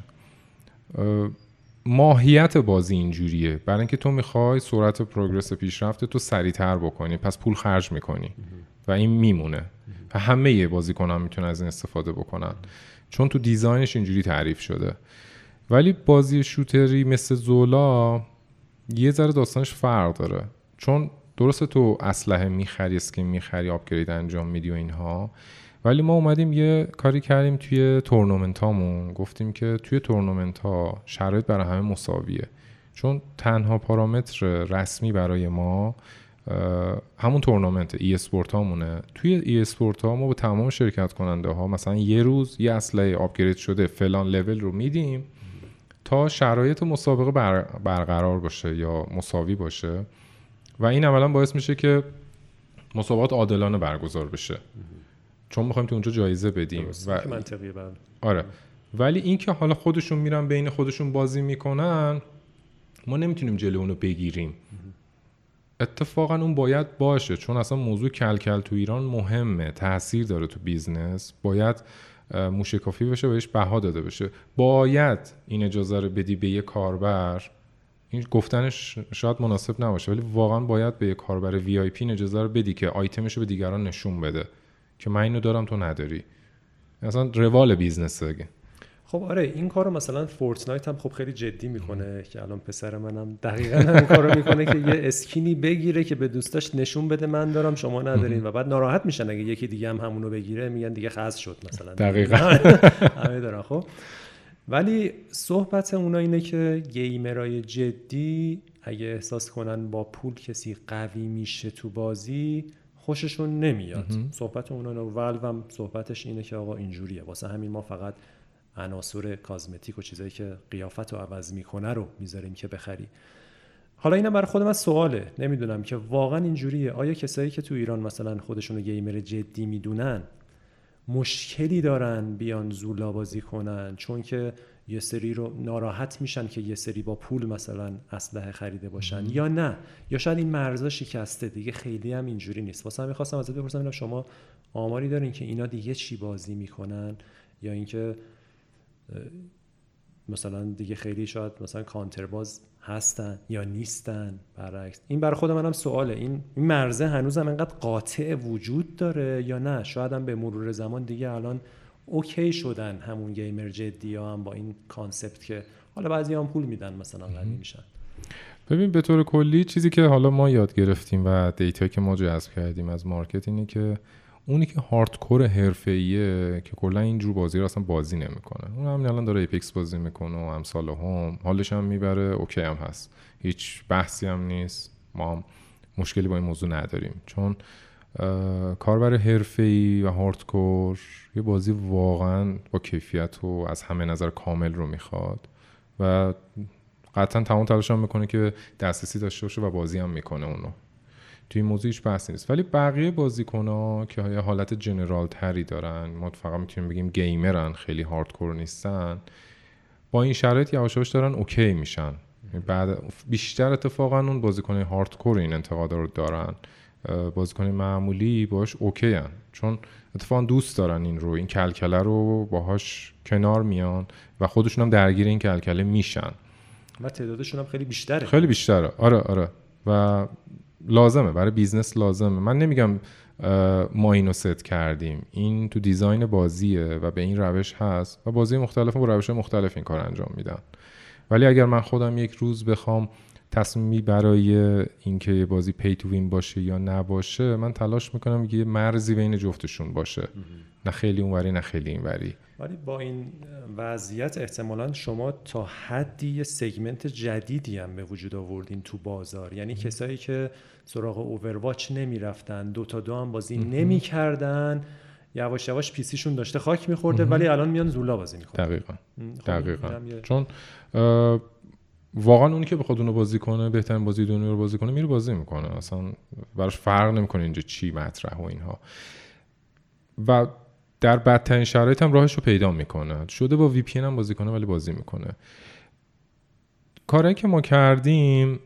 ماهیت بازی اینجوریه، برای اینکه تو میخوای سرعت پروگرس پیشرفت تو سریعتر بکنی، پس پول خرج میکنی و این میمونه و همه بازیکنان میتونن از این استفاده بکنن، چون تو دیزاینش اینجوری تعریف شده. ولی بازی شوتری مثل زولا یه ذره داستانش فرق داره، چون درسته تو اسلحه میخری، اسکین میخری، آپگرید انجام میدی و اینها، ولی ما اومدیم یه کاری کردیم توی تورنمنت هامون، گفتیم که توی تورنمنت ها شرایط برای همه مساویه، چون تنها پارامتر رسمی برای ما همون تورنمنت ای اسپورت هامونه. توی ای اسپورت ها ما با تمام شرکت کننده ها مثلا 1 روز یه اسلحه آپگرید شده فلان لول رو میدیم تا شرایط مسابقه برقرار باشه یا مساوی باشه و این عملا باعث میشه که مسابقات عادلانه برگزار بشه، چون میخوایم تو اونجا جایزه بدیم و منطقیه. آره، ولی این که حالا خودشون میرن بین خودشون بازی میکنن، ما نمیتونیم جلو اونو بگیریم. اتفاقا اون باید باشه، چون اصلا موضوع کلکل تو ایران مهمه، تاثیر داره تو بیزنس، باید موشکافی بشه، بهش بها داده بشه. باید این اجازه رو بدی به یه کاربر، این گفتنش شاید مناسب نباشه ولی واقعا باید به یه کاربر وی آی پی اجازه رو بدی که آیتمش رو به دیگران نشون بده که من اینو دارم تو نداری. مثلا روال بیزنسه. خب آره این کارو مثلا فورتنایت هم خب خیلی جدی میکنه که الان پسر منم دقیقاً همین کارو میکنه که یه اسکینی بگیره که به دوستاش نشون بده من دارم شما ندارین و بعد ناراحت میشن اگه یکی دیگه هم همونو بگیره، میگن دیگه خاص شد مثلا. دقیقاً همه دارن. خب ولی صحبت اونا اینه که گیمرای جدی اگه احساس کنن با پول کسی قوی میشه تو بازی خوششون نمیاد. صحبت اونا و والو هم صحبتش اینه که آقا اینجوریه، واسه همین ما فقط عناصر کازمتیک و چیزایی که قیافت رو عوض میکنه رو میذاریم که بخری. حالا اینم برای خودم از سواله، نمیدونم که واقعا اینجوریه. آیا کسایی که تو ایران مثلا خودشونو گیمر جدی میدونن مشکلی دارن بیان زولا بازی کنن چون که یه سری رو ناراحت میشن که یه سری با پول مثلا اسلحه خریده باشن یا نه، یا شاید این مرزا شکسته دیگه خیلی هم اینجوری نیست؟ واسه همین خواستم ازت بپرسم اینا شما آماری دارین که اینا دیگه چی بازی میکنن، یا اینکه مثلا دیگه خیلی شاید مثلا کانترباز هستن یا نیستن برعکس؟ این برای خود منم سواله. این مرزه هنوزم انقدر قاطع وجود داره یا نه شاید هم به مرور زمان دیگه الان اوکی شدن همون گیمر جدی ها هم با این کانسپت که حالا بعضی هم پول میدن مثلا غنی میشن؟ ببین به طور کلی چیزی که حالا ما یاد گرفتیم و دیتا که ما جذب کردیم از مارکت اینه که اونی که هاردکور حرفه‌ایه که کلا اینجور بازی رو اصلا بازی نمیکنه، اون همین الان داره ایپکس بازی میکنه و امثال هم حالش هم میبره، اوکی هم هست، هیچ بحثی هم نیست، ما هم مشکلی با این موضوع نداریم. چون کاربر حرفه‌ای و هاردکور یه بازی واقعا با کیفیت و از همه نظر کامل رو میخواد و قطعا تمام تلاش هم میکنه که دسترسی داشته باشه و بازی هم میکنه اونو. توی این موضوع هیچ بحثی نیست. ولی بقیه بازیکن‌ها که یه حالت جنرال تری دارن، ما فقط میتونیم بگیم گیمرن، خیلی هاردکور نیستن، با این شرایط یواش یواش دارن اوکی میشن. بعد بیشتر اتفاقا اون بازیکن هاردکور این انتقادا رو دارن، بازیکن معمولی باهاش اوکی ان، چون اتفاقا دوست دارن این رو، این کلکله رو باهاش کنار میان و خودشون هم درگیر این کلکله میشن و تعدادشون هم خیلی بیشتره. خیلی بیشتره. آره و لازمه برای بیزنس، لازمه. من نمیگم ما اینو ست کردیم، این تو دیزاین بازیه و به این روش هست و بازی مختلف با روش مختلف این کار انجام میدن. ولی اگر من خودم یک روز بخوام تصمیمی برای اینکه یه بازی پی تو وین باشه یا نباشه، من تلاش میکنم یه مرزی بین جفتشون باشه، نه خیلی اونوری نه خیلی اینوری. ولی با این وضعیت احتمالاً شما تا حدی یه سگمنت جدیدی هم به وجود آوردین تو بازار، یعنی کسایی که سراغ اوورواچ نمیرفتن، 2 تا 2 هم بازی نمیکردن، یواش یواش پیسیشون داشته خاک میخورده ولی الان میان زولا بازی میکنن. دقیقاً. چون واقعا اونی که بخواد اونو بازی کنه، بهترین بازی دنیا رو بازی کنه، میره بازی میکنه، اصلا براش فرق نمیکنه اینجا چی مطرح و اینها، و در بدترین شرایط هم راهش رو پیدا میکنه. شده با وی پی ان هم بازی کنه ولی بازی میکنه. کاری که ما کردیم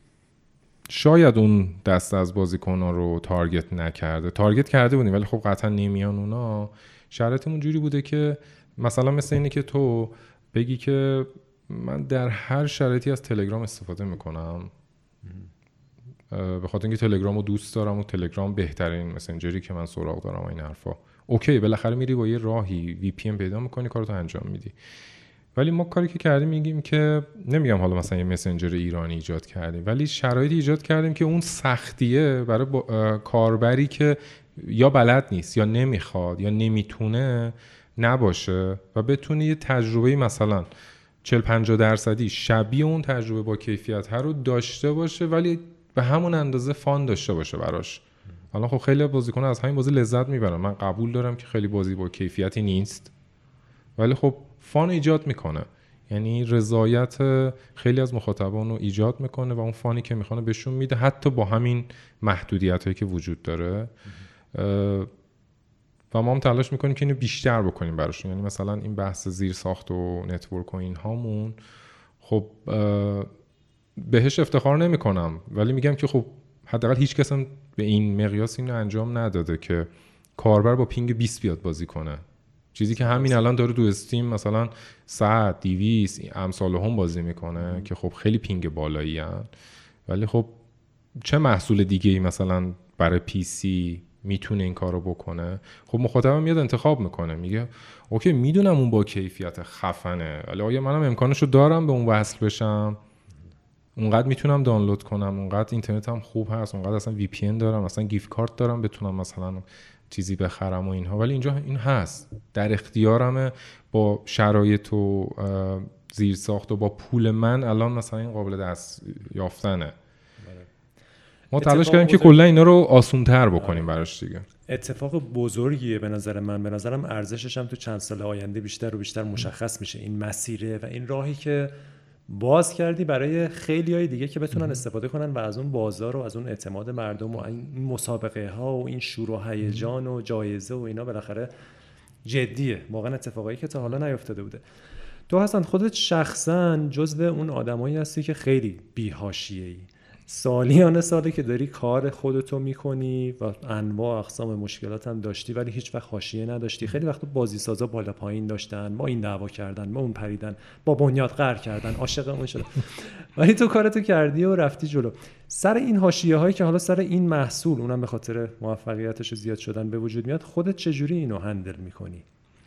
شاید اون دست از بازیکن‌ها رو تارگت کرده بودیم ولی خب قطعا نمیان اونا. شرایطمون جوری بوده که مثلا مثل اینه که تو بگی که من در هر شرایطی از تلگرام استفاده میکنم به خاطر اینکه تلگرام رو دوست دارم و تلگرام بهترین مسنجری که من سراغ دارم و این حرفا. اوکی، بالاخره میری با یه راهی وی پی ان پیدا میکنی، کارتو انجام میدی. ولی ما کاری که کردیم میگیم که نمیگم حالا مثلا یه مسنجر ایرانی ایجاد کردیم، ولی شرایطی ایجاد کردیم که اون سختیه برای کاربری که یا بلد نیست یا نمیخواد یا نمیتونه نباشه و بتونی یه تجربه مثلا 40-50% شبیه اون تجربه با کیفیت ها رو داشته باشه ولی به همون اندازه فان داشته باشه براش. حالا خب خیلی بازیکن از همین بازی لذت میبرن، من قبول دارم که خیلی بازی با کیفیتی نیست ولی خب فان ایجاد میکنه، یعنی رضایت خیلی از مخاطبان رو ایجاد میکنه و اون فانی که میخوانه بهشون میده حتی با همین محدودیتایی که وجود داره. و ما هم تلاش میکنیم که اینو بیشتر بکنیم براشون، یعنی مثلا این بحث زیر ساخت و نتورک و این هامون خب بهش افتخار نمیکنم ولی میگم که خب حداقل هیچ کس هم به این مقیاس اینو انجام نداده که کاربر با پینگ 20 بیاد بازی کنه، چیزی که همین الان داره تو استیم مثلا 100 200 امثال هم بازی میکنه که خب خیلی پینگ بالایی هن. ولی خب چه محصول دیگه ای مثلا برای پی سی میتونه این کارو بکنه، خب مخاطبم میاد انتخاب میکنه، میگه اوکی میدونم اون با کیفیت خفنه، ولی آیا منم امکانشو دارم به اون وصل بشم؟ اونقدر میتونم دانلود کنم، اونقدر اینترنتم خوب هست، اونقدر اصلا وی پی ان دارم، اصلا گیفت کارت دارم بتونم مثلا چیزی بخرم و اینها، ولی اینجا این هست در اختیارمه، با شرایط و زیرساخت و با پول من الان مثلا این قابل دست یافتنه. ما تلاش کردیم که کلا اینا رو آسان‌تر بکنیم براش دیگه. اتفاق بزرگیه به نظر من. به نظرم ارزشش هم تو چند سال آینده بیشتر و بیشتر مشخص میشه، این مسیره و این راهی که باز کردی برای خیلیای دیگه که بتونن استفاده کنن و از اون بازار و از اون اعتماد مردم و این مسابقه ها و این شور و هیجان و جایزه و اینا بالاخره جدیه، واقعا اتفاقایی که تا حالا نیفتاده بوده. تو حسن خودت شخصا جزو اون آدمایی هستی که خیلی بی‌حاشیه‌ای، سالیان ساله که داری کار خودتو میکنی و انواع اقسام مشکلات هم داشتی ولی هیچ وقت حاشیه نداشتی. خیلی وقت بازی سازا بالا پایین داشتن، با این دعوا کردن، با اون پریدن، با بنیاد قهر کردن، عاشق اون شدن، ولی تو کارتو کردی و رفتی جلو. سر این حاشیه هایی که حالا سر این محصول اونم به خاطر موفقیتش زیاد شدن به وجود میاد، خودت چجوری اینو هندل میکنی؟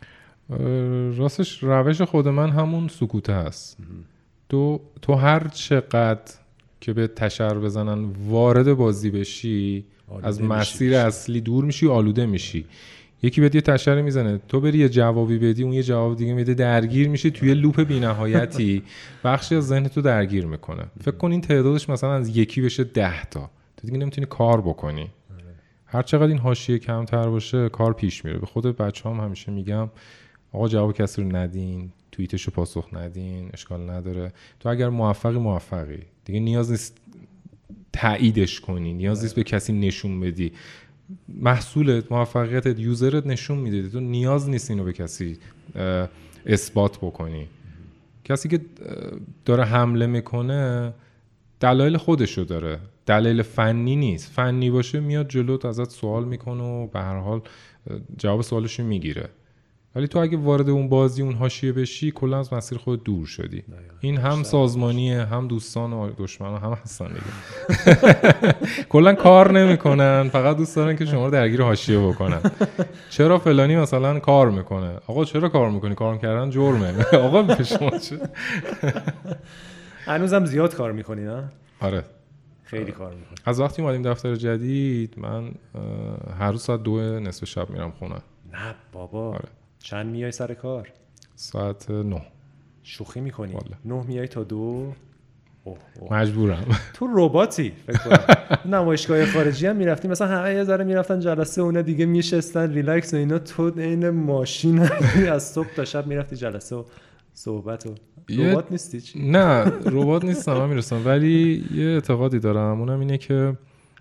راستش روش خود من همون سکوته هست. تو هر چقدر که به تشر بزنن وارد بازی بشی، از مسیر اصلی دور میشی و آلوده میشی. یکی بهت یه تشر میزنه، تو بری یه جوابی بدی، اون یه جواب دیگه میده، درگیر میشی توی لوپ بی‌نهایتی، بخشی از ذهن تو درگیر میکنه. فکر کن این تعدادش مثلا از 1 بشه 10 تا، تو دیگه نمیتونی کار بکنی. هر چقدر این حاشیه کمتر باشه کار پیش میره. به خود بچه‌هام همیشه میگم آقا جواب کسی رو ندین، توییتشو پاسخ ندین، اشکال نداره. تو اگر موفقی دیگه نیاز نیست تاییدش کنی، نیاز نیست به کسی نشون بدی. محصولت، موفقیتت، یوزرت نشون میده، تو نیاز نیست اینو به کسی اثبات بکنی. کسی که داره حمله میکنه دلایل خودشو داره، دلایل فنی نیست. فنی باشه میاد جلوت ازت سوال میکنه و به هر حال جواب سوالشو میگیره. ولی تو اگه وارد اون بازی، اون حاشیه بشی، کلا از مسیر خود دور شدی. این هم سازمانیه، هم دوستان و دشمنا هم هستن دیگه. کلا کار نمیکنن، فقط دوست دارن که شما رو درگیر حاشیه بکنن. چرا فلانی مثلا کار میکنه؟ آقا چرا کار میکنی؟ کار کردن جرمه. آقا به شما چه؟ هنوزم زیاد کار میکنی نه؟ آره خیلی کار میکنی. از وقتی اومدیم دفتر جدید من هر روز ساعت 2 نصف شب میرم خونه. نه بابا. آره. چند میای سر کار؟ ساعت 9. شوخی میکنی؟ والا. 9 میای تا 2؟ مجبورم. تو رباتی فکر کنم. نمایشگاه خارجی هم میرفتی مثلا همه یه ذره میرفتن جلسه، اونا دیگه میشستن ریلکس و اینا، تو این ماشین از صبح تا شب میرفتی جلسه و صحبت و ربات نیستی چی؟ نه ربات نیستم، من میرسم. ولی یه اعتقادی دارم، اونم اینه که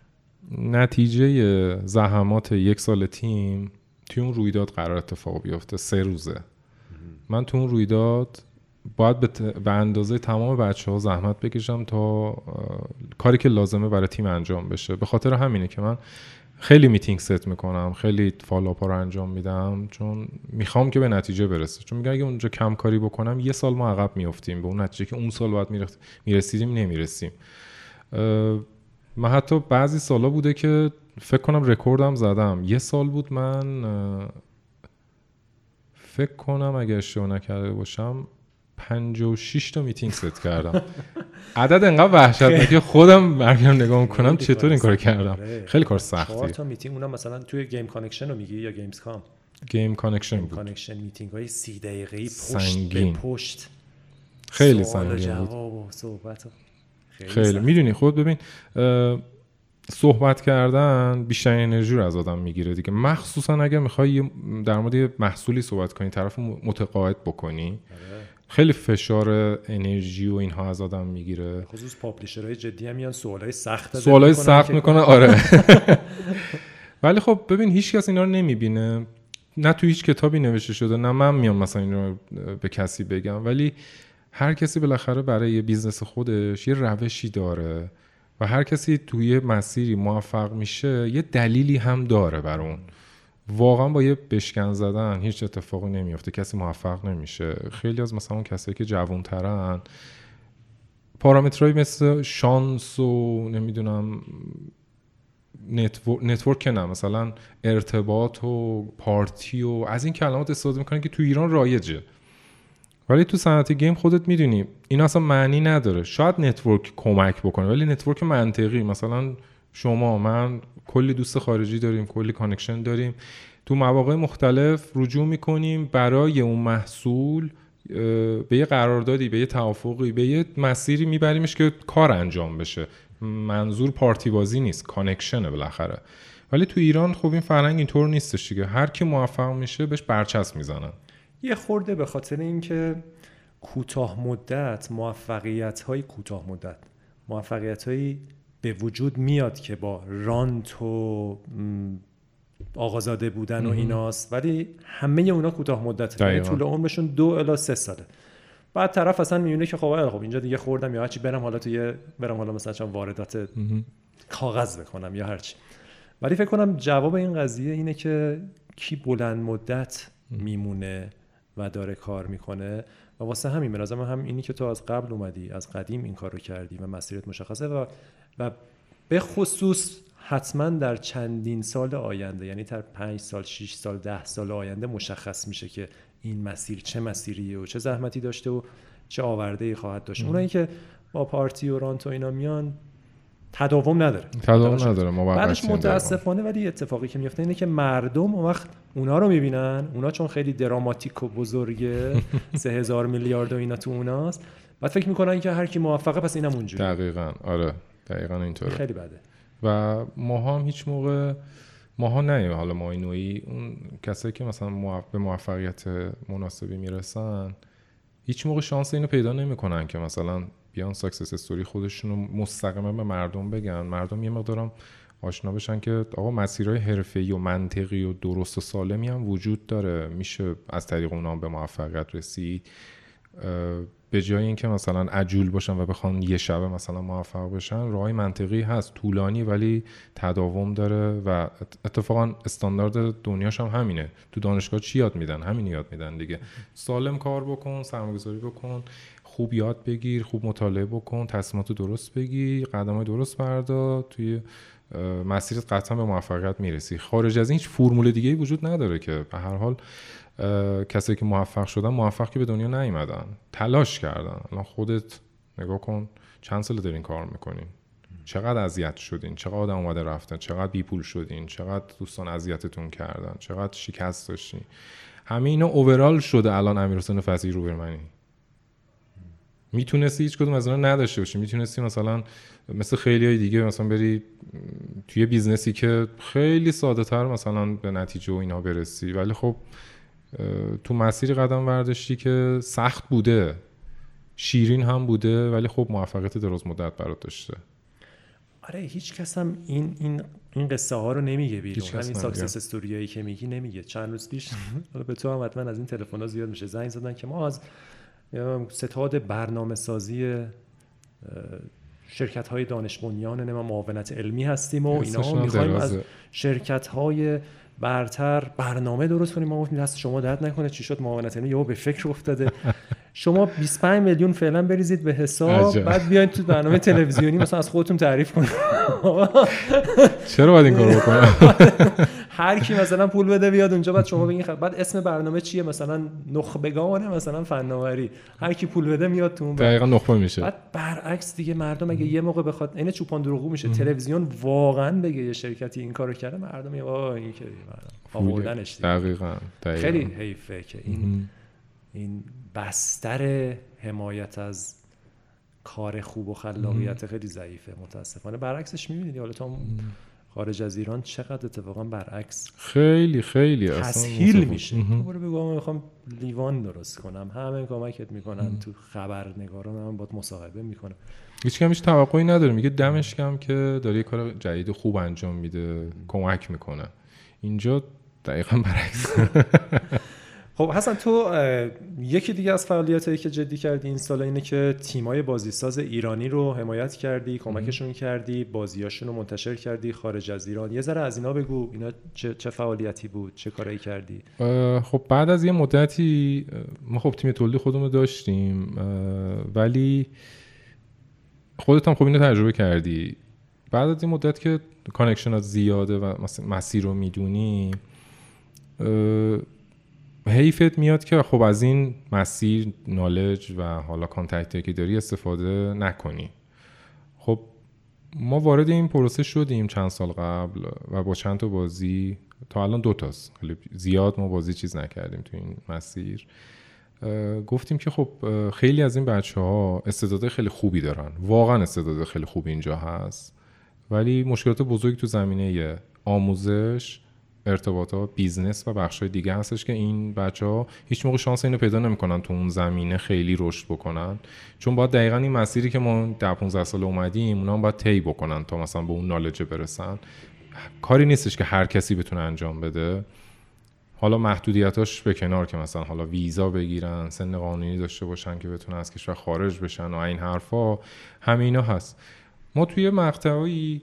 نتیجه زحمات 1 سال تیم توی اون رویداد قرار اتفاق بیفته. 3 روزه من تو اون رویداد باید به اندازه تمام بچه‌ها زحمت بکشم تا کاری که لازمه برای تیم انجام بشه. به خاطر همینه که من خیلی میتینگ ست میکنم، خیلی فالوآپ رو انجام میدم، چون میخوام که به نتیجه برسه. چون میگم اگه اونجا کم کاری بکنم 1 سال ما عقب میافتیم، به اون نتیجه که اون سال باید میرسیدیم نمیرسیم. من حتی بعضی سالا بوده که فکر کنم رکوردم زدم. 1 سال بود من فکر کنم اگه اشتباه نکرده باشم 56 تا میتینگ ست کردم. عدد انقدر وحشتناکه خودم برگردم نگاه میکنم چطور این کارو کردم. خیلی کار سختیه. 4 تا میتینگ، اونم مثلا توی گیم کانکشن رو میگی یا گیمز کام؟ گیم کانکشن بود. کانکشن میتینگ های 30 دقیقه‌ای پشت به پشت، خیلی سنگین بود. جواب و صحبت خیلی میدونی خود ببین صحبت کردن بیشتر انرژی رو از آدم میگیره دیگه، مخصوصا اگه میخوای در مورد محصولی صحبت کنی، طرف متقاعد بکنی. خیلی فشار انرژی و اینها از آدم میگیره. خصوص پابلیشرهای جدی هم میان سوالای سخت میکنن. آره. ولی خب ببین هیچ کس اینا رو نمیبینه، نه تو هیچ کتابی نوشته شده، نه من میام مثلا این رو به کسی بگم. ولی هر کسی بالاخره برای یه بیزنس خودش یه روشی داره و هر کسی توی مسیری موفق میشه یه دلیلی هم داره بر اون. واقعا با یه بشکن زدن هیچ اتفاقی نمیفته، کسی موفق نمیشه. خیلی از مثلا اون کسایی که جوان‌ترن پارامترهای مثل شانس و نمیدونم نتورک نه، مثلا ارتباط و پارتی و از این کلمات استفاده میکنن که تو ایران رایجه، ولی تو صنعت گیم خودت میدونی این اصلا معنی نداره. شاید نتورک کمک بکنه ولی نتورک منطقی، مثلا شما من کلی دوست خارجی داریم، کلی کانکشن داریم، تو مواقع مختلف رجوع میکنیم برای اون محصول به یه قراردادی، به یه توافقی، به یه مسیری میبریمش که کار انجام بشه. منظور پارتی بازی نیست، کانکشنه بالاخره. ولی تو ایران خب این فرهنگ اینطور نیستش دیگه، هر کی موفق میشه بهش برچسب میزنن. یه خورده به خاطر اینکه کوتاه مدت موفقیت‌هایی به وجود میاد که با رانت و آقازاده بودن و ایناست، ولی همه اونا کوتاه مدته، یعنی طول عمرشون 2 الی 3 ساله. بعد طرف اصلا میونه که خب اینجا دیگه خوردم یا هرچی، برم حالا مثلا واردات کاغذ بکنم یا هرچی. ولی فکر کنم جواب این قضیه اینه که کی بلند مدت میمونه و داره کار میکنه. و واسه همین به نظرم هم اینی که تو از قبل اومدی، از قدیم این کارو کردی و مسیرت مشخصه و به خصوص حتما در چندین سال آینده، یعنی تا 5 سال 6 سال 10 سال آینده مشخص میشه که این مسیر چه مسیریه و چه زحمتی داشته و چه آورده‌ای خواهد داشت. اونایی که با پارتی و رانت و اینا میان تداوم نداره بعدش متاسفانه. ولی اتفاقی که میفته اینه که مردم اون وقت اونا رو میبینن، اونا چون خیلی دراماتیک و بزرگه 3000 میلیارد و اینا تو اوناست، بعد فکر میکنن که هر کی موفقه پس اینم اونجوری. دقیقاً آره، دقیقاً اینطوره. خیلی بده. و ما هم هیچ موقع حالا ما اینویی اون کسایی که مثلا به موفقیت مناسبی میرسن هیچ موقع شانس اینو پیدا نمیکنن که مثلا بیان ساکسس استوری خودشون رو مستقیما به مردم بگن. مردم یه مقدارم آشنا بشن که آقا مسیرهای حرفه‌ای و منطقی و درست و سالمی هم وجود داره، میشه از طریق اونها به موفقیت رسید، به جای اینکه مثلا عجول باشن و بخوان یه شبه مثلا موفق بشن. راهی منطقی هست، طولانی ولی تداوم داره و اتفاقا استاندارد دنیاش هم همینه. تو دانشگاه چی یاد میدن؟ همین یاد میدن دیگه. سالم کار بکن، سرمایه‌گذاری بکن، خوب یاد بگیر، خوب مطالعه بکن، تصمیمات درست بگیر، قدم‌های درست بردار، توی مسیرت قطعا به موفقیت میرسی. خارج از این هیچ فرمول دیگه‌ای وجود نداره که به هر حال کسایی که موفق شدن موفق که به دنیا نیومدن، تلاش کردن. الان خودت نگاه کن چند سال دارین کار میکنین، چقدر اذیت شدین، چقدر آدم اومده رفتن، چقدر بی پول شدین، چقدر دوستان اذیتتون کردن، چقدر شکست داشتین. همه اینا اوورال شده الان امیرحسین فضلی روبرمنی. میتونستی هیچ کدوم از اینا نداشته باشی، میتونستی مثلا مثل خیلیای دیگه مثلا بری توی بیزنسی که خیلی ساده تر مثلا به نتیجه و اینا برسی، ولی خب تو مسیری قدم برداشتی که سخت بوده، شیرین هم بوده، ولی خب موفقیت دراز مدت برات داشته. آره هیچ کس هم این قصه ها رو نمیگه بیرون. همین ساکسس استوریایی که میگی نمیگه. چند روز پیش حالا به تو هم حتما از این تلفن‌ها زیاد میشه زنگ زدن که ما از ستاد برنامه‌سازی شرکت‌های دانش بنیان معاونت علمی هستیم و اینا می‌خوایم از شرکت‌های برتر برنامه درست کنیم. ما گفتیم دست شما درد نکنه، چی شد معاونت علمی یهو به فکر افتاده شما 25 میلیون فعلا بریزید به حساب، بعد بیاین تو برنامه تلویزیونی مثلا از خودتون تعریف کنید. چرا باید این کارو بکنم؟ هر کی مثلا پول بده بیاد اونجا، بعد شما بگین بعد اسم برنامه چیه، مثلا نخبگان مثلا فناوری، هر کی پول بده میاد تو اون دقیقاً نخبه میشه. بعد برعکس دیگه مردم اگه یه موقع بخواد این چوپان دروغو میشه، تلویزیون واقعا بگه یه شرکتی این کارو کرده، مردم میگه آ این که آوردنش. دقیقاً خیلی حیفه که این بستر حمایت از کار خوب و خلاقیت خیلی ضعیفه متاسفانه. برعکسش می‌بینید حالا تا خارج از ایران چقدر اتفاقا برعکس خیلی تسهیل میشه. تو برو بگو من میخوام لیوان درست کنم، همه کمکت میکنن، تو خبرنگاران هم باهات مصاحبه میکنه، هیچ کمیش توقعی نداره، میگه دمش گرم که داره یه کار جدید خوب انجام میده، کمک میکنه. اینجا دقیقاً برعکس. خب حسن تو یکی دیگه از فعالیتایی که جدی کردی این سال اینه که تیمای بازیساز ایرانی رو حمایت کردی، کمکشون کردی، بازیاشون رو منتشر کردی خارج از ایران. یه ذره از اینا بگو، اینا چه فعالیتی بود، چه کارایی کردی؟ خب بعد از یه مدتی ما خب تیم تولید خودمون داشتیم، ولی خودت هم خب اینو تجربه کردی، بعد از این مدت که کانکشنات زیاده و مثلا مسیر رو میدونی، حیفت میاد که خب از این مسیر نالج و حالا کانتکتی که داری استفاده نکنی. خب ما وارد این پروسه شدیم چند سال قبل و با چند تا بازی، تا الان 2 تاست، خیلی زیاد ما بازی چیز نکردیم تو این مسیر. گفتیم که خب خیلی از این بچه‌ها استعداد خیلی خوبی دارن، واقعا استعداد خیلی خوبی اینجا هست، ولی مشکلات بزرگی تو زمینه آموزش، ارتباطات، بیزنس و بخشای دیگه هستش که این بچه‌ها هیچ موقع شانس اینو پیدا نمی‌کنن تو اون زمینه خیلی رشد بکنن، چون باید دقیقاً این مسیری که ما 10-15 سال اومدیم اونا هم باید طی بکنن تا مثلا به اون نالج برسن. کاری نیستش که هر کسی بتونه انجام بده. حالا محدودیتاش به کنار که مثلا حالا ویزا بگیرن، سن قانونی داشته باشن که بتونن از کشور خارج بشن و این حرفا، همینا هست. ما توی مقطعی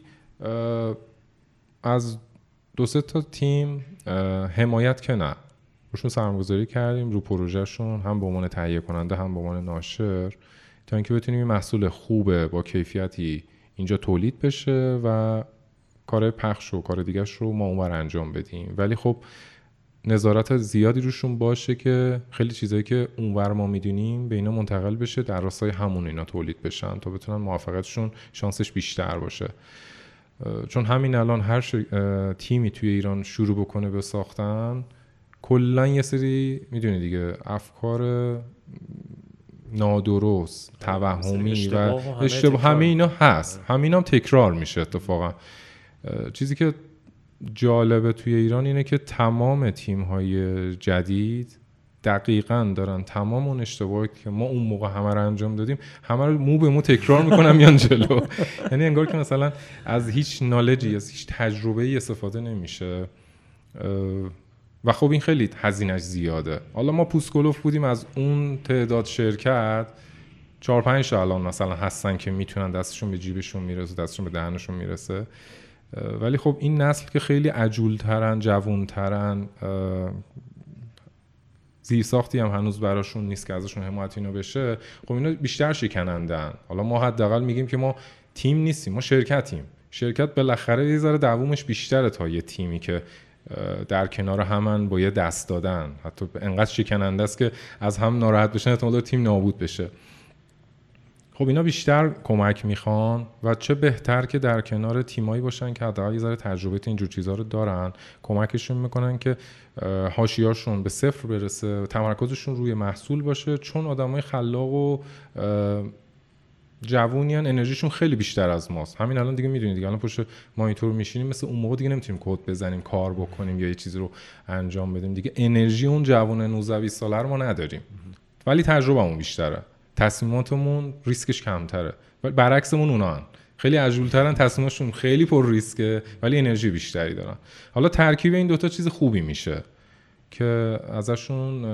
از 2-3 تا تیم حمایت که نه، روشون سرمایه‌گذاری کردیم رو پروژهشون، هم به عنوان تهیه کننده هم به عنوان ناشر، تا اینکه بتونیم این محصول خوبه با کیفیتی اینجا تولید بشه و کار پخش و کار دیگه‌اش رو ما اونور انجام بدیم. ولی خب نظارت زیادی روشون باشه که خیلی چیزایی که اونور ما میدونیم به اینا منتقل بشه، در راستای همون اینا تولید بشن تا بتونن موفقیتشون شانسش بیشتر باشه. چون همین الان هر تیمی توی ایران شروع بکنه به ساختن، کلا یه سری میدونی دیگه افکار نادرست، توهمی و اشتباه همه اینا هست، همین هم تکرار میشه. اتفاقا چیزی که جالبه توی ایران اینه که تمام تیم‌های جدید دقیقاً دارن تمام اون اشتباهاتی که ما اون موقع همه رو انجام دادیم همه رو مو به مو تکرار میکنن میان جلو. یعنی انگار که مثلا از هیچ نالجی، از هیچ تجربه‌ای استفاده نمیشه و خب این خیلی هزینه‌اش زیاده. حالا ما پوسکولوف بودیم، از اون تعداد شرکت 4-5 تا الان مثلا هستن که میتونن دستشون به جیبشون میرسه، دستشون به دهنشون میرسه. ولی خب این نسل که خیلی عجولترن، جوونترن، زیرساختی هم هنوز براشون نیست که ازشون حمایت اینا بشه، خب اینا بیشتر شکنندن. حالا ما حداقل میگیم که ما تیم نیستیم، ما شرکتیم. شرکت بالاخره یه ذره دوامش بیشتره تا یه تیمی که در کنار همن با یه دست دادن، حتی انقدر شکننده است که از هم ناراحت بشن احتمال داره تیم نابود بشه. خب اینا بیشتر کمک میخوان و چه بهتر که در کنار تیمایی باشن که حداقل یه ذره تجربه اینجور چیزا رو دارن، کمکشون میکنن که حاشیه‌اشون به صفر برسه، تمرکزشون روی محصول باشه، چون آدمای خلاق و جوونیان انرژیشون خیلی بیشتر از ماست. همین الان دیگه میدونید دیگه، الان پشت مانیتور میشینیم، مثل اون موقع دیگه نمیتونیم کد بزنیم، کار بکنیم یا یه چیزی رو انجام بدیم دیگه. انرژی اون جوون 19-20 ساله رو ما نداریم، ولی تجربه‌مون بیشتره، تصمیماتمون ریسکش کمتره. برعکسمون اونا هن. خیلی عجولترن، تصمیماشون خیلی پر ریسکه ولی انرژی بیشتری دارن. حالا ترکیب این دوتا چیز خوبی میشه که ازشون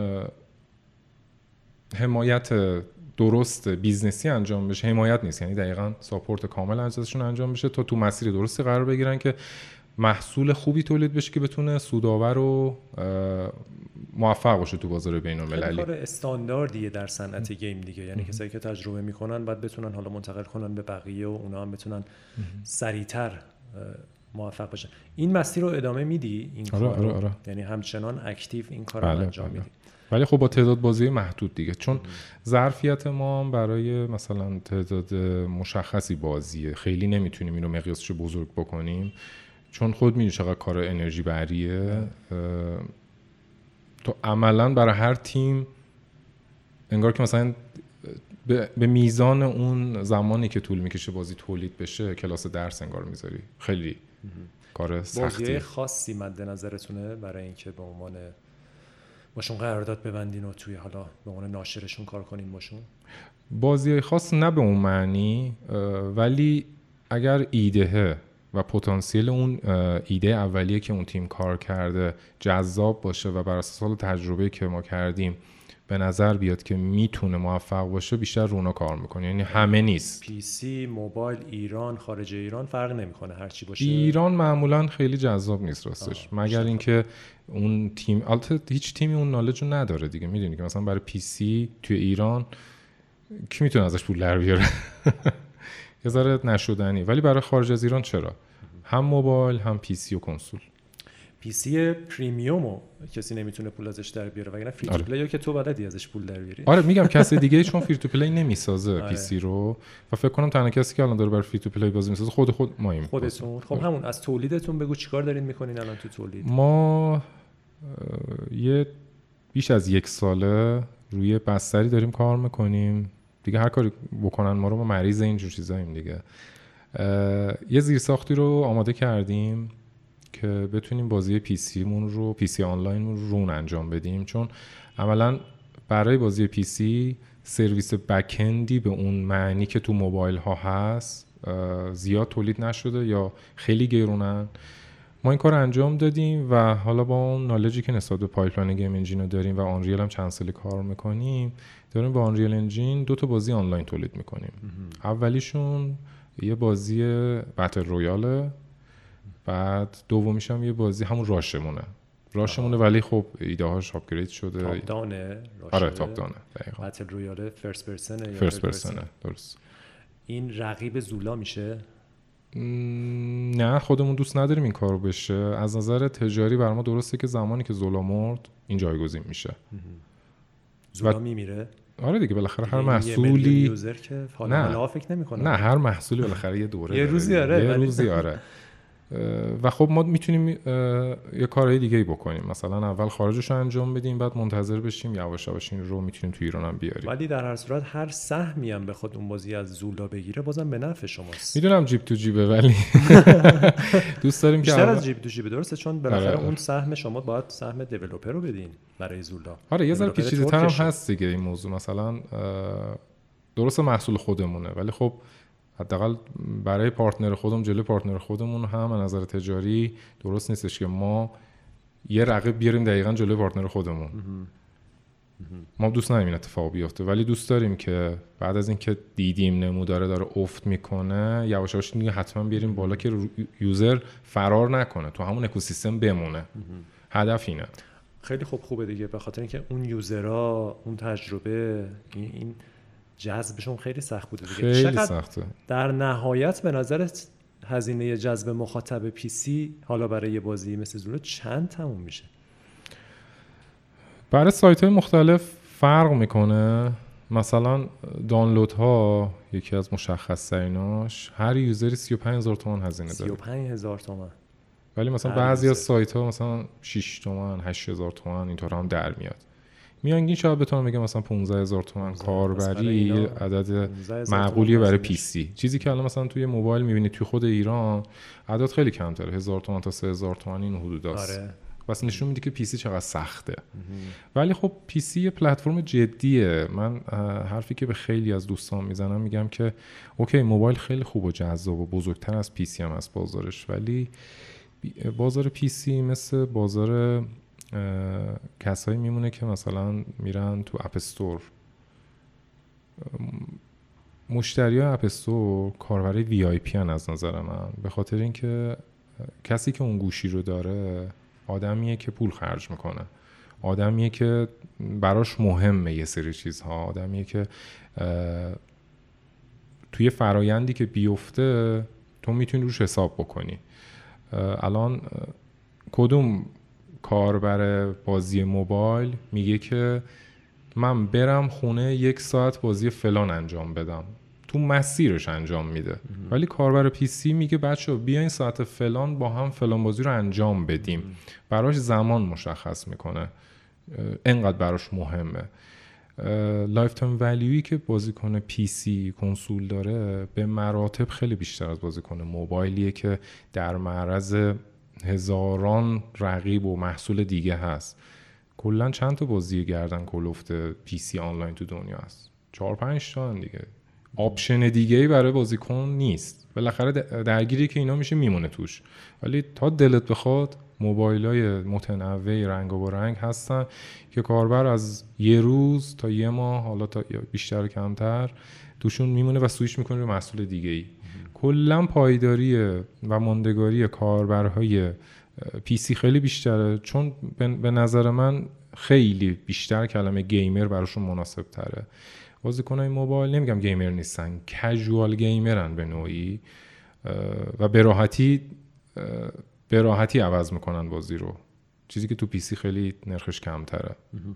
حمایت درست بیزنسی انجام بشه. حمایت نیست، یعنی دقیقاً ساپورت کامل ازشون انجام بشه تا تو مسیر درستی قرار بگیرن که محصول خوبی تولید بشه که بتونه سودآور و موفق باشه تو بازار بین‌المللی. کار استانداردیه در صنعت گیم دیگه، یعنی کسایی که تجربه میکنن بعد بتونن حالا منتقل کنن به بقیه و اونا هم بتونن سریعتر موفق باشن. این مسیر رو ادامه میدی این کار؟ آره. یعنی همچنان اکتیو این کار رو انجام میدی؟ ولی خب با تعداد بازی محدود دیگه، چون ظرفیت ما برای مثلا تعداد مشخصی بازیه، خیلی نمیتونیم اینو مقیاسش بزرگ بکنیم، چون خود میدونی چقدر کار انرژی بریه. تو عملا برای هر تیم انگار که مثلا به میزان اون زمانی که طول میکشه بازی تولید بشه کلاس درس انگار میذاری. خیلی کار سختی. بازی خاصی مد نظرتونه برای اینکه به عنوان باشون قرارداد ببندین و توی حالا به عنوان ناشرشون کار کنین باشون؟ بازی خاص نه به اون معنی، ولی اگر ایده و پتانسیل اون ایده اولیه که اون تیم کار کرده جذاب باشه و بر اساس تجربه‌ای که ما کردیم به نظر بیاد که میتونه موفق باشه، بیشتر رونا کار میکنه. یعنی همه نیست، پی سی، موبایل، ایران، خارج ایران فرق نمیکنه، هر چی باشه. ایران معمولا خیلی جذاب نیست راستش، مگر اینکه اون تیم، البته هیچ تیمی اون نالج رو نداره دیگه. میدونی که مثلا برای پی سی توی ایران کی میتونه ازش پول در بیاره؟ یه ذره نشدنی، ولی برای خارج از ایران چرا؟ هم موبایل هم پی سی و کنسول. پی سی پریمیومو کسی نمیتونه پول ازش در بیاره، وگرنه فری تو پلی که تو بلدی ازش پول در بیاری. آره میگم کسی دیگه چون فری تو پلی نمیسازه پی سی رو، و فکر کنم تنها کسی که الان داره برای فری تو پلی بازی میسازه خود ماییم. خودتون. خب همون از تولیدتون بگو چیکار دارین میکنین الان تو تولید؟ ما یه بیش از 1 ساله روی بستری داریم کار میکنیم دیگه. هر کاری بکنن ما رو، ما مریض اینجور چیزاییم دیگه. یه زیرساختی رو آماده کردیم که بتونیم بازی پی سی آنلاین رو انجام بدیم، چون عملاً برای بازی پی سی سرویس بک‌اندی به اون معنی که تو موبایل ها هست زیاد تولید نشده یا خیلی گرونن. ما این کار انجام دادیم و حالا با اون نالجی که نسبت به پایپلاین گیم انجین رو داریم و آنریل هم چند سالی کار میکنیم، داریم با آنریل انجین 2 تا بازی آنلاین تولید میکنیم. اولیشون یه بازی بتل رویاله، بعد دومیش هم یه بازی همون راشمونه ولی خب ایده هاش آپگرید شده. تاپ دانه. آره تاپ دانه دقیقاً. بتل رویاله فرست پرسنه یا فرست پرسنه، درست. این رقیب زولا میشه؟ نه خودمون دوست نداریم این کارو بشه. از نظر تجاری برای ما درسته که زمانی که زولا مرد این جایگزین میشه. زولا میمیره؟ آره دیگه بالاخره هر محصولی یوزر که حالا فکر نمی‌کنم. نه هر محصولی بالاخره یه دوره یه روزی آره. و خب ما میتونیم یه کارهای دیگه ای بکنیم، مثلا اول خارجش رو انجام بدیم، بعد منتظر بشیم یواش یواش این رو میتونیم تو ایران هم بیاریم. ولی در هر صورت هر سهمی هم بخواد اون بازی از زولا بگیره بازم به نفع شماست. میدونم جیب تو جیبه، ولی دوست داریم که بیشتر از جیب تو جیبه، درسته؟ چون بالاخره اون سهم شما باید سهم دیولپر رو بدین برای زولا. آره یه ذره پیچیده‌تر هم هست دیگه این موضوع. مثلا درسته محصول خودمونه، ولی خب حداقل برای پارتنر خودمون، جلوی پارتنر خودمون هم از نظر تجاری درست نیستش که ما یه رقیب بیاریم دقیقاً جلوی پارتنر خودمون. ما دوست نداریم این اتفاق بیفته، ولی دوست داریم که بعد از اینکه دیدیم نموداره داره افت میکنه یواش یواش دیگه حتما بیاریم بالا که یوزر فرار نکنه، تو همون اکوسیستم بمونه. هدف اینه. خیلی خوبه دیگه، به خاطر اینکه اون یوزرها اون تجربه این جذبشون خیلی سخت بوده دیگه. خیلی سخته. در نهایت به نظرت هزینه جذب مخاطب پی سی حالا برای یه بازی مثل زولا چند تموم میشه؟ برای سایت‌های مختلف فرق میکنه. مثلا دانلود ها یکی از مشخص تریناش، هر یوزری 35000 تومان هزینه داره. 35000 تومان. ولی مثلا بعضی از سایت‌ها مثلا 6 تومان 8000 تومان اینطور هم در میاد. میانگین شاید بتونم بگم مثلا 15000 تومان کاربری یه عدد معقولیه برای پی سی. چیزی که الان مثلا توی موبایل می‌بینید توی خود ایران عدد خیلی کمتره، 1000 تومان تا 3000 تومان این حدوداست. آره. بس نشون میده که پی سی چقدر سخته. ولی خب پی سی یه پلتفرم جدیه. من حرفی که به خیلی از دوستان میزنم میگم که اوکی موبایل خیلی خوب و جذاب و بزرگتر از پی سی هم از بازارش، ولی بازار پی سی مثل بازار کسایی میمونه که مثلا میرن تو اپ استور. مشتری ها اپ استور کاربر وی آی پی ان از نظر من، به خاطر اینکه کسی که اون گوشی رو داره آدمیه که پول خرج میکنه، آدمیه که براش مهمه یه سری چیزها، آدمیه که توی فرایندی که بیفته تو میتونی روش حساب بکنی. الان کدوم کاربر بازی موبایل میگه که من برم خونه 1 ساعت بازی فلان انجام بدم، تو مسیرش انجام میده. ولی کاربر پی سی میگه بچه بیاین ساعت فلان با هم فلان بازی رو انجام بدیم. براش زمان مشخص میکنه، انقدر براش مهمه. لایف تایم ولیویی که بازیکن پی سی کنسول داره به مراتب خیلی بیشتر از بازیکن موبایلیه که در معرض هزاران رقیب و محصول دیگه هست. کلا چند تا بازی گردن کلفت پی سی آنلاین تو دنیا هست؟ 4-5 تا دیگه. آپشن دیگه‌ای برای بازیکن نیست. بالاخره درگیری که اینا میشه میمونه توش. ولی تا دلت بخواد موبایل‌های متنوع رنگ و رنگ هستن که کاربر از یه روز تا یه ماه حالا تا بیشتر و کمتر توشون میمونه و سویچ میکنه به محصول دیگه‌ای. کلا پایداری و ماندگاری کاربرهای پی سی خیلی بیشتره، چون به نظر من خیلی بیشتر کلمه گیمر براشون مناسب تره. بازیکنای موبایل نمیگم گیمر نیستن، کژوال گیمرن به نوعی و به راحتی عوض میکنن بازی رو، چیزی که تو پی سی خیلی نرخش کمتره.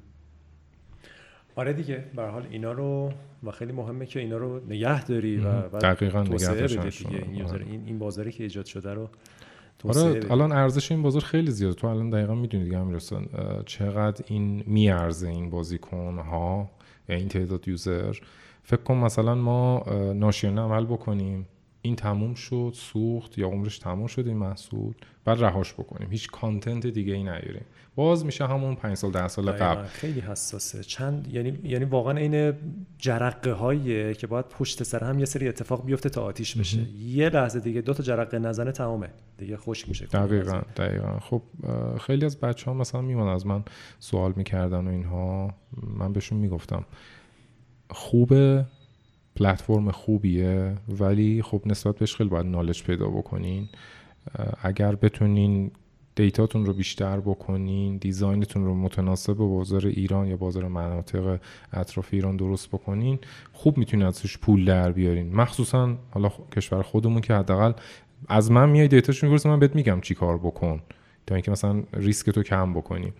آره دیگه، به هر حال اینا رو و خیلی مهمه که اینا رو نگه داری و دقیقاً توسعه نگه بده دیگه. این بازاری که ایجاد شده رو توسعه آره بده. الان ارزش این بازار خیلی زیاده. تو الان دقیقاً میدونی دیگه امیرحسین چقدر این میارزه این بازیکن ها یا این تعداد یوزر. فکر کن مثلا ما ناشیانه عمل بکنیم، این تموم شد، سوخت یا عمرش تموم شد این محصول، بعد رهاش بکنیم، هیچ کانتنت دیگه ای نیاریم، باز میشه همون 5 سال 10 سال قبل. خیلی حساسه. یعنی واقعا این جرقه هاییه که باید پشت سر هم یه سری اتفاق بیفته تا آتیش بشه. یه لحظه دیگه 2 تا جرقه نزنه تمامه دیگه، خشک میشه. دقیقاً. خب خیلی از بچه‌ها مثلا میمونن از من سوال میکردن و اینها، من بهشون میگفتم خوبه، پلتفرم خوبیه، ولی خب نسبت بهش خیلی باید نالج پیدا بکنین. اگر بتونین دیتاتون رو بیشتر بکنین، دیزاینتون رو متناسب با بازار ایران یا بازار مناطق اطراف ایران درست بکنین، خوب میتونین ازش پول در بیارین. مخصوصا حالا کشور خودمون که حداقل از من میای دیتاشو میپرسه، من بهت میگم چی کار بکن تا اینکه مثلا ریسک تو کم بکنی.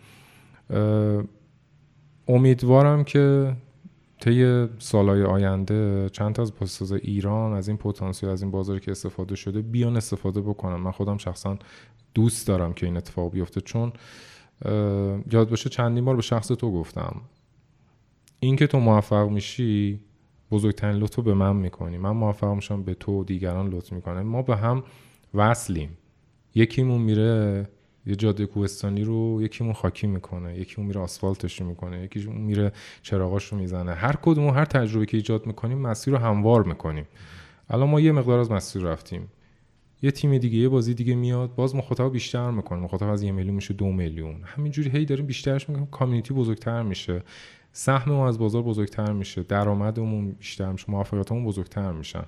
امیدوارم که طی سالهای آینده چند تا از بازسازای ایران از این پتانسیل، از این بازاری که استفاده شده بیان استفاده بکنن. من خودم شخصا دوست دارم که این اتفاق بیفته، چون یاد باشه چندین بار به شخص تو گفتم این که تو موفق میشی بزرگترین لطف به من میکنی، من موفق میشم به تو، دیگران لطف میکنن، ما به هم وصلیم. یکیمون میره یه جاده کوهستانی رو یکیمون خاکی میکنه، یکیمون میره آسفالتش رو میکنه، یکیمون میره چراغاش رو میزنه. هر کدوم هر تجربه که ایجاد میکنیم مسیر رو هموار میکنیم. الان ما یه مقدار از مسیر رفتیم، یه تیم دیگه یه بازی دیگه میاد باز مخاطب بیشتر میکنه، مخاطب از 1 میلیون میشه 2 میلیون، همینجوری هی داریم بیشترش میکنیم، کامیونیتی بزرگتر میشه، سهم ما از بازار بزرگتر میشه، درآمدمون بیشتر میشه، موفقیتمون بزرگتر میشن.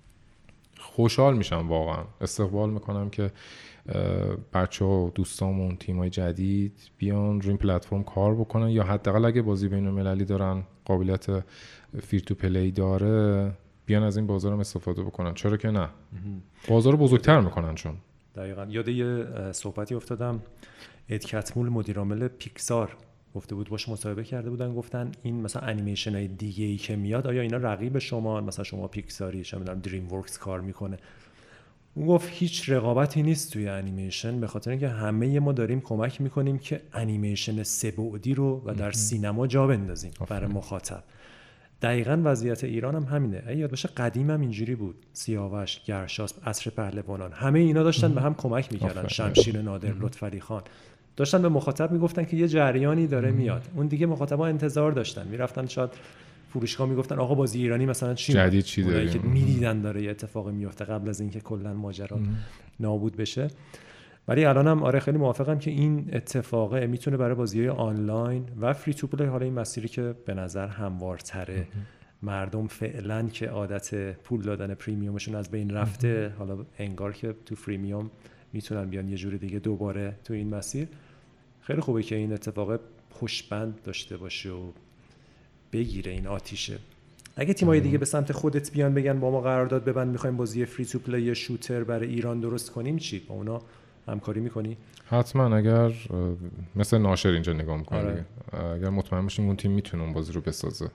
خوشحال میشم واقعا، استقبال میکنم که بچه‌ها، دوستامون، تیم‌های جدید بیان روی این پلتفرم کار بکنن، یا حداقل اگه بازی بین‌المللی دارن، قابلیت فری تو پلی داره، بیان از این بازار هم استفاده بکنن. چرا که نه؟ بازار رو بزرگتر میکنن. چون دقیقاً یاد یه صحبتی افتادم، اد کتمول مدیر عامل پیکسار گفته بود، باش مصاحبه کرده بودن، گفتن این مثلا انیمیشن های دیگه ای که میاد آیا اینا رقیب شما، مثلا شما پیکساری، چه میدونم دریم ورکس کار میکنه؟ اون گفت هیچ رقابتی نیست توی انیمیشن، به خاطر اینکه همه ما داریم کمک میکنیم که انیمیشن 3 بعدی رو و در سینما جا بندازیم برای مخاطب. دقیقاً وضعیت ایران هم همینه. یاد باشه قدیم هم اینجوری بود، سیاوش، گرشاسب، عصر پهلوانان، همه اینا داشتن به هم کمک میکردن. شمشیر نادر، لطفعلی خان داشتن به مخاطب میگفتن که یه جریانی داره میاد. اون دیگه مخاطبا انتظار داشتن، میرفتن شاید فروشگاه میگفتن آقا بازی ایرانی مثلا جدید چی داریم، که میدیدن داره یه اتفاقی میفته قبل از اینکه کلا ماجرا نابود بشه. ولی الانم آره خیلی موافقم که این اتفاقه میتونه برای بازی‌های آنلاین و فری تو پلی، حالا این مسیری که به نظر هموارتره، مردم فعلا که عادت پول دادن پریمیومشون از بین رفته، حالا انگار که تو فریمیوم میتونن بیان یه جوری دیگه دوباره تو این مسیر. خیلی خوبه که این اتفاق پشتبند داشته باشه و بگیره این آتیشه. اگه تیمای دیگه به سمت خودت بیان بگن با ما قرارداد ببند، می‌خوایم بازی فری تو پلی شوتر برای ایران درست کنیم، چی با اونا همکاری می‌کنی؟ حتما. اگر مثل ناشر اینجا نگاه می‌کنی، آره. اگر مطمئن باشیم اون تیم میتونه اون بازی رو بسازه.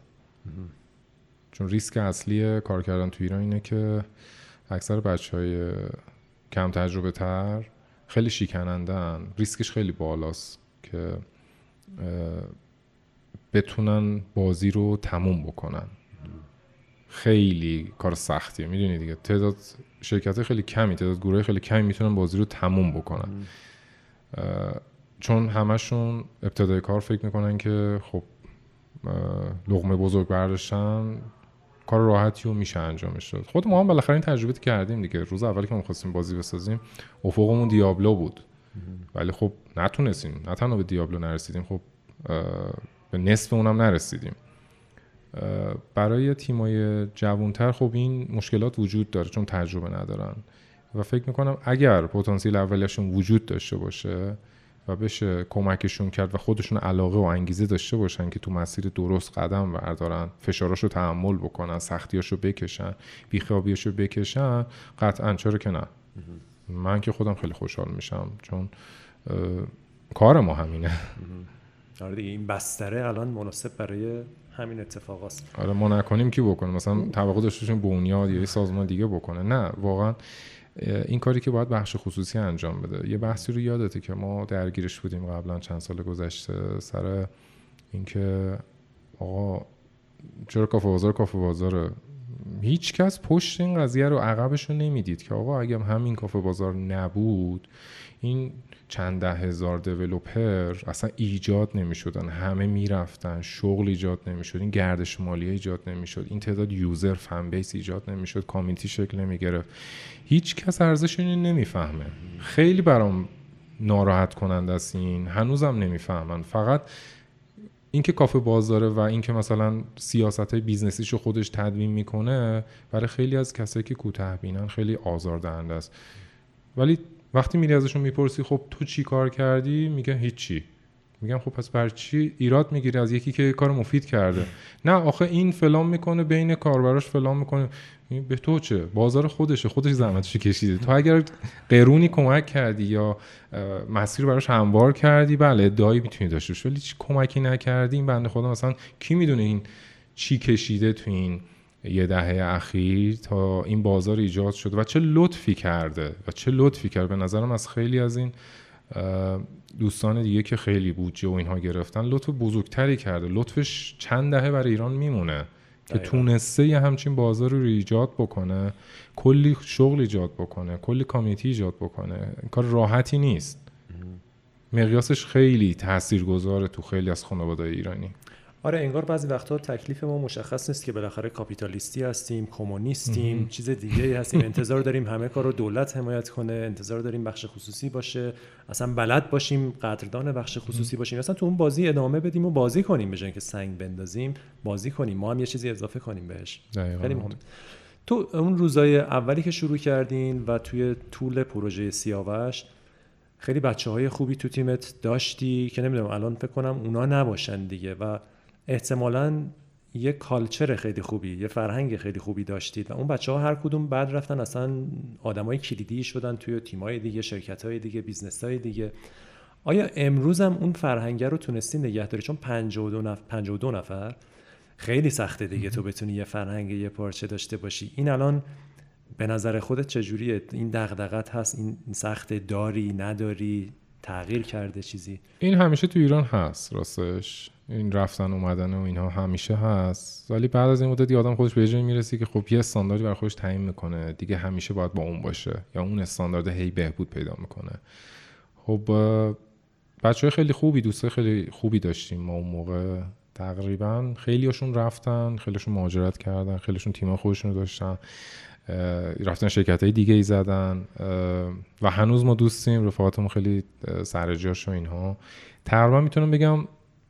چون ریسک اصلی کار کردن تو ایران اینه که اکثر بچهای کم تجربه تر خیلی شیکنندن، ریسکش خیلی بالاست که بتونن بازی رو تموم بکنن. خیلی کار سختیه، میدونی دیگه، تعداد شرکت‌های خیلی کمی، تعداد گروه‌های خیلی کمی میتونن بازی رو تموم بکنن. چون همشون ابتدای کار فکر میکنن که خب لقمه بزرگ برداشتن کار راحتی و میشه انجامش داد. خود ما هم بالاخره این تجربه کردیم دیگه. روز اولی که ما خواستیم بازی بسازیم افقمون دیابلو بود، ولی خب نتونستیم، نه تنها به دیابلو نرسیدیم، خب به نصف اونم نرسیدیم. برای تیمای جوانتر خب این مشکلات وجود داره چون تجربه ندارن و فکر میکنم اگر پتانسیل اولیه‌شون وجود داشته باشه و بشه کمکشون کرد و خودشون علاقه و انگیزه داشته باشن که تو مسیر درست قدم بردارن، فشاراشو تحمل بکنن، سختیاشو بکشن، بیخوابیاشو بکشن، قطعاً چرا که نه. من که خودم خیلی خوشحال میشم چون کار ما همینه. آره دیگه، این بستره الان مناسب برای همین اتفاق است. آره ما نکنیم کی بکنه؟ مثلا توقع داشتیم بنیاد یا یه سازمان دیگه بکنه؟ نه، واقعا این کاری که باید بخش خصوصی انجام بده. یه بحثی رو یادته که ما درگیرش بودیم قبلا چند سال گذشته سر اینکه آقا چرا کافه بازاره؟ هیچ کس پشت این قضیه رو عقبش رو نمیدید که آقا اگه همین کافه بازار نبود این چند ده هزار دیولپر اصلا ایجاد نمیشدن، همه میرفتن، شغل ایجاد نمیشد، این گردش مالی ایجاد نمیشد، این تعداد یوزر فن بیس ایجاد نمیشد، کامیونیتی شکل نمیگرفت. هیچ کس ارزش اینو نمیفهمه. خیلی برام ناراحت کننده است این، هنوزم نمیفهمن. فقط اینکه کافه بازاره و اینکه مثلا سیاست‌های بیزنسیشو خودش تدوین میکنه برای خیلی از کسایی که کوتاه بینن خیلی آزاردهنده است. ولی وقتی میری ازشون میپرسی خب تو چی کار کردی؟ میگه هیچی. میگم خب پس بر چی ایراد میگیری از یکی که کار مفید کرده؟ نه آخه این فلان میکنه، بین کاربراش فلان میکنه. به تو چه؟ بازار خودش زحمتشو کشیده. تو اگر قرونی کمک کردی یا مسیر براش هموار کردی بله ادعایی میتونی داشته باشی، ولی هیچ کمکی نکردی. این بنده خدا مثلا کی میدونه این چی کشیده تو این یه دهه اخیر تا این بازار ایجاد شده و چه لطفی کرده به نظرم از خیلی از این دوستان دیگه که خیلی بودجه و اینها گرفتن لطف بزرگتری کرده. لطفش چند دهه برای ایران میمونه که تونسته یه همچین بازار رو ایجاد بکنه، کلی شغل ایجاد بکنه، کلی کامیونیتی ایجاد بکنه. این کار راحتی نیست. مقیاسش خیلی تاثیرگذاره تو خیلی از خانواده‌های ایرانی. آره انگار بعضی وقتا تکلیف ما مشخص نیست که بالاخره کاپیتالیستی هستیم، کمونیستیم، چیز دیگه‌ای هستیم. انتظار داریم همه کار رو دولت حمایت کنه، انتظار داریم بخش خصوصی باشه، اصلا بلد باشیم قدردان بخش خصوصی باشیم، اصلا تو اون بازی ادامه بدیم و بازی کنیم، به جای اینکه سنگ بندازیم بازی کنیم، ما هم یه چیزی اضافه کنیم بهش. خیلی مهمه. تو اون روزای اولی که شروع کردین و توی طول پروژه سیاوش خیلی بچه‌های خوبی تو تیمت داشتی که نمیدونم الان فکر کنم اونا نباشن دیگه و احتمالاً یه کالچر خیلی خوبی، یه فرهنگ خیلی خوبی داشتید و اون بچه‌ها هر کدوم بعد رفتن اصلا آدمای کلیدی شدن توی تیم‌های دیگه، شرکت‌های دیگه، بیزنس‌های دیگه. آیا امروز هم اون فرهنگ رو تونستی نگه داری؟ چون 52 نفر خیلی سخته دیگه تو بتونی یه فرهنگ یه پارچه داشته باشی. این الان به نظر خودت چجوریه؟ این دغدغت هست؟ این سخته؟ داری نداری؟ تغییر کرده چیزی؟ این همیشه تو ایران هست راستش، این رفتن اومدن و اینها همیشه هست، ولی بعد از این مدت آدم خودش به جایی میرسی که خب یه استانداردی برای خودش تعیین میکنه دیگه، همیشه باید با اون باشه یا اون استاندارد هی بهبود پیدا میکنه. خب بچه‌های خیلی خوبی، دوستای خیلی خوبی داشتیم ما اون موقع. تقریبا خیلیاشون رفتن، خیلیاشون مهاجرت کردن، خیلیاشون تیم‌های خودشون رو داشتن، رفتن شرکت‌های دیگه‌ای زدن و هنوز ما دوستیم، رفاقاتمون خیلی سر جاش و اینها. تقریبا میتونم بگم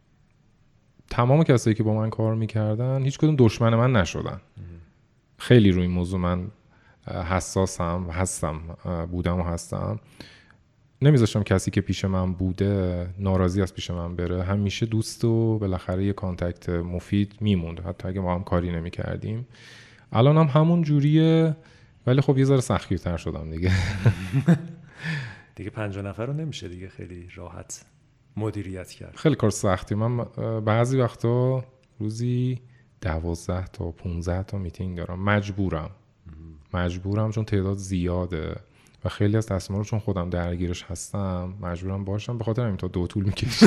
تمام کسایی که با من کار میکردن هیچ کدوم دشمن من نشدن. خیلی روی این موضوع من حساسم و هستم. نمیذاشتم کسی که پیش من بوده ناراضی از پیش من بره، همیشه دوست و بالاخره یه کانتکت مفید میموند حتی اگه ما هم کاری نمیکردیم. الان هم همون جوریه، ولی خب یه ذره سختگیرتر شدم دیگه. دیگه 50 نفر رو نمیشه دیگه خیلی راحت مدیریت کرد. خیلی کار سختی. من بعضی وقتا روزی 12 تا 15 تا میتینگ دارم، مجبورم چون تعداد زیاده و خیلی از تصمیم‌ها رو چون خودم درگیرش هستم مجبورم باشم، به خاطر همین تا 2 طول میکشه.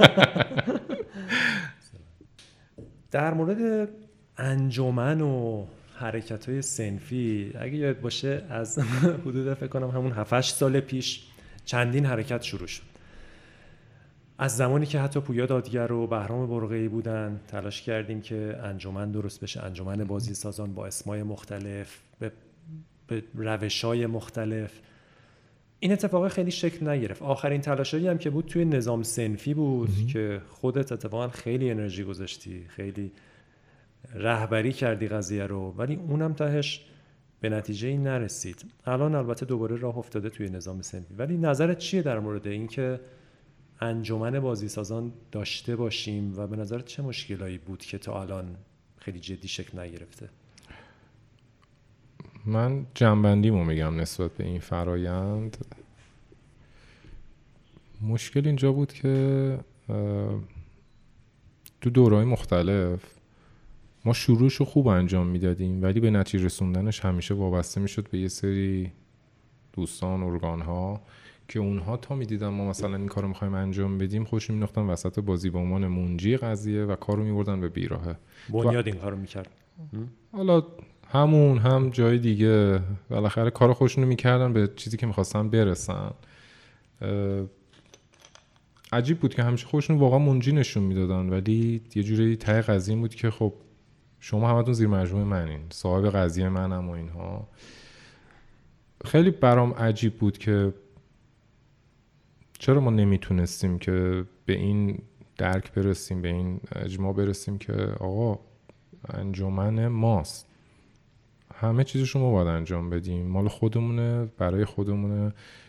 در مورد انجمن و حرکت‌های صنفی اگه یاد باشه از حدود فکر کنم همون 7-8 سال پیش چندین حرکت شروع شد. از زمانی که حتی پویا دادگر و بهرام برقعی بودن تلاش کردیم که انجمن درست بشه، انجمن بازی سازان با اسمای مختلف به روش‌های مختلف. این اتفاق خیلی شکل نگرفت. آخرین تلاشایی هم که بود توی نظام صنفی بود که خودت اتفاقا خیلی انرژی گذاشتی، خیلی رهبری کردی قضیه رو، ولی اونم تهش به نتیجه‌ای نرسید. الان البته دوباره راه افتاده توی نظام صنفی، ولی نظرت چیه در مورد این که انجمن بازیسازان داشته باشیم و به نظرت چه مشکلایی بود که تا الان خیلی جدی شکل نگرفته؟ من جنبندیمو میگم نسبت به این فرایند. مشکل اینجا بود که تو دوره‌های مختلف ما شروعشو خوب انجام میدادیم ولی به نتیجه رسوندنش همیشه وابسته میشد به یه سری دوستان، ارگان‌ها که اونها تا میدیدن ما مثلا این کارو میخوایم انجام بدیم خودشون مینداختن وسط بازی به عنوان منجی قضیه و کارو میبردن به بیراهه. بنیاد این کارو میکرد. حالا همون هم جای دیگه بالاخره کار خودشونو میکردن به چیزی که میخواستن برسن. عجیب بود که همیشه خودشون واقعا منجی نشون میدادن ولی یه جوری ته قضیه بود که خب شما همتون زیر مجموعه منین، صاحب قضیه منم و اینها. خیلی برام عجیب بود که چرا ما نمیتونستیم که به این درک برسیم، به این اجماع برسیم که آقا انجمن ماست، همه چیزشو ما باید انجام بدیم، مال خودمونه، برای خودمونه،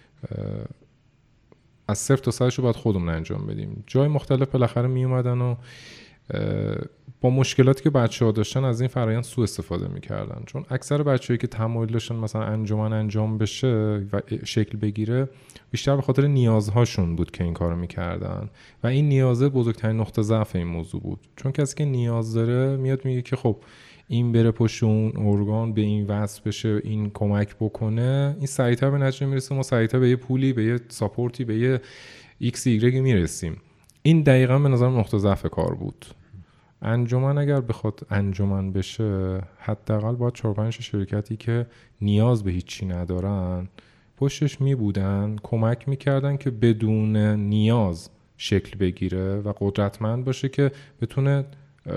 از صفر تا صدشو باید خودمون انجام بدیم. جای مختلف بالاخره می اومدن و با مشکلاتی که بچه‌ها داشتن از این فرآیند سوء استفاده می‌کردن، چون اکثر بچه‌هایی که تمایل داشتن مثلا انجمن انجام بشه و شکل بگیره بیشتر به خاطر نیازهاشون بود که این کارو می‌کردن و این نیازه بزرگترین نقطه ضعف این موضوع بود. چون کسی که نیاز داره میاد میگه که خب این بره پشت اون ارگان به این وصل بشه، این کمک بکنه، این سریعتر به نتیجه میرسه، ما سریعتر به یه پولی، به یه ساپورتی، به یه ایکس ایگرگی میرسیم. این دقیقاً به نظرم نقطه ضعف کار بود. انجمن اگر بخواد انجمن بشه حداقل باید 4-5 شرکتی که نیاز به هیچی ندارن پشتش می بودن، کمک میکردن که بدون نیاز شکل بگیره و قدرتمند باشه که بتونه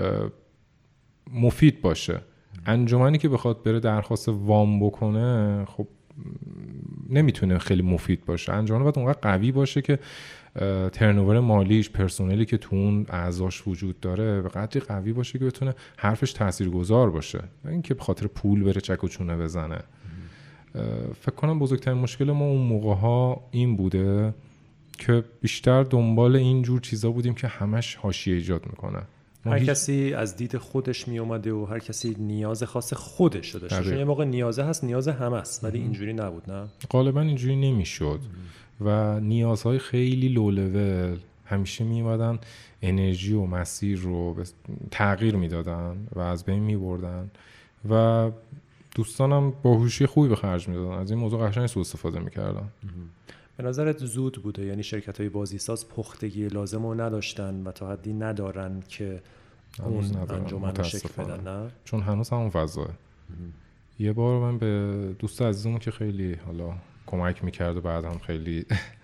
مفید باشه. انجمنی که بخواد بره درخواست وام بکنه خب نمیتونه خیلی مفید باشه. انجمن باید اونقدر قوی باشه که ترنوور مالیش، پرسنلی که تو اون اعضاش وجود داره به قدری قوی باشه که بتونه حرفش تاثیرگذار باشه، نه اینکه به خاطر پول بره چک و چونه بزنه. فکر کنم بزرگترین مشکل ما اون موقع‌ها این بوده که بیشتر دنبال این جور چیزا بودیم که همش حاشیه ایجاد میکنه. هر کسی از دید خودش می اومده و هر کسی نیاز خاص خودش داشته. چون یه موقع نیازه هست، نیاز همه است، ولی اینجوری نبود. نه غالبا اینجوری نمیشد و نیازهای خیلی لو لول همیشه می اومدن انرژی و مسیر رو تغییر میدادن و از بین می بردن و دوستانم باهوشی خوبی به خرج میدادن، از این موضوع قشنگ سوء استفاده میکردن. به نظرت زود بوده؟ یعنی شرکت‌های بازیساز پختگی لازم رو نداشتن و تا حدی ندارن که اون انجمن رو شکل بدن؟ نه؟ چون هنوز همون فضاه. یه بار من به دوست عزیزمون که خیلی حالا کمک میکرد و بعد هم خیلی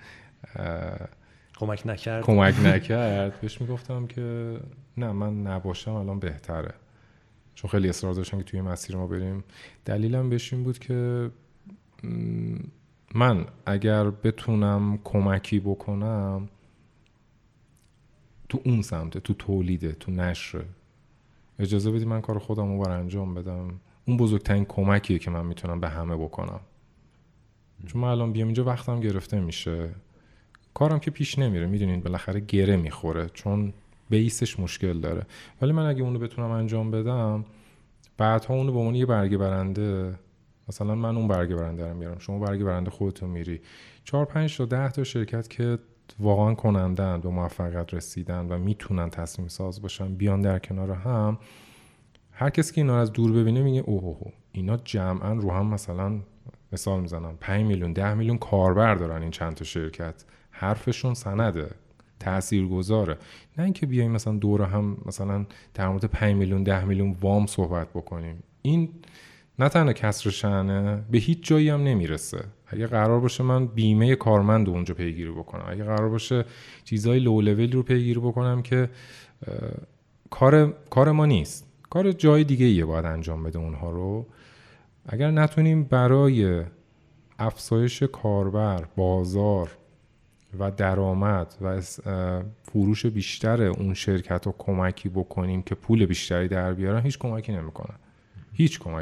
کمک نکرد بهش میگفتم که نه من نباشم الان بهتره، چون خیلی اصرار داشتن که توی مسیر ما بریم. دلیلم بهش این بود که من اگر بتونم کمکی بکنم تو اون سمته، تو تولیده، تو نشر، اجازه بدی من کار خودم رو بر انجام بدم، اون بزرگترین کمکیه که من میتونم به همه بکنم. چون من الان بیام اینجا وقتم گرفته میشه، کارم که پیش نمیره، میدونین بالاخره گره میخوره چون بیسش مشکل داره. ولی من اگه اونو بتونم انجام بدم بعدها اونو به عنوان یه برگه برنده، مثلا من اون برگه برنده رو میارم، شما برگه برنده خودتون میری، 4-5 تا 10 تا شرکت که واقعا کنندن، به موفقیت رسیدن و میتونن تصمیم ساز باشن بیان در کنار هم. هر کسی که اینا رو از دور ببینه میگه اوه اینا جمعا رو هم مثلا مثال میزنم 5 میلیون 10 میلیون کاربر دارن این چند تا شرکت، حرفشون سنده، تاثیرگذاره. نه اینکه بیایم مثلا دور هم مثلا در مورد 5 میلیون 10 میلیون وام صحبت بکنیم. این نه تنها کسر شأنه، به هیچ جایی هم نمیرسه. اگه قرار باشه من بیمه کارمند اونجا پیگیری بکنم، اگه قرار باشه چیزای لو لول رو پیگیری بکنم که کار ما نیست، کار جای دیگه ایه باید انجام بده اونها رو. اگر نتونیم برای افزایش کاربر، بازار و درآمد و فروش بیشتر اون شرکت رو کمکی بکنیم که پول بیشتری در بیارن، هیچ کمکی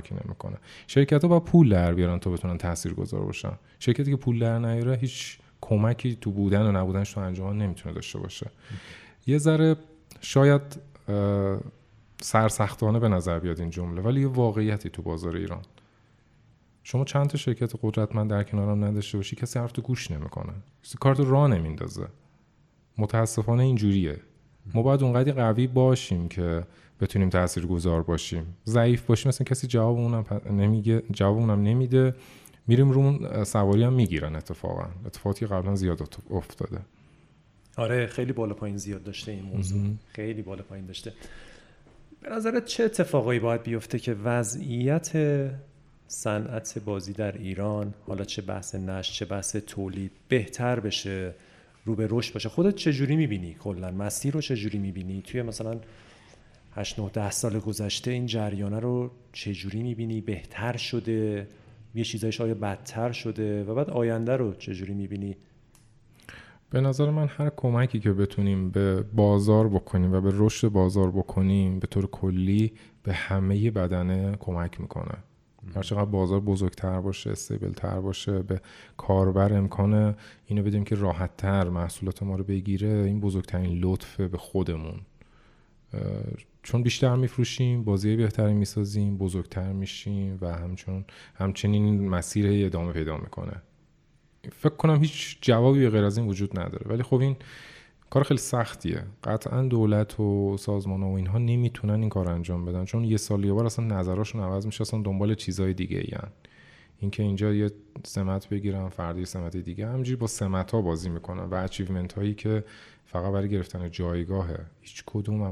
نمیکنه. شرکت ها با پول در بیارن تا بتونن تاثیرگذار باشن. شرکتی که پول در نیاره هیچ کمکی تو بودن و نبودنش تو انجمن نمیتونه داشته باشه. یه ذره شاید سرسختانه به نظر بیاد این جمله، ولی یه واقعیتی تو بازار ایران. شما چند تا شرکت قدرتمند در کنارم نداشته باشی، کسی حرف تو گوش نمیکنه، کسی کارت راه نمیندازه. متاسفانه اینجوریه. ما باید اونقدر قوی باشیم که بتونیم تاثیرگذار باشیم. ضعیف باشیم مثلا کسی جوابمونم نمیده، میریم رومون سواری هم میگیرن. اتفاقاتی قبلا زیاد افتاده. آره خیلی بالا پایین زیاد داشته این موضوع. خیلی بالا پایین داشته. به نظرت چه اتفاقایی باید بیفته که وضعیت صنعت بازی در ایران، حالا چه بحث نشر چه بحث تولید، بهتر بشه، رو به رشد باشه؟ خودت چه جوری می‌بینی کلا مسیر رو؟ چه جوری می‌بینی توی مثلا 8 9 10 سال گذشته این جریانه رو؟ چه جوری می‌بینی؟ بهتر شده؟ یه چیزایش آیا بدتر شده؟ و بعد آینده رو چه جوری می‌بینی؟ به نظر من هر کمکی که بتونیم به بازار بکنیم و به رشد بازار بکنیم به طور کلی به همه بدنه کمک میکنه. هرچقدر بازار بزرگتر باشه، استیبل تر باشه، به کاربر امکان اینو بدیم که راحت تر محصولات ما رو بگیره، این بزرگترین لطفه به خودمون. چون بیشتر میفروشیم، بازی بهتری میسازیم، بزرگتر میشیم و همچنین مسیر ادامه پیدا میکنه. فکر کنم هیچ جوابی به غیر از این وجود نداره. ولی خب این کار خیلی سختیه. قطعا دولت و سازمان‌ها و اینها نمیتونن این کار انجام بدن، چون یه سال یه بار اصلا نظرشون عوض میشه، اصلا دنبال چیزای دیگه این. اینکه اینجا یه سمت بگیرن، فردی سمت دیگه، همینجوری با سمت‌ها بازی میکنن و اچیومنت هایی که فقط برای گرفتن جایگاهه. هیچ کدوم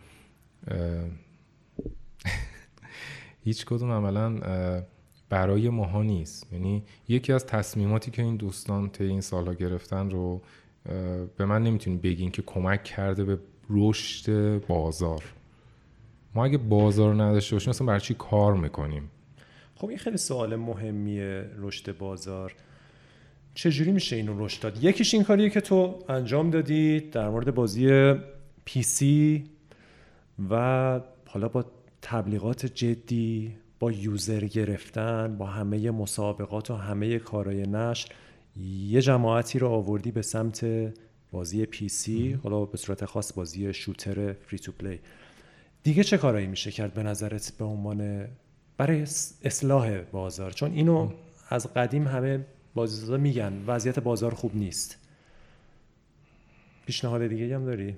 عملاً برای ماها نیست. یعنی یکی از تصمیماتی که این دوستان طی این سالها گرفتن رو به من نمیتونی بگین که کمک کرده به رشد بازار. ما اگه بازار نداشته باشیم مثلا برای چی کار میکنیم؟ خب این خیلی سوال مهمیه. رشد بازار چجوری میشه اینو رشد داد؟ یکیش این کاریه که تو انجام دادی در مورد بازی پی سی و حالا با تبلیغات جدی، با یوزر گرفتن، با همه مسابقات و همه کارهای نشر، یه جماعتی رو آوردی به سمت بازی پی سی، حالا به صورت خاص بازی شوتر فری تو پلی. دیگه چه کارایی میشه کرد به نظرت به عنوان برای اصلاح بازار؟ چون اینو از قدیم همه بازیسازا میگن وضعیت بازار خوب نیست. پیشنهاد دیگه هم داری؟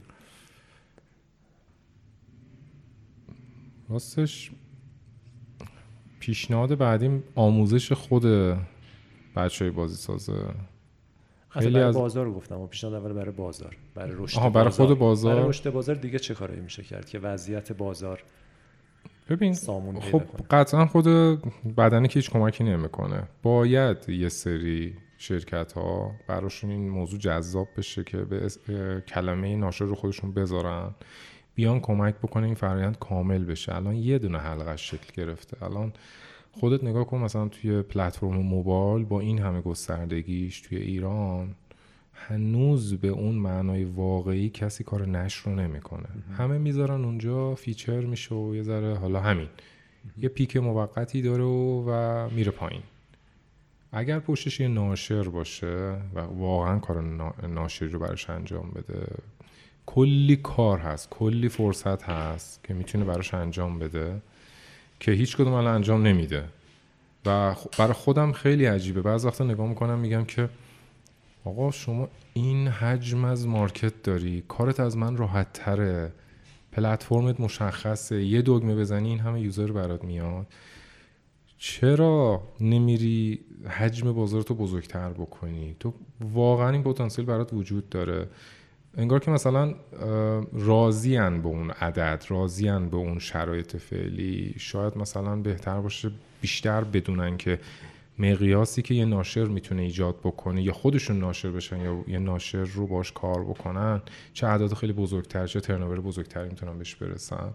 راستش پیشنهاد بعدیم آموزش خود بچهای بازی سازه. خیلی برای بازار رو گفتم، پیشنهاد اول برای بازار، برای رشد بازار. برای خود بازار. برای رشد بازار دیگه چه کارایی میشه کرد که وضعیت بازار ببین خب قطعا خود بدنه که هیچ کمکی نمیکنه. باید یه سری شرکت ها براشون این موضوع جذاب بشه که به کلمه ناشر رو خودشون بذارن، بیان کمک بکنه این فرآیند کامل بشه. الان یه دونه حلقش شکل گرفته. الان خودت نگاه کن مثلا توی پلتفرم موبایل با این همه گستردگیش توی ایران هنوز به اون معنای واقعی کسی کار نشر رو نمیکنه. همه میذارن اونجا فیچر میشه و یه ذره حالا همین یه پیک موقتی داره و میره پایین. اگر پشتش یه ناشر باشه و واقعا کار ناشری رو براش انجام بده، کلی کار هست، کلی فرصت هست که میتونه براش انجام بده که هیچ کدوم الان انجام نمیده. و برای خودم خیلی عجیبه. بعضی وقتا نگاه میکنم میگم که آقا شما این حجم از مارکت داری، کارت از من راحت تره، پلتفرمت مشخصه، یه دکمه بزنی این همه یوزر برات میاد، چرا نمیری حجم بازارتو بزرگتر بکنی؟ تو واقعا این پتانسیل برات وجود داره. انگار که مثلا راضیان به اون عدد، راضیان به اون شرایط فعلی. شاید مثلا بهتر باشه بیشتر بدونن که مقیاسی که یه ناشر میتونه ایجاد بکنه یا خودشون ناشر بشن یا یه ناشر رو باش کار بکنن، چه اعداد خیلی بزرگتر، چه ترنوور بزرگتری میتونن بهش برسن.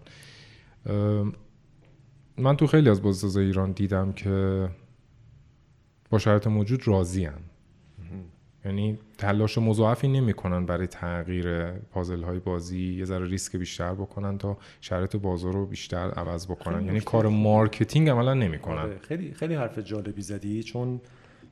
من تو خیلی از بازیسازای ایران دیدم که با شرایط موجود راضی‌ان. یعنی تلاش مضاعفی نمی‌کنن برای تغییر پازل‌های بازی، یه ذره ریسک بیشتر بکنن تا شرایط بازار رو بیشتر عوض بکنن. یعنی کار مارکتینگ عملا نمی‌کنن. خیلی خیلی حرف جالبی زدی، چون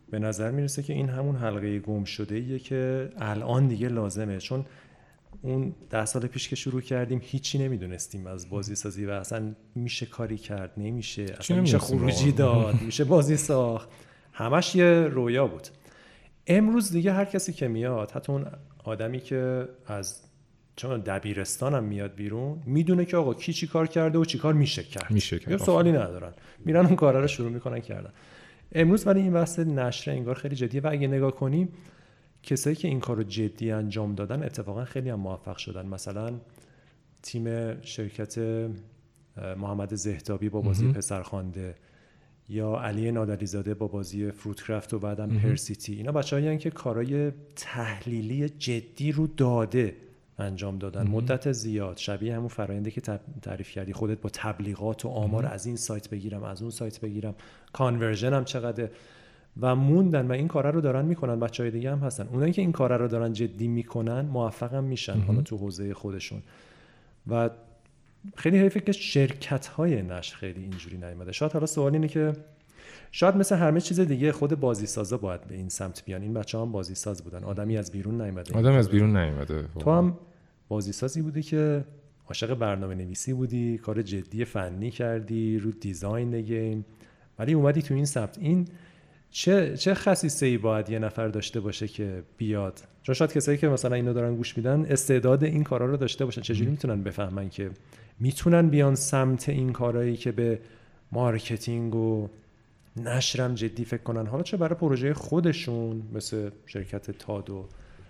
به نظر میرسه که این همون حلقه گم شده ایه که الان دیگه لازمه، چون اون 10 سال پیش که شروع کردیم هیچی نمیدونستیم از بازی سازی و اصلا میشه کاری کرد، نمیشه، اصلا میشه خروجی داد، میشه بازی ساخت، همش یه رویا بود. امروز دیگه هر کسی که میاد، حتی اون آدمی که از چون دبیرستان هم میاد بیرون، میدونه که آقا کی چی کار کرده و چی کار میشه کرد. یه سوالی ندارن، میرن اون کارا رو شروع میکنن کردن. امروز ولی این بحث نشر انگار خیلی جدیه و اگه نگاه کنیم کسایی که این کارو جدی انجام دادن اتفاقا خیلی هم موفق شدن. مثلا تیم شرکت محمد زهدابی با بازی پسرخوانده، یا علی نادلیزاده با بازی فروتکرافت و بعدم پرسیتی، اینا بچه‌هایی که کارهای تحلیلی جدی رو داده انجام دادن مدت زیاد، شبیه همون فرآیندی که تعریف کردی خودت، با تبلیغات و آمار از این سایت بگیرم از اون سایت بگیرم، کانورژن هم چقدر، و موندن و این کارا رو دارن میکنن. بچهای دیگه هم هستن اونایی که این کارا رو دارن جدی میکنن، موفق هم میشن حالا تو حوزه خودشون. و خیلی حیفه که شرکت‌های نشر خیلی اینجوری نیومده. شاید حالا سوال اینه که شاید مثل همه چیز دیگه خود بازیسازا باید به این سمت بیان. این بچه‌ها هم بازیساز بودن، آدمی از بیرون نیومده. تو هم بازیسازی بودی که عاشق برنامه‌نویسی بودی، کار جدی فنی کردی رو دیزاین گیم، ولی اومدی تو این سمت. این چه خصیصه‌ای باید یه نفر داشته باشه که بیاد؟ چون شاید کسایی که مثلا اینو دارن گوش میدن استعداد این کارا رو داشته باشن، چجوری میتونن بفهمن که میتونن بیان سمت این کارهایی که به مارکتینگ و نشرم جدی فکر کنن، حالا چه برای پروژه خودشون مثل شرکت تاد و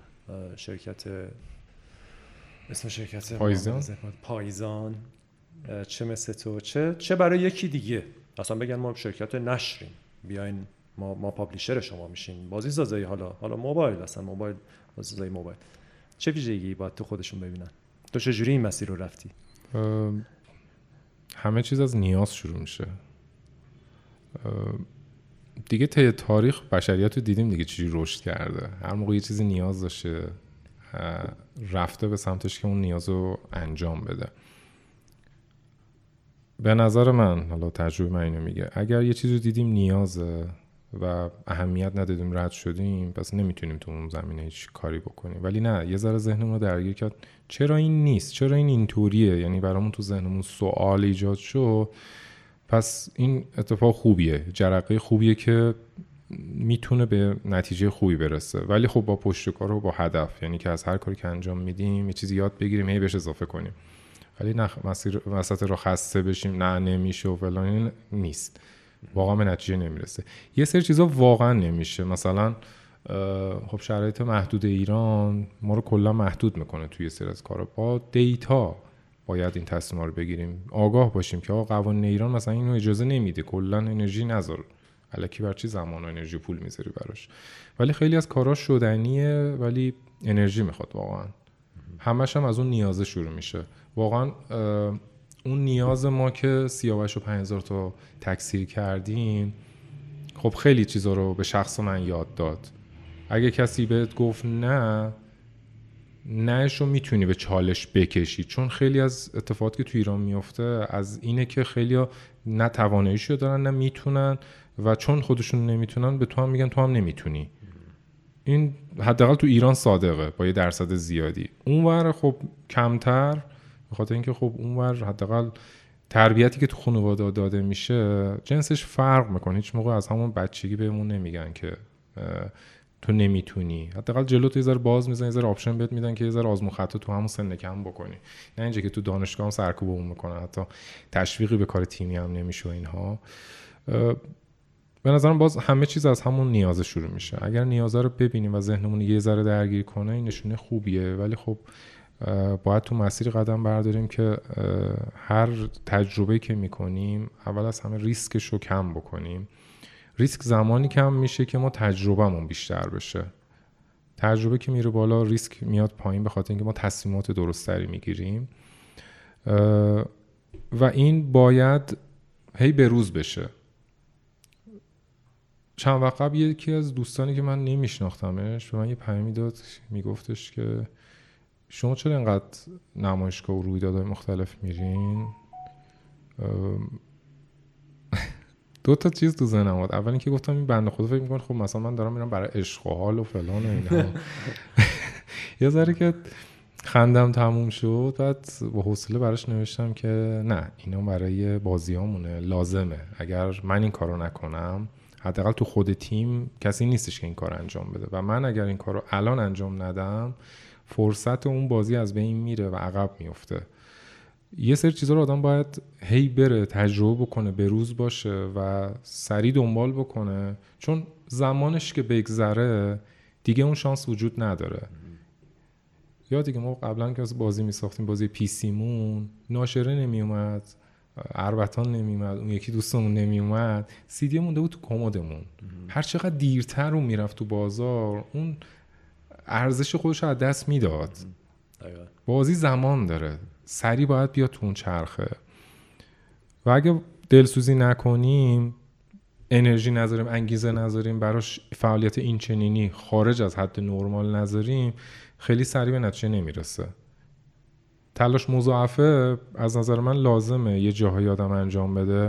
اسم شرکت پایزان، چه مثل تو، چه برای یکی دیگه اصلا بگن ما شرکت نشریم، بیاین ما پابلیشر شما میشیم، بازی سازی، حالا موبایل، اصلا موبایل، بازی سازی موبایل، چه ویژگی باید تو خودشون ببینن؟ تو چجوری این مسیر رو رفتی؟ همه چیز از نیاز شروع میشه دیگه. طی تاریخ بشریت رو دیدیم دیگه چجوری رشد کرده. هر موقع یه چیزی نیاز داشته رفته به سمتش که اون نیاز رو انجام بده. به نظر من، حالا تجربه من اینو میگه، اگر یه چیزی رو دیدیم نیازه و اهمیت ندادیم رد شدیم، پس نمیتونیم تو اون زمینه هیچ کاری بکنیم. ولی نه، یه ذره ذهنمون رو درگیر کرد چرا این نیست، چرا این اینطوریه، یعنی برامون تو ذهنمون سوال ایجاد شد، پس این اتفاق خوبیه، جرقه خوبیه که میتونه به نتیجه خوبی برسه. ولی خب با پشتکار و با هدف، یعنی که از هر کاری که انجام میدیم یه چیزی یاد بگیریم، هی بهش اضافه کنیم. ولی نه مسیر وسط رو خسته بشیم، نه نمیشه و فلان، این نیست، واقعا به نتیجه نمیرسه. یه سری چیزا واقعا نمیشه. مثلا خب شرایط محدود ایران ما رو کلا محدود میکنه توی سری از کارا. با دیتا باید این تصمیم‌ها رو بگیریم، آگاه باشیم که آقا قوانین ایران مثلا اینو اجازه نمیده، کلا انرژی نذار، الکی بر چی زمان و انرژی پول میذاری براش. ولی خیلی از کارا شدنیه ولی انرژی میخواد واقعا. همش هم از اون نیازه شروع میشه. واقعا اون نیاز ما که سیاوش و 5000 تا تکثیر کردیم، خب خیلی چیزا رو به شخص من یاد داد. اگه کسی بهت گفت نه، نهشو میتونی به چالش بکشی، چون خیلی از اتفاقاتی که تو ایران میفته از اینه که خیلیا نه تواناییشو دارن نه میتونن، و چون خودشون نمیتونن به تو هم میگن تو هم نمیتونی. این حداقل تو ایران صادقه با یه درصد زیادی. اونور خب کمتر، به خاطر اینکه خب اونور حداقل تربیتی که تو خانواده داده میشه جنسش فرق میکنه. هیچ موقع از همون بچگی بهمون نمیگن که تو نمیتونی، حداقل جلو تو یه ذره باز میزنن، یه ذره آپشن بهت میدن که یه ذره آزمون خطا تو همون سن کم بکنی، نه اینجا که تو دانشگاه هم سرکوبمون میکنن، حتی تشویقی به کار تیمی هم نمیشه اینها. به نظرم باز همه چیز از همون نیاز شروع میشه. اگر نیازا رو ببینیم و ذهنمون یه ذره درگیر کنه، این نشونه خوبیه. ولی خب باید تو مسیر قدم برداریم که هر تجربه‌ای که میکنیم اول از همه ریسکش رو کم بکنیم. ریسک زمانی کم میشه که ما تجربهمون بیشتر بشه. تجربه که میره بالا، ریسک میاد پایین، به خاطر اینکه ما تصمیمات درستری میگیریم و این باید هی به روز بشه. چند وقت قبل یکی از دوستانی که من نمیشناختمش به من یه پیامی داد، میگفتش که شما چرا اینقدر نمایشگاه و رویدادهای مختلف میرین؟ دو تا چیز تو ذهنم بود. اول اینکه گفتم این بنده خدا فکر می‌کنه خب مثلا من دارم میرم برای عشق و حال و فلان و اینا. یه ذره که خندم تموم شد، بعد با حوصله براش نوشتم که نه اینا برای بازیامونه، لازمه. اگر من این کارو نکنم حداقل تو خود تیم کسی نیستش که این کار انجام بده و من اگر این کارو الان انجام ندم فرصت اون بازی از بین میره و عقب میفته. یه سری چیزا رو آدم باید هی بره تجربه بکنه، به روز باشه و سریع دنبال بکنه، چون زمانش که بگذره دیگه اون شانس وجود نداره. یا دیگه ما قبلا که بازی میساختیم، بازی پی سی مون ناشره نمیومد، اربطان نمیومد، اون یکی دوستمون نمیومد، سی دی مونده بود تو کمدمون. هر چقدر دیرتر اون میرفت تو بازار اون ارزش خودش رو از دست میداد. بازی زمان داره، سریع باید بیاد تو اون چرخه و اگه دلسوزی نکنیم، انرژی نذاریم، انگیزه نذاریم، براش فعالیت این چنینی خارج از حد نرمال نذاریم، خیلی سریع به نتیجه نمیرسه. تلاش مضاعفه از نظر من لازمه یه جاهایی آدم انجام بده،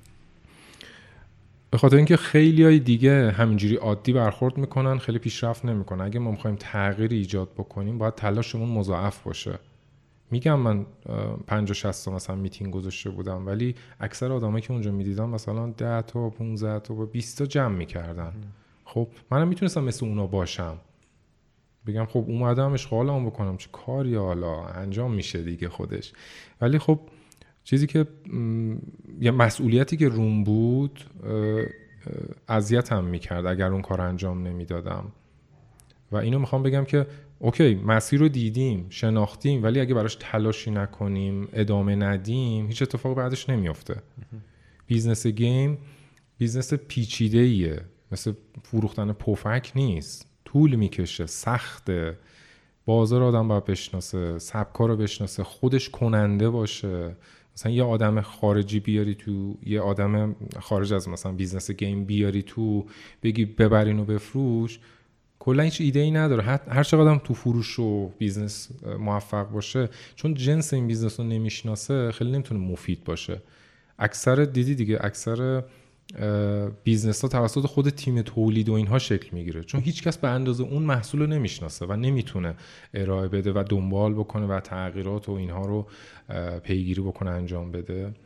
به خاطر اینکه خیلیای دیگه همینجوری عادی برخورد میکنن، خیلی پیشرفت نمیکنن. اگه ما میخوایم تغییری ایجاد بکنیم باید تلاشمون مضاعف باشه. میگم من 50-60 تا مثلا میتینگ گذاشته بودم، ولی اکثر آدمایی که اونجا میدیدم مثلا 10 تا 15 تا و 20 تا جمع میکردن. خب منم میتونستم مثل اونا باشم، بگم خب اومدم اشغالم بکنم، چه کاری حالا انجام میشه دیگه خودش. ولی خب چیزی که یه مسئولیتی که روم بود اذیتم میکرد اگر اون کار انجام نمیدادم. و اینو میخوام بگم که اوکی مسیر رو دیدیم، شناختیم، ولی اگه براش تلاشی نکنیم، ادامه ندیم، هیچ اتفاقی بعدش نمیافته. بیزنس گیم بیزنس پیچیده‌ایه، مثل فروختن پفک نیست، طول میکشه، سخته، بازار آدم باید بشناسه، سبکا رو بشناسه، خودش کننده باشه. مثلا یه آدم خارجی بیاری تو، یه آدم خارج از مثلا بیزنس گیم بیاری تو، بگی ببرین و بفروش، کلا هیچ ایده ای نداره. هر چقدر هم تو فروش و بیزنس موفق باشه، چون جنس این بیزنس رو نمیشناسه خیلی نمیتونه مفید باشه. اکثر دیدی دیگه، اکثر بیزنس ها توسط خود تیم تولید و اینها شکل میگیره، چون هیچ کس به اندازه اون محصول رو نمیشناسه و نمیتونه ارائه بده و دنبال بکنه و تغییرات و اینها رو پیگیری بکنه، انجام بده.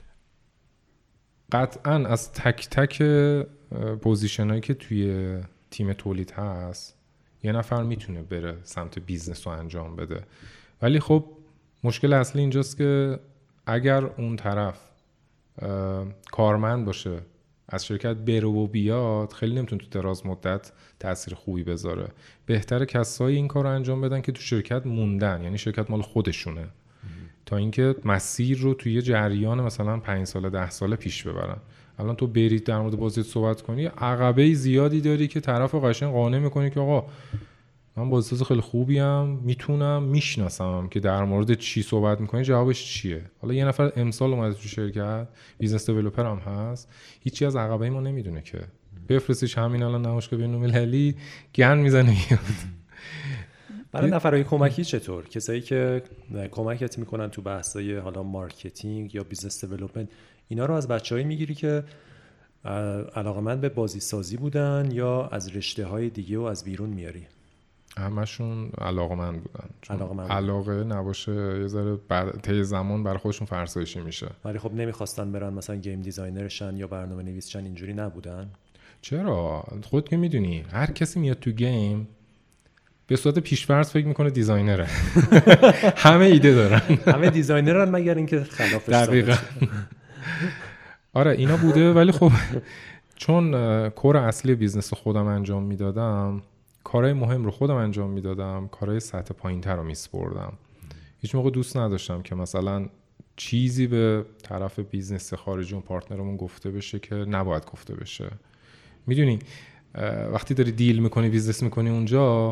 قطعاً از تک تک پوزیشن هایی که توی تیم تولید هست یه نفر میتونه بره سمت بیزنس رو انجام بده، ولی خب مشکل اصلی اینجاست که اگر اون طرف کارمند باشه، از شرکت بره و بیاد، خیلی نمیتونه تو دراز مدت تأثیر خوبی بذاره. بهتره کسایی این کار رو انجام بدن که تو شرکت موندن، یعنی شرکت مال خودشونه، تا اینکه مسیر رو توی یه جریان مثلا 5 ساله 10 ساله پیش ببرن. الان تو برید در مورد بازیت صحبت کنی، عقبه زیادی داری که طرف رو قشنگ قانع میکنی که آقا من بازیساز خیلی خوبیم، میتونم، میشناسم که در مورد چی صحبت میکنی، جوابش چیه. حالا یه نفر امسال اومده تو شرکت، بیزنس دیولپر هم هست، هیچی از عقبه ما نمیدونه که بفرستیش همین الان نمایشگاه بین‌المللی گن میزنه میاد. برای نفرای کمکی چطور؟ کسایی که کمکت میکنن تو بحثای حالا مارکتینگ یا بیزنس دیولپمنت، اینا رو از بچه‌ای میگیری که علاقه‌مند به بازی سازی بودن یا از رشته‌های دیگه و از بیرون میاری؟ همشون علاقه‌مند بودن. علاقه نباشه یه ذره طی زمان برای خودشون فرسایشی میشه. ولی خب نمیخواستن برن مثلا گیم دیزاینرشن یا برنامه نویسشن، اینجوری نبودن؟ چرا؟ خودت که میدونی هر کسی میاد تو گیم به صورت پیش‌فرض فکر میکنه دیزاینره. همه ایده دارن، همه دیزاینرن مگر اینکه خلافش دقیقاً. آره اینا بوده، ولی خب چون کور اصلی بیزنس خودم انجام میدادم، کارهای مهم رو خودم انجام میدادم، کارهای سطح پایین‌تر رو میسپردم. هیچ موقع دوست نداشتم که مثلا چیزی به طرف بیزنس خارجی و پارتنرمون گفته بشه که نباید گفته بشه. میدونی وقتی داری دیل میکنی، بیزنس میکنی اونجا،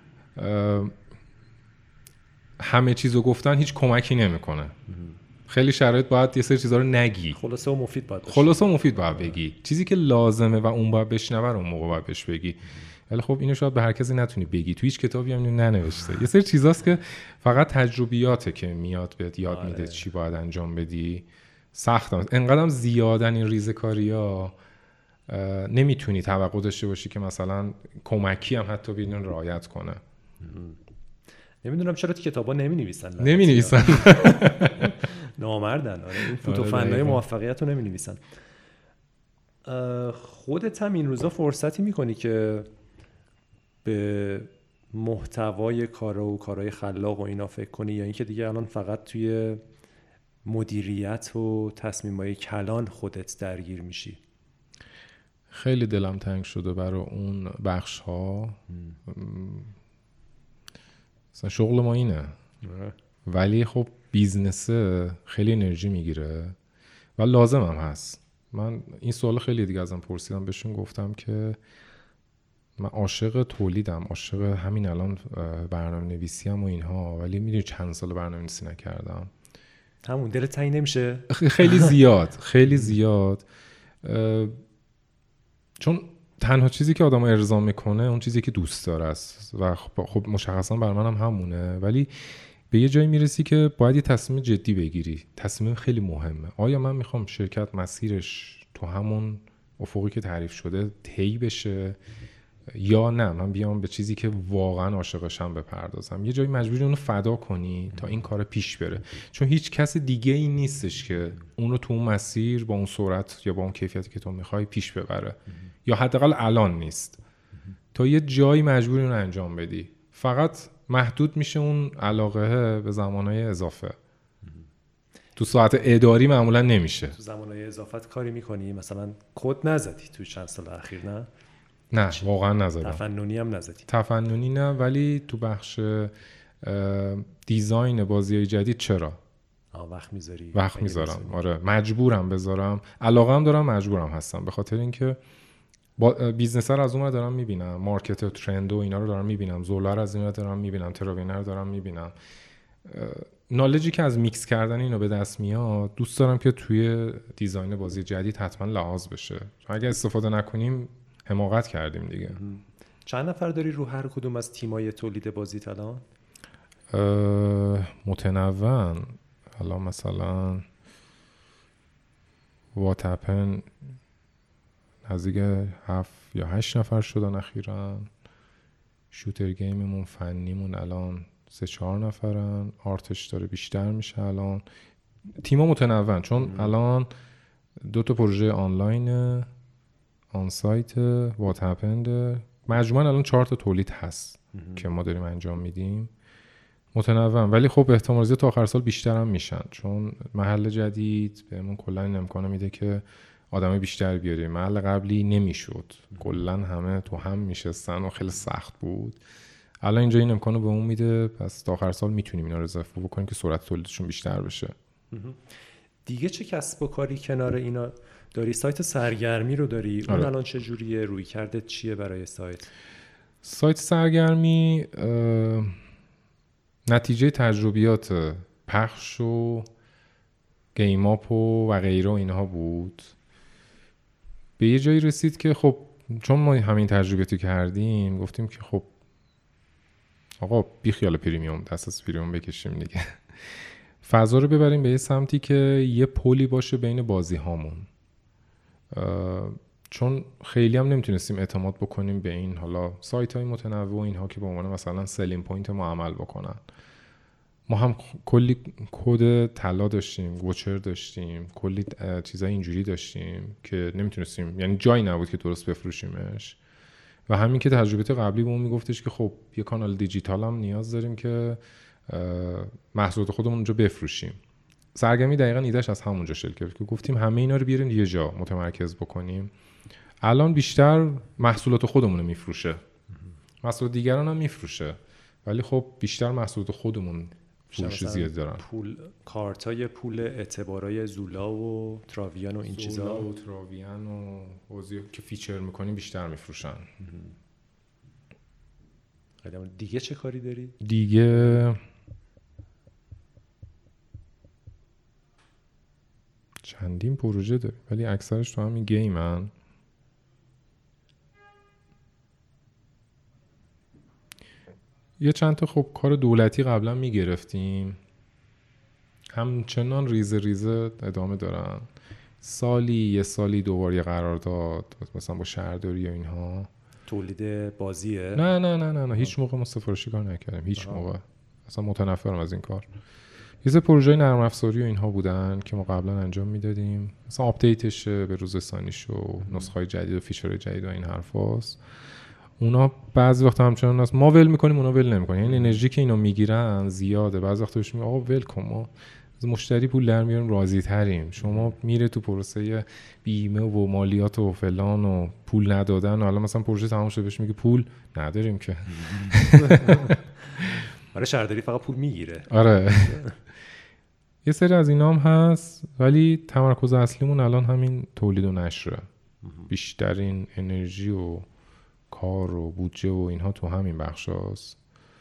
همه چیزو گفتن هیچ کمکی نمیکنه. خیلی شرایط باید یه سری چیزا رو نگی، خلاصه و مفید باید بگی. چیزی که لازمه و اون باید بشنوه رو اون موقع باید بهش بگی. ولی خب اینو شاید به هر کسی نتونی بگی، تو هیچ کتابی هم ننوشته. یه سری چیزاست که فقط تجربیاته که میاد بهت یاد میده چی باید انجام بدی سختم انقدرم زیادن این ریزکاری‌ها، نمیتونی توقع داشته باشی که مثلا کمکی هم حتی بیدن رعایت کنه. نمیدونم چرا کتابا نمی‌نویسن نامردن. آره این فوتوفنای موفقیت رو نمی‌نویسن. خودت هم این روزا فرصتی میکنی که به محتوای کارا و کارهای خلاق و اینا فکر کنی، یا اینکه دیگه الان فقط توی مدیریت و تصمیمای کلان خودت درگیر میشی؟ خیلی دلم تنگ شده برای اون بخش ها. مثلا شغل ما اینه ولی خب بیزنسه خیلی انرژی میگیره و لازم هم هست. من این سوال خیلی دیگه ازم پرسیدم، بهشون گفتم که من عاشق تولیدم، عاشق همین الان برنامه نویسی هم و اینها، ولی میدونی چند سال برنامه نویسی نکردم. همون دلت تنگ نمیشه؟ خیلی زیاد خیلی زیاد، چون تنها چیزی که آدم ارضا میکنه اون چیزی که دوست داره است و خب مشخصا بر منم همونه. ولی به یه جایی میرسی که باید یه تصمیم جدی بگیری، تصمیم خیلی مهمه. آیا من میخوام شرکت مسیرش تو همون افقی که تعریف شده طی بشه یا نه من بیام به چیزی که واقعا عاشقشم بپردازم؟ یه جایی مجبوری اونو فدا کنی تا این کار پیش بره، چون هیچ کس دیگه این نیستش که اونو تو اون مسیر با اون سرعت یا با اون کیفیتی که تو میخوای پیش ببره، یا حداقل الان نیست. تا یه جایی مجبوری اونو انجام بدی، فقط محدود میشه اون علاقه به زمانهای اضافه. تو ساعت اداری معمولا نمیشه. تو زمانهای اضافت کاری میکنی؟ مثلا کد نزدی تو چند سال اخیر؟ نه واقعا نزدم. تفننی هم نزدی؟ تفننی نه، ولی تو بخش دیزاین بازی‌های جدید چرا وقت میذاری؟ وقت میذارم. آره مجبورم بذارم، علاقه‌ام دارم، مجبورم هستم، به خاطر اینکه بیزنس رو از اون دارم میبینم، مارکت و ترند و اینا رو دارم میبینم، زولار از اینا دارم میبینم، تراوینر رو دارم میبینم. نالجی که از میکس کردن اینو به دست میاد دوست دارم که توی دیزاین بازی جدید حتما لحاظ بشه، چون اگه استفاده نکنیم حماقت کردیم دیگه. چند نفر داری رو هر کدوم از تیمای تولید بازیت الان؟ متنوع. الان مثلا واتپن نزدیک 7 یا 8 نفر شدن اخیراً. شوتر گیممون فنیمون الان 3-4 نفرن. آرتش داره بیشتر میشه الان. تیما متنوع، چون الان 2 تا پروژه آنلاین، آن سایت، واتپن، مجموعاً الان 4 تا تولید هست که ما داریم انجام میدیم. متنوع، ولی خب احتمال زیاد تا آخر سال بیشتر هم میشن، چون محل جدید بهمون کلا این امکانو میده که آدمای بیشتر بیاریم. محل قبلی نمیشد، کلا همه تو هم میشستن و خیلی سخت بود. الان اینجا این امکانو بهمون میده، پس تا آخر سال میتونیم اینا رو اضافه بکنیم که سرعت تولیدشون بیشتر بشه. دیگه چه کسب و کاری کنار اینا داری؟ سایت سرگرمی رو داری. اون الان چه جوریه؟ روی کرده چیه برای سایت سرگرمی؟ نتیجه تجربیات پخش و گیم آپ و غیره و اینها بود. به یه جایی رسید که خب چون ما همین تجربیاتی کردیم گفتیم که خب آقا بی خیال پریمیوم، دست از پریمیوم بکشیم دیگه. فضا رو ببریم به یه سمتی که یه پلی باشه بین بازی هامون، چون خیلی هم نمیتونستیم اعتماد بکنیم به این حالا سایت های متنوع و اینها که به عنوان مثلا سلین پوینت ما عمل بکنن. ما هم کلی کد طلا داشتیم، گوچر داشتیم، کلی چیزای اینجوری داشتیم که نمیتونستیم، یعنی جایی نبود که درست بفروشیمش. و همین که تجربیات قبلی بهمون میگفتش که خب یه کانال دیجیتال هم نیاز داریم که محصولات خودمون اونجا بفروشیم. سرگرمی دقیقاً ایدهش از همونجا شکل گرفت که گفتیم همه اینا رو بیاریم یه جا متمرکز بکنیم. الان بیشتر محصولات خودمون رو میفروشه، محصولات دیگران هم میفروشه، ولی خب بیشتر محصولات خودمون فروش زیاد دارن. کارتای پول اعتبارای زولا و تراویان و این چیزا، زولا و تراویان و حوزه که فیچر میکنیم بیشتر میفروشن. دیگه چه کاری داری؟ دیگه چندین پروژه داریم ولی اکثرش تو همین گیمن. یه چند تا خب کار دولتی قبلا میگرفتیم، همچنان ریزه ریزه ادامه دارن. یه سالی دوباره قرارداد مثلا با شهرداری یا اینها. تولید بازیه؟ نه هیچ موقع ما سفارشی کار نکردیم، هیچ موقع. اصلا متنفرم از این کار. یه سری پروژه نرم افزاری و اینها بودن که ما قبلا انجام میدادیم، مثلا آپدیتش به روز رسانیش و نسخه‌های جدید و فیچرهای جدید و این حرفاست. اونا بعضی وقت همچنان هست ما ول میکنیم اونا ول نمیکنن، یعنی انرژی که اینا میگیرن زیاده. بعضی وقت بهش میگم آقا ول کن، ما از مشتری پول در میاریم راضی تریم، شما میره تو پروسه بیمه و مالیات و فلان و پول ندادن و حالا مثلا پروژه تمام شده بهش میگه پول نداریم که. آره شهرداری فقط پول میگیره. آره یه سری از اینا هم هست، ولی تمرکز اصلیمون الان همین تولید و نشره. بیشترین انرژی و کار و بودجه و اینها تو همین بخش هست.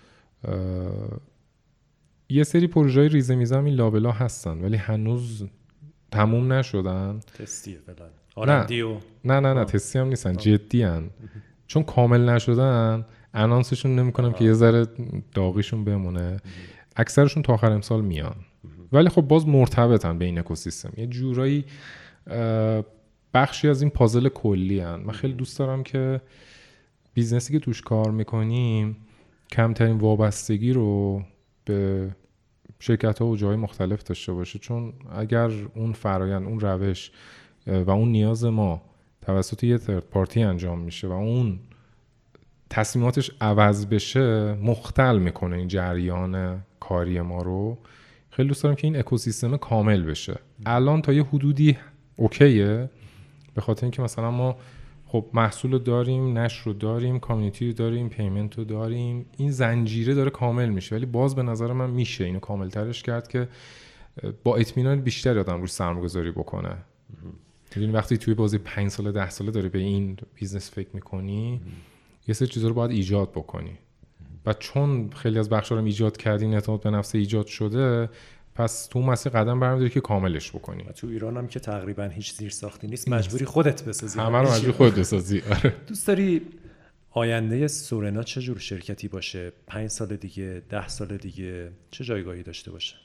یه سری پروژه‌های ریزه میزه هم این لابلا هستن ولی هنوز تموم نشدن. تستیه فلان آرندی و نه تستی هم نیستن، جدی هن. چون کامل نشدن انانسشون نمیکنم که یه ذره داغیشون بمونه. اکثرشون تا آخر امسال میان ولی خب باز مرتبطن به این اکوسیستم، یه جورایی بخشی از این پازل کلی هن. من خیلی دوست دارم که بیزنسی که توش کار میکنیم کمترین وابستگی رو به شرکت ها و جاهای مختلف داشته باشه، چون اگر اون فرایند، اون روش و اون نیاز ما توسط یه ترد پارتی انجام میشه و اون تصمیماتش عوض بشه مختل میکنه این جریان کاری ما رو. خیلی دوست دارم که این اکوسیستم کامل بشه. الان تا یه حدودی اوکیه به خاطر اینکه مثلا ما خب محصول رو داریم، نشر رو داریم، کامیونیتی رو داریم، پیمنت رو داریم، این زنجیره داره کامل میشه. ولی باز به نظر من میشه اینو کامل ترش کرد که با اطمینان بیشتر آدم روش سرمایه‌گذاری بکنه. یعنی وقتی توی بازی 5 ساله 10 ساله داری به این بیزنس فکر میکنی یه سری چیزا رو باید ایجاد بکنی و چون خیلی از بخشا رو ایجاد کردین، اعتماد به نفس ایجاد شده، پس تو مسیر قدم برمی‌داری که کاملش بکنی. و تو ایران هم که تقریبا هیچ زیر ساختی نیست، مجبوری خودت بسازی. همه رو مجبوری خودت بسازی. آره. دوست داری آینده سورنا چه جور شرکتی باشه؟ 5 سال دیگه، 10 سال دیگه چه جایگاهی داشته باشه؟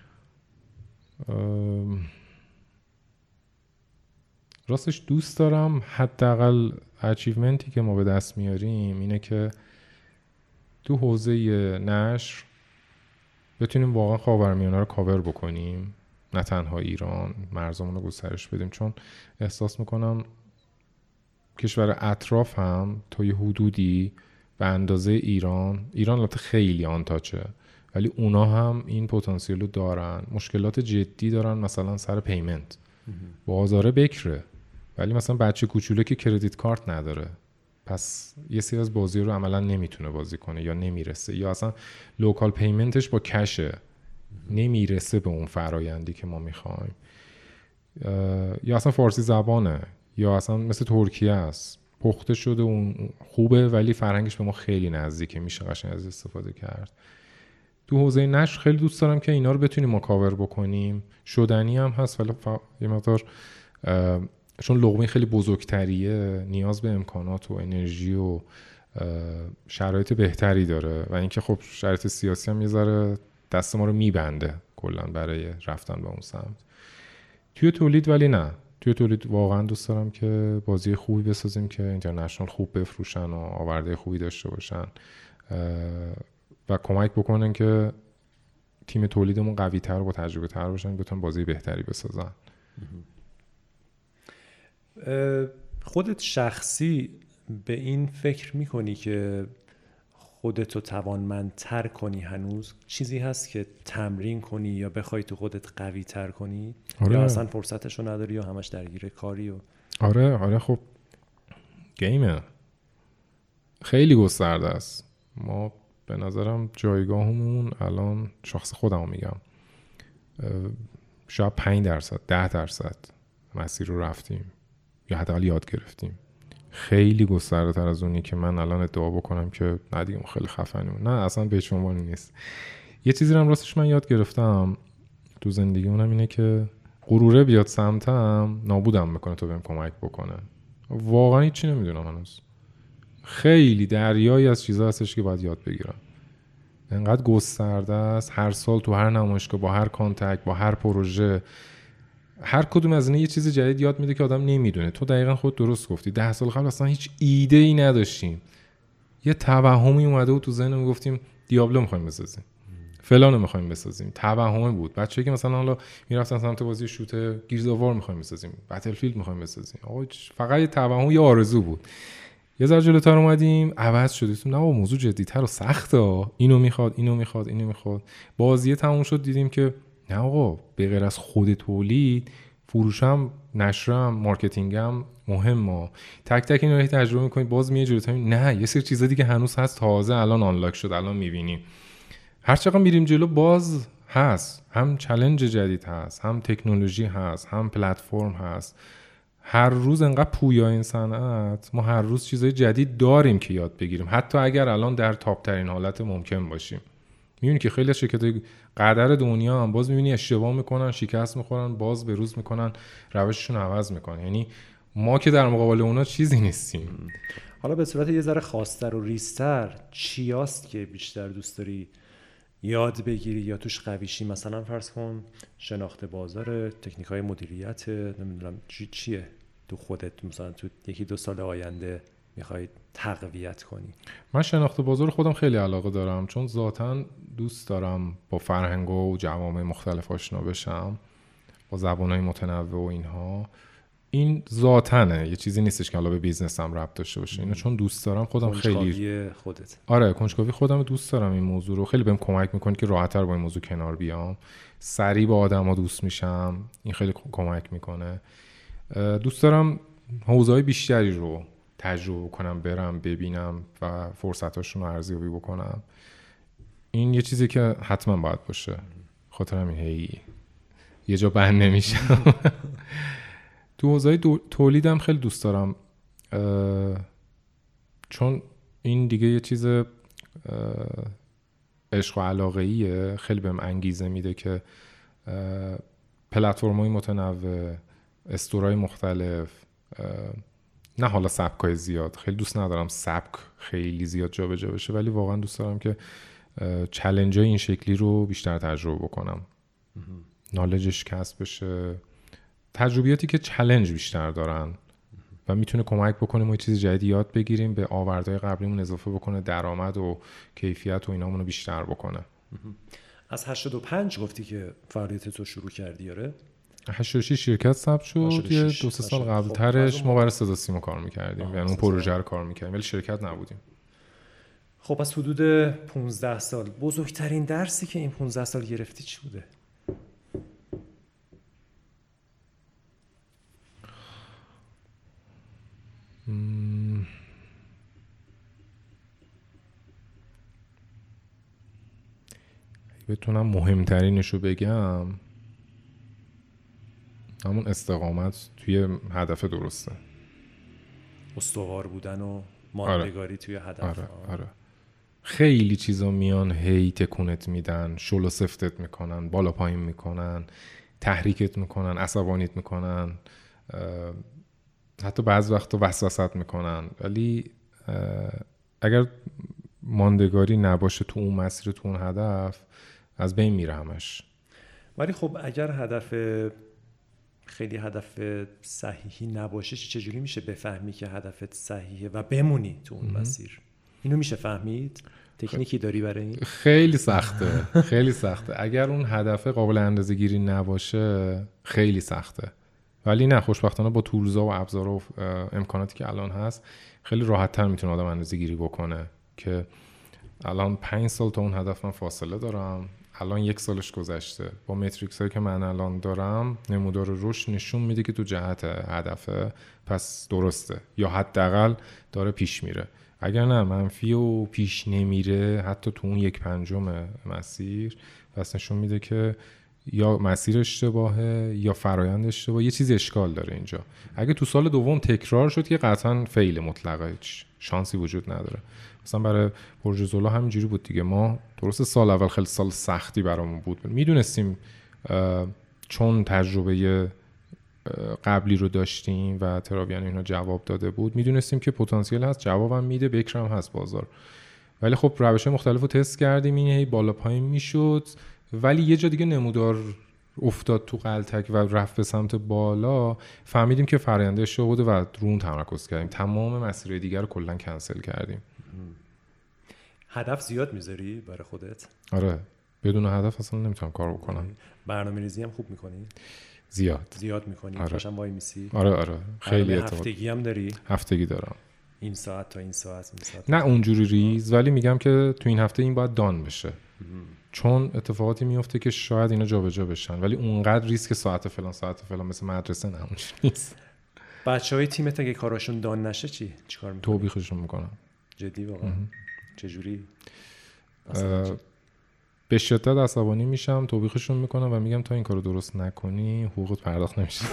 راستش دوست دارم حداقل اچیومنتی که ما به دست میاریم اینه که تو حوزه نشر بتونیم واقعا خاورمیانه رو کاور بکنیم، نه تنها ایران، مرزمون رو گسترش بدیم. چون احساس میکنم کشور اطراف هم تا یه حدودی به اندازه ایران البته خیلی آنتاچه، ولی اونا هم این پتانسیل رو دارن. مشکلات جدی دارن، مثلا سر پیمنت بازاره بکره، ولی مثلا بچه کوچولو که کردیت کارت نداره، پس یه سری از بازی رو عملا نمیتونه بازی کنه یا نمیرسه، یا اصلا لوکال پیمنتش با کشه نمیرسه به اون فرایندی که ما میخوایم، یا اصلا فارسی زبانه، یا اصلا مثل ترکیه است پخته شده اون خوبه ولی فرهنگش به ما خیلی نزدیکه، میشه قشنگ از استفاده کرد. تو حوزه نشر خیلی دوست دارم که اینا رو بتونیم ما کاور بکنیم. شدنی هم هست ولی یه مقدار چون لقمه خیلی بزرگتریه نیاز به امکانات و انرژی و شرایط بهتری داره و اینکه خب شرایط سیاسی هم یه ذره دست ما رو میبنده کلا برای رفتن به اون سمت. توی تولید ولی نه، توی تولید واقعا دوست دارم که بازی خوبی بسازیم که اینترنشنال خوب بفروشن و آورده خوبی داشته باشن و کمک بکنن که تیم تولیدمون قوی تر و با تجربه تر باشن، بتونن بازی بهتری بسازن. خودت شخصی به این فکر میکنی که خودتو توانمندتر کنی؟ هنوز چیزی هست که تمرین کنی یا بخوای تو خودت قوی تر کنی؟ آره. یا اصلا فرصتشو نداری یا همش درگیر کاری و آره خب گیمه خیلی گسترده است. ما به نظرم جایگاهمون الان شخص خودمو میگم شاید 5% 10% مسیر رو رفتیم یا حداقل یاد گرفتیم. خیلی گسترده تر از اونی که من الان ادعا بکنم که نه دیگه خیلی خفنیم، نه اصلا به هیچ عنوانی نیست. یه چیزی رو هم راستش من یاد گرفتم تو زندگی، اونم اینه که غروره بیاد سمتم نابودم میکنه تا بهم کمک بکنه. واقعا هیچی نمیدونم هنوز، خیلی دریایی از چیزا هستش که باید یاد بگیرم. انقدر گسترده است، هر سال تو هر نمایشگاه با هر کانتکت با هر پروژه هر کدوم از اینا یه چیز جدید یاد میده که آدم نمیدونه. تو دقیقاً خود درست گفتی، 10 سال قبل اصلا هیچ ایده ای نداشتیم، یه توهمی اومده بود تو ذهنمون، گفتیم دیابلو می‌خوایم بسازیم، فلانو می‌خوایم بسازیم، توهمی بود. بچه‌ای که مثلا حالا میرفتن سمت بازی شوتر، گیرزاوار می‌خوایم بسازیم، بتلفیلد می‌خوایم بسازیم، آقا فقط یه توهم، یه آرزو بود. یه ذره جلوتر اومدیم، عوض شدیم، نه بابا موضوع جدی‌تر و سخته، اینو می‌خواد. بازی تموم شد، دیدیم که نه آقا، به غیر از خود تولید، فروشم، نشرم، مارکتینگم مهمه. تک تک اینا رو تجربه می‌کنید، باز میاد جلوتر، نه یه سری چیزا دیگه هنوز هست، تازه الان آنلاک شد، الان می‌بینیم. هر چقدر میریم جلو باز هست، هم چالش جدید هست، هم تکنولوژی هست، هم پلتفرم هست. هر روز انقدر پویا این صنعت، ما هر روز چیزای جدید داریم که یاد بگیریم، حتی اگر الان در تاپ ترین حالت ممکن باشیم. میبینی که خیلی از شرکت‌های قدر دنیا هم باز میبینی اشتباه میکنن، شکست میخورن، باز به روز میکنن، روششون عوض میکنن. یعنی ما که در مقابل اونا چیزی نیستیم. حالا به صورت یه ذره خاص‌تر و ریزتر، چیاست که بیشتر دوست داری یاد بگیری یا توش قویشی؟ مثلا فرض کن شناخت بازار، تکنیک‌های مدیریت، نمیدونم چیه تو خودت مثلا تو 1-2 سال آینده میخوای تقویت کنی؟ من شناخت بازار خودم خیلی علاقه دارم، چون ذاتاً دوست دارم با فرهنگ و جوامع مختلف آشنا بشم، با زبان‌های متنوع و اینها. این ذاتنه، یه چیزی نیستش که حالا به بیزنسم ربط داشته باشه. اینو چون دوست دارم خودم خیلی خودت. آره، کنجکاوی خودم دوست دارم. این موضوع رو خیلی بهم کمک میکنه که راحت‌تر با این موضوع کنار بیام، سریع با آدم‌ها دوست میشم. این خیلی کمک میکنه. دوست دارم حوزه‌های بیشتری رو تجربه کنم، برم ببینم و فرصتاشون رو ارزیابی بکنم. این یه چیزی که حتما باید باشه. خاطر همین هی یه جا بند نمیشم. تو حوزه تولیدم خیلی دوست دارم، چون این دیگه یه چیز عشق و علاقه‌ایه. خیلی بهم انگیزه میده که پلتفرم‌های متنوع، استورای مختلف، نه حالا سبکای زیاد، خیلی دوست ندارم سبک خیلی زیاد جابجا بشه، ولی واقعا دوست دارم که چالنج‌های این شکلی رو بیشتر تجربه بکنم، نالجش کسب بشه، تجربیاتی که چالش بیشتر دارن و میتونه کمک بکنه ما یه چیز جدید یاد بگیریم، به آوردهای قبلیمون اضافه بکنه، درآمد و کیفیت و اینامون رو بیشتر بکنه. از 85 گفتی که فعالیت تو شروع کردی؟ آره 86 شرکت ثبت شد، یه 2-3 سال قبل ترش ما برای صدا سیما کار میکردیم، یعنی اون پروژه رو کار میکردیم ولی شرکت نبودیم. خب از حدود 15 سال بزرگترین درسی که این 15 سال گرفتی چی بوده؟ بتونم مهمترینشو بگم، همون استقامت توی هدف درسته، استوار بودن و ماندگاری توی هدف. آره. خیلی چیزا میان هی تکونت میدن، شل و سفتت میکنن، بالا پایین میکنن، تحریکت میکنن، عصبانیت میکنن، حتی بعض وقتا وسوسه‌ت میکنن، ولی اگر ماندگاری نباشه تو اون مسیر، تو اون هدف، از بین میره همش. ولی خب اگر هدف خیلی هدف صحیحی نباشه، چجوری میشه بفهمی که هدفت صحیحه و بمونی تو اون مسیر؟ اینو میشه فهمید؟ تکنیکی داری برای این؟ خیلی سخته. خیلی سخته. اگر اون هدف قابل اندازه‌گیری نباشه خیلی سخته، ولی نه، خوشبختانه با تولزا و ابزارها و امکاناتی که الان هست خیلی راحت‌تر میتونه آدم اندازه‌گیری بکنه که الان 5 سال تا اون هدف من فاصله دارم، الان 1 سالش گذشته، با متریکس هایی که من الان دارم نمودار رشد نشون میده که تو جهت هدفه، پس درسته یا حداقل داره پیش میره. اگر نه منفی و پیش نمیره حتی تو اون 1/5 مسیر، پس نشون میده که یا مسیر اشتباهه یا فرایند اشتباه، یه چیزی اشکال داره اینجا. اگه تو سال دوم تکرار شد که قطعا فیل مطلقه، هیچ شانسی وجود نداره. مثلا برای پروژه زولا همینجوری بود دیگه، ما درست سال اول خیلی سال سختی برامون بود، میدونستیم چون تجربه قبلی رو داشتیم و تراویان اینا جواب داده بود، میدونستیم که پتانسیل هست، جوابم میده، بکرم هست بازار، ولی خب روش‌های مختلف رو تست کردیم، این هی بالا پایین میشد، ولی یه جا دیگه نمودار افتاد تو غلطک و رفت به سمت بالا، فهمیدیم که فرآیند اشتباه بوده و رو اون تمرکز کردیم، تمام مسیرهای دیگر رو کلا کنسل کردیم. هدف زیاد میذاری برای خودت؟ آره، بدون هدف اصلا نمیتونم کار بکنم. برنامه‌ریزی هم خوب میکنی؟ زیاد میکنی؟ آره. پاشم وای میسی؟ آره خیلی هفتگی هم داری؟ هفتگی دارم. این ساعت تا این ساعت نه اونجوری ریز، ولی میگم که تو این هفته این باید دان بشه، چون اتفاقاتی میفته که شاید اینا جابجا بشن، ولی اونقدر ریسک ساعت فلان مثل مدرسه نه، اونجوری نیست. بچهای تیمت اگه کاراشون دان نشه چیکار میکنی؟ توبیخشون میکنم. جدی واقعا؟ چجوری؟ به شدت عصبانی میشم، توبیخشون میکنم و میگم تا این کارو درست نکنی حقوقت پرداخت نمیشه.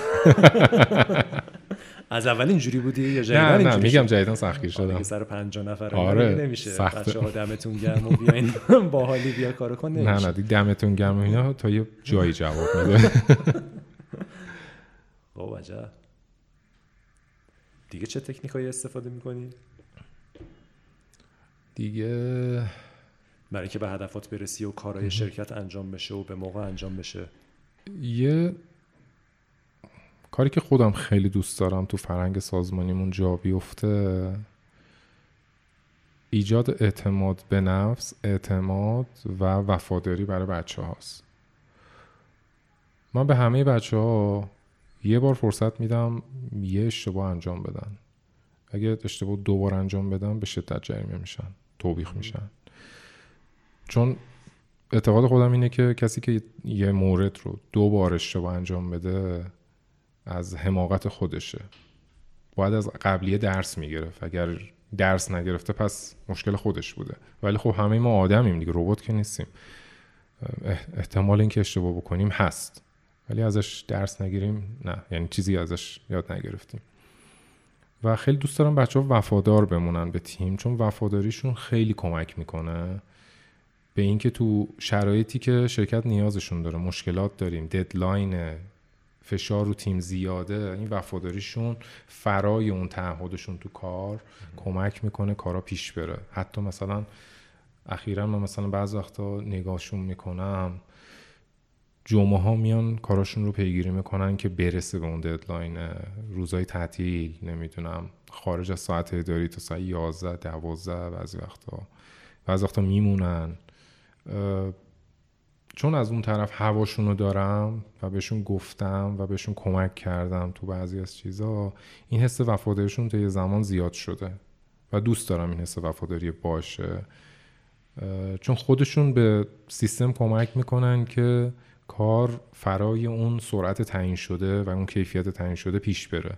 از اول اینجوری بودی یا جدیدن؟ نه میگم جدیدن سختگیر شدم. دیگه سر 50 نفر آره نمیشه. سخته. بچه‌ها دمتون گرم و بیاین باحالی بیا کارو کن نمیشه. نه دمتون گرم و اینا تا یه جایی جواب میده. با عجب. دیگه چه تکنیکایی استفاده میکنی؟ دیگه برای که به هدفات برسی و کارهای شرکت انجام بشه و به موقع انجام بشه. یه کاری که خودم خیلی دوست دارم تو فرهنگ سازمانیمون جا بیفته، ایجاد اعتماد به نفس، اعتماد و وفاداری برای بچه هاست. من به همه بچه ها یه بار فرصت میدم یه اشتباه انجام بدن. اگه اشتباه 2 بار انجام بدن به شدت جریمه میشن، توبیخ میشن. چون اعتقاد خودم اینه که کسی که یه مورد رو 2 بار اشتباه انجام بده از حماقت خودشه. باید از قبلیه درس میگرفت. اگر درس نگرفته پس مشکل خودش بوده. ولی خب همه ما آدمیم دیگه، ربات که نیستیم. احتمال اینکه اشتباه بکنیم هست، ولی ازش درس نگیریم نه، یعنی چیزی ازش یاد نگرفتیم. و خیلی دوست دارم بچه‌ها وفادار بمونن به تیم، چون وفاداریشون خیلی کمک میکنه به اینکه تو شرایطی که شرکت نیازشون داره، مشکلات داریم، ددلاین، فشار رو تیم زیاده، این وفاداریشون فرای اون تعهدشون تو کار کمک میکنه کارا پیش بره. حتی مثلا اخیراً من مثلا بعضی وقتا نگاهشون میکنم، جمعه ها میان کاراشون رو پیگیری میکنن که برسه به اون ددلاین، روزای تعطیل نمیدونم خارج از ساعت اداری تا ساعت 11 12 بعضی وقتا میمونن، چون از اون طرف هواشون رو دارم و بهشون گفتم و بهشون کمک کردم تو بعضی از چیزا، این حس وفاداریشون تا یه زمان زیاد شده و دوست دارم این حس وفاداری باشه، چون خودشون به سیستم کمک میکنن که کار فرای اون سرعت تعیین شده و اون کیفیت تعیین شده پیش بره.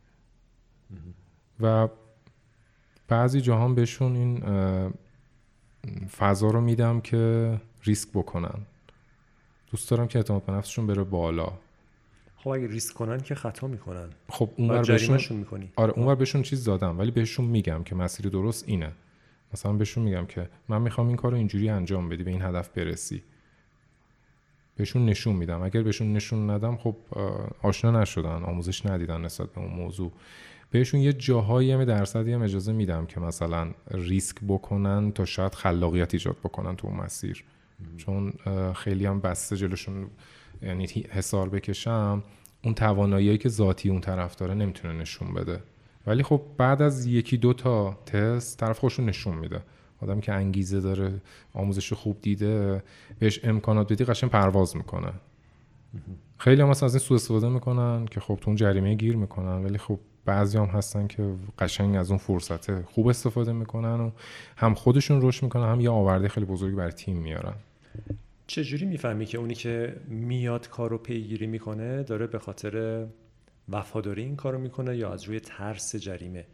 و بعضی جاها بهشون این فضا رو میدم که ریسک بکنن. دوست دارم که اعتماد به نفسشون بره بالا. خب اگه ریسک کنن که خطا میکنن، خب اونور بهشون میکنی. آره اونور بهشون چیز دادم، ولی بهشون میگم که مسیر درست اینه. مثلا بهشون میگم که من میخوام این کارو اینجوری انجام بدی، به این هدف برسی. بهشون نشون میدم. اگر بهشون نشون ندم خب آشنا نشدن، آموزش ندیدن نسبت به اون موضوع. بهشون یه جاهایی هم درصدی هم اجازه میدم که مثلا ریسک بکنن تا شاید خلاقیت ایجاد بکنن تو اون مسیر. چون خیلی هم بسته جلوشون یعنی حصار بکشم، اون تواناییایی که ذاتی اون طرف داره نمیتونه نشون بده. ولی خب بعد از 1-2 تا تست طرف خودشون نشون میده. آدم که انگیزه داره، آموزش خوب دیده، بهش امکانات بدی قشنگ پرواز میکنه. خیلی هم مثلا از این سوء استفاده میکنن که خب تو اون جریمه گیر میکنن، ولی خب بعضی هم هستن که قشنگ از اون فرصت خوب استفاده میکنن و هم خودشون رشد میکنن، هم یه آورده خیلی بزرگی برای تیم میارن. چجوری میفهمی که اونی که میاد کارو پیگیری میکنه داره به خاطر وفاداری این کارو میکنه یا از روی ترس جریمه؟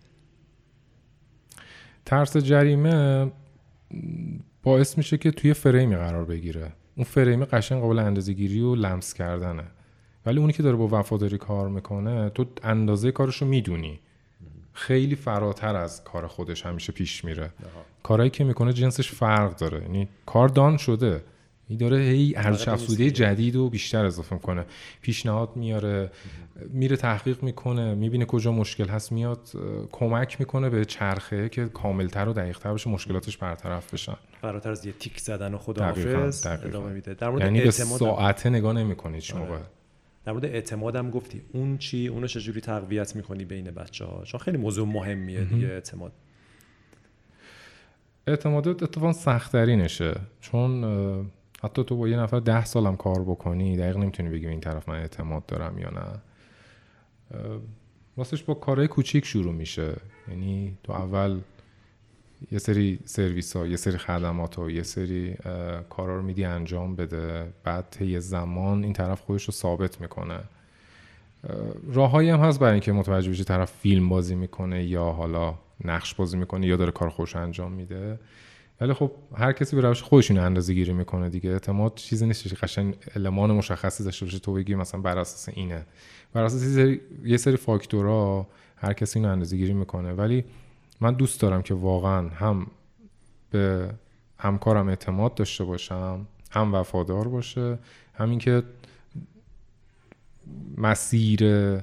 ترس جریمه باعث میشه که توی فریمی قرار بگیره. اون فریم قشنگ قابل اندازه‌گیری و لمس کردنه. ولی اونی که داره با وفاداری کار میکنه، تو اندازه کارشو میدونی، خیلی فراتر از کار خودش همیشه پیش میره. کارهایی که میکنه جنسش فرق داره، یعنی کار دان شده، این داره هی ارزش افزوده جدید و بیشتر اضافه میکنه، پیشنهاد میاره، میره تحقیق میکنه، میبینه کجا مشکل هست، میاد کمک میکنه به چرخه که کاملتر و دقیقتر بشه، مشکلاتش برطرف بشن، فراتر از یه تیک زدن و خداحافظ ادامه میده. در مورد یعنی به ساعته نگاه نمیکنه هیچ موقع. در مورد اعتمادم گفتی، اون چی؟ اونو چجوری تقویت میکنی بین بچه‌ها؟ چون خیلی موضوع مهمیه دیگه اعتماد اتفاقا سخت‌ترینشه، چون حتی تو با یه نفر 10 سالم کار بکنی دقیق نمیتونی بگی این طرف من اعتماد دارم یا نه. راستش با کارهای کوچیک شروع میشه، یعنی تو اول یه سری سرویس‌ها، یه سری خدمات و یه سری کارا رو میدی انجام بده، بعد طی زمان این طرف خودش رو ثابت میکنه. راههایی هم هست برای اینکه متوجه بشی طرف فیلم بازی میکنه یا حالا نقش بازی میکنه یا داره کار خودش انجام میده، ولی خب هر کسی به روش خودش اینو اندازه‌گیری میکنه دیگه. اعتماد چیزی نیست که قشنگ المان مشخصی داشته باشه تو بگی مثلا بر اساس اینه، بر اساس یه سری فاکتورها هر کسی اینو اندازه‌گیری میکنه. ولی من دوست دارم که واقعا هم به همکارم اعتماد داشته باشم، هم وفادار باشه، همین که مسیر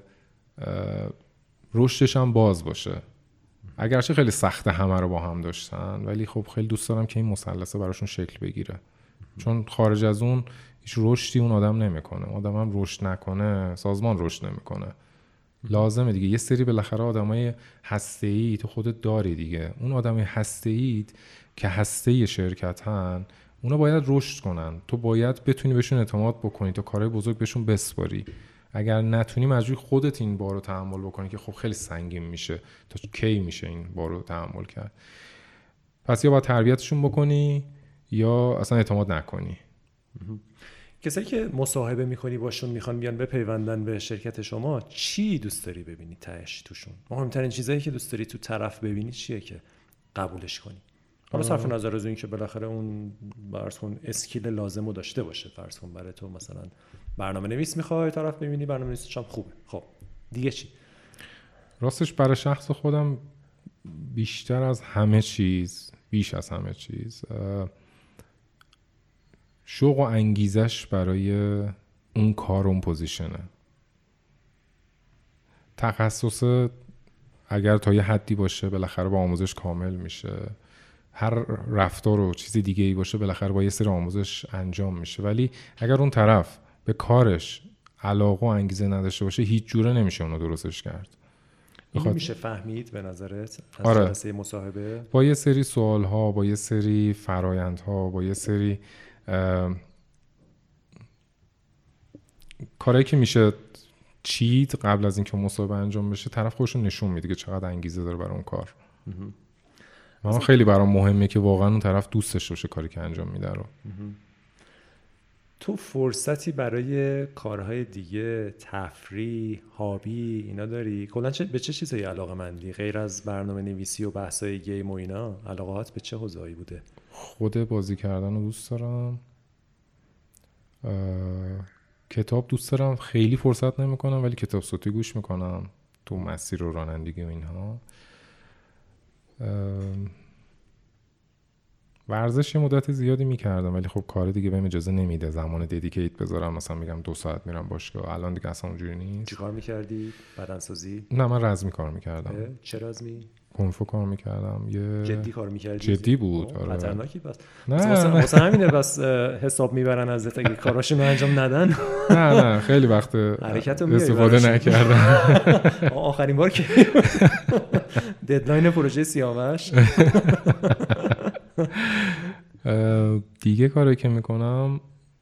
رشدش هم باز باشه. اگرچه خیلی سخته همه رو با هم داشتن، ولی خب خیلی دوست دارم که این مثلثه براشون شکل بگیره، چون خارج از اون هیچ رشدی اون آدم نمیکنه. آدم هم رشد نکنه سازمان رشد نمیکنه. لازمه دیگه یه سری بالاخره آدمای هسته‌ای تو خودت داری دیگه. اون آدمای هسته‌ای که هسته شرکتن اونا باید رشد کنن، تو باید بتونی بهشون اعتماد بکنی تا کارهای بزرگ بهشون بسپاری. اگر نتونی مجبوری خودت این بارو تحمل بکنی که خب خیلی سنگین میشه، تا کی میشه این بارو تحمل کرد. پس یا باید تربیتشون بکنی یا اصلا اعتماد نکنی. کسایی که مصاحبه میکنی باشون میخوان بیان بپیوندن به شرکت شما، چی دوست داری ببینی تهش توشون؟ مهمترین چیزایی که دوست داری تو طرف ببینی چیه که قبولش کنی؟ حالا صرف نظر از این که بالاخره اون فرض کن اسکیل لازمو داشته باشه، فرض کن برای تو مثلا برنامه نویس میخوای طرف ببینی، برنامه نویسش هم خوبه، خب دیگه چی؟ راستش برای شخص خودم بیش از همه چیز شوق و انگیزش برای اون کار، اون پوزیشنه. تخصص اگر تا یه حدی باشه بالاخره با آموزش کامل میشه، هر رفتار و چیزی دیگه ای باشه بالاخره با یه سری آموزش انجام میشه، ولی اگر اون طرف به کارش علاقه و انگیزه نداشته باشه هیچ جوره نمیشه اونو درستش کرد. اینو میشه فهمید به نظرت از جلسه مصاحبه؟ با یه سری سوال‌ها، با یه سری فرایندها، با یه سری کاری که میشه چید قبل از اینکه مصاحبه انجام بشه، طرف خودش رو نشون میده که چقدر انگیزه داره برای اون کار. من خیلی برام مهمه که واقعا اون طرف دوستش باشه کاری که انجام میده رو. تو فرصتی برای کارهای دیگه، تفریح، هابی اینا داری؟ کلاً به چه چیزایی علاقه‌مندی غیر از برنامه نویسی و بحث‌های گیم و اینا؟ علاقه‌هات به چه حوزه‌ای بوده؟ خود بازی کردن رو دوست دارم. کتاب دوست دارم، خیلی فرصت نمی‌کنم ولی کتاب صوتی گوش می‌کنم تو مسیر و رانندگی و اینها. ورزش یه مدت زیادی میکردم ولی خب کار دیگه بهم اجازه نمیده زمان ددیکیت بذارم، مثلا میگم 2 ساعت میرم باشگاه. الان دیگه اصلا اونجوری نیست. چی کار میکردی؟ بدنسازی؟ نه من رزمی کار میکردم. چه رزمی؟ کنفو کار میکردم. جدی کار میکردی؟ جدی بود. آره. خطرناکی بس. نه واسه همینه بس حساب میبرن ازت اگه کاراشونو انجام ندن. نه خیلی وقت استفاده نکردم. آخرین بار که ددلاین پروژه سیاوش. دیگه کاری که میکنم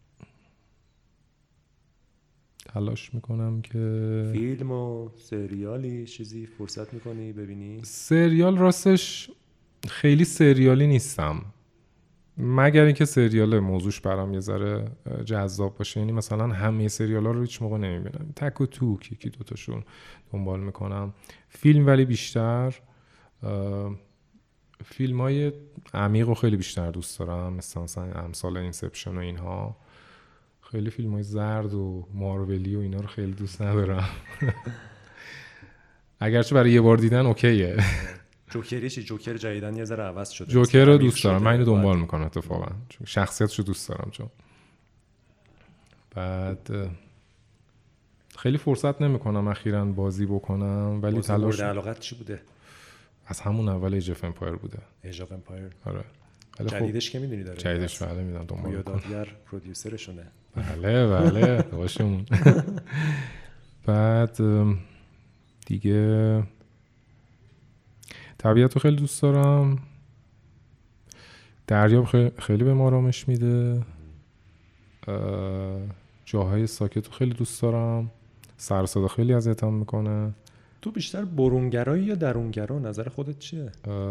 تلاش میکنم که فیلم و سریالی چیزی فرصت میکنی ببینی؟ سریال راستش خیلی سریالی نیستم، مگر اینکه سریال موضوعش برام یه ذره جذاب باشه. یعنی مثلا همه سریالا رو هیچ موقع نمیبینم، تک و توک یکی دوتاشون دنبال میکنم. فیلم ولی بیشتر فیلم‌های عمیق و خیلی بیشتر دوست دارم، مثلا امثال اینسپشن و اینها. خیلی فیلم‌های زرد و مارولی و اینا رو خیلی دوست ندارم. اگرچه برای یه بار دیدن اوکیه. جوکری چی؟ جوکر جدیدن یه ذره عوض شده. جوکر رو دوست دارم، من اینو دنبال میکنم اتفاقا، چون شخصیتشو دوست دارم. چون بعد خیلی فرصت نمیکنم اخیراً بازی بکنم، ولی تلاش. مورد علاقت چی بوده؟ از همون اول ایج اف امپایر بوده. ایج اف امپایر. آره. جدیدش که میدونی داره؟ جدیدش بله میدونم، دنبال میکنم. یادگار پرودیوسرشونه. بله باشمون. بعد دیگه طبیعت رو خیلی دوست دارم. دریاب خیلی به ما آرامش میده. جاهای ساکت رو خیلی دوست دارم. سر صدا خیلی اذیتم میکنه. تو بیشتر برونگرایی یا درونگرا؟ نظر خودت چیه؟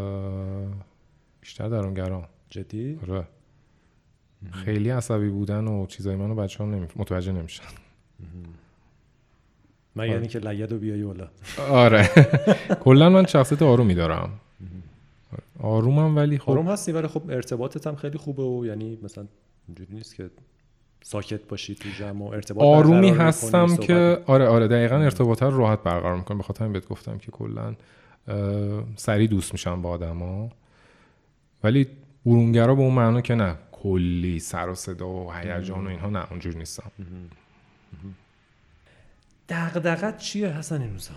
بیشتر درونگرا. جدی؟ آره. خیلی عصبی بودن و چیزای منو بچه‌ها متوجه نمیشن. من یعنی که لیدو بیایی بالا. آره. کلا من شخصیت آرومی دارم. آرومم، ولی خب آروم هستی ولی خب ارتباطت هم خیلی خوبه و یعنی مثلا اینجوری نیست که ساکت باشی تو جمع و ارتباط آرومی هستم که آره دقیقاً ارتباط رو راحت برقرار میکنم. به خاطر همین بهت گفتم که کلا سریع دوست میشم با آدما، ولی برونگرا به اون معنا که نه کلی سر و صدا و هیجان و اینها، نه اونجوری نیستم. دغدغت چیه حسن این روزا؟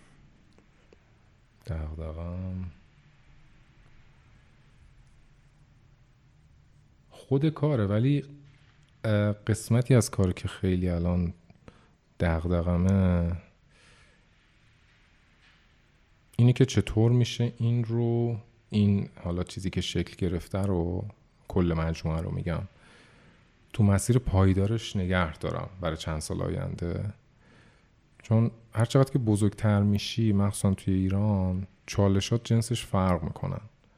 دغدغم خود کاره، ولی قسمتی از کار که خیلی الان دغدغمه اینی که چطور میشه این حالا چیزی که شکل گرفته رو، کل مجموعه رو میگم، تو مسیر پایدارش نگه دارم برای چند سال آینده. چون هر چقدر که بزرگتر میشی، مخصوصا توی ایران، چالشات جنسش فرق میکنن.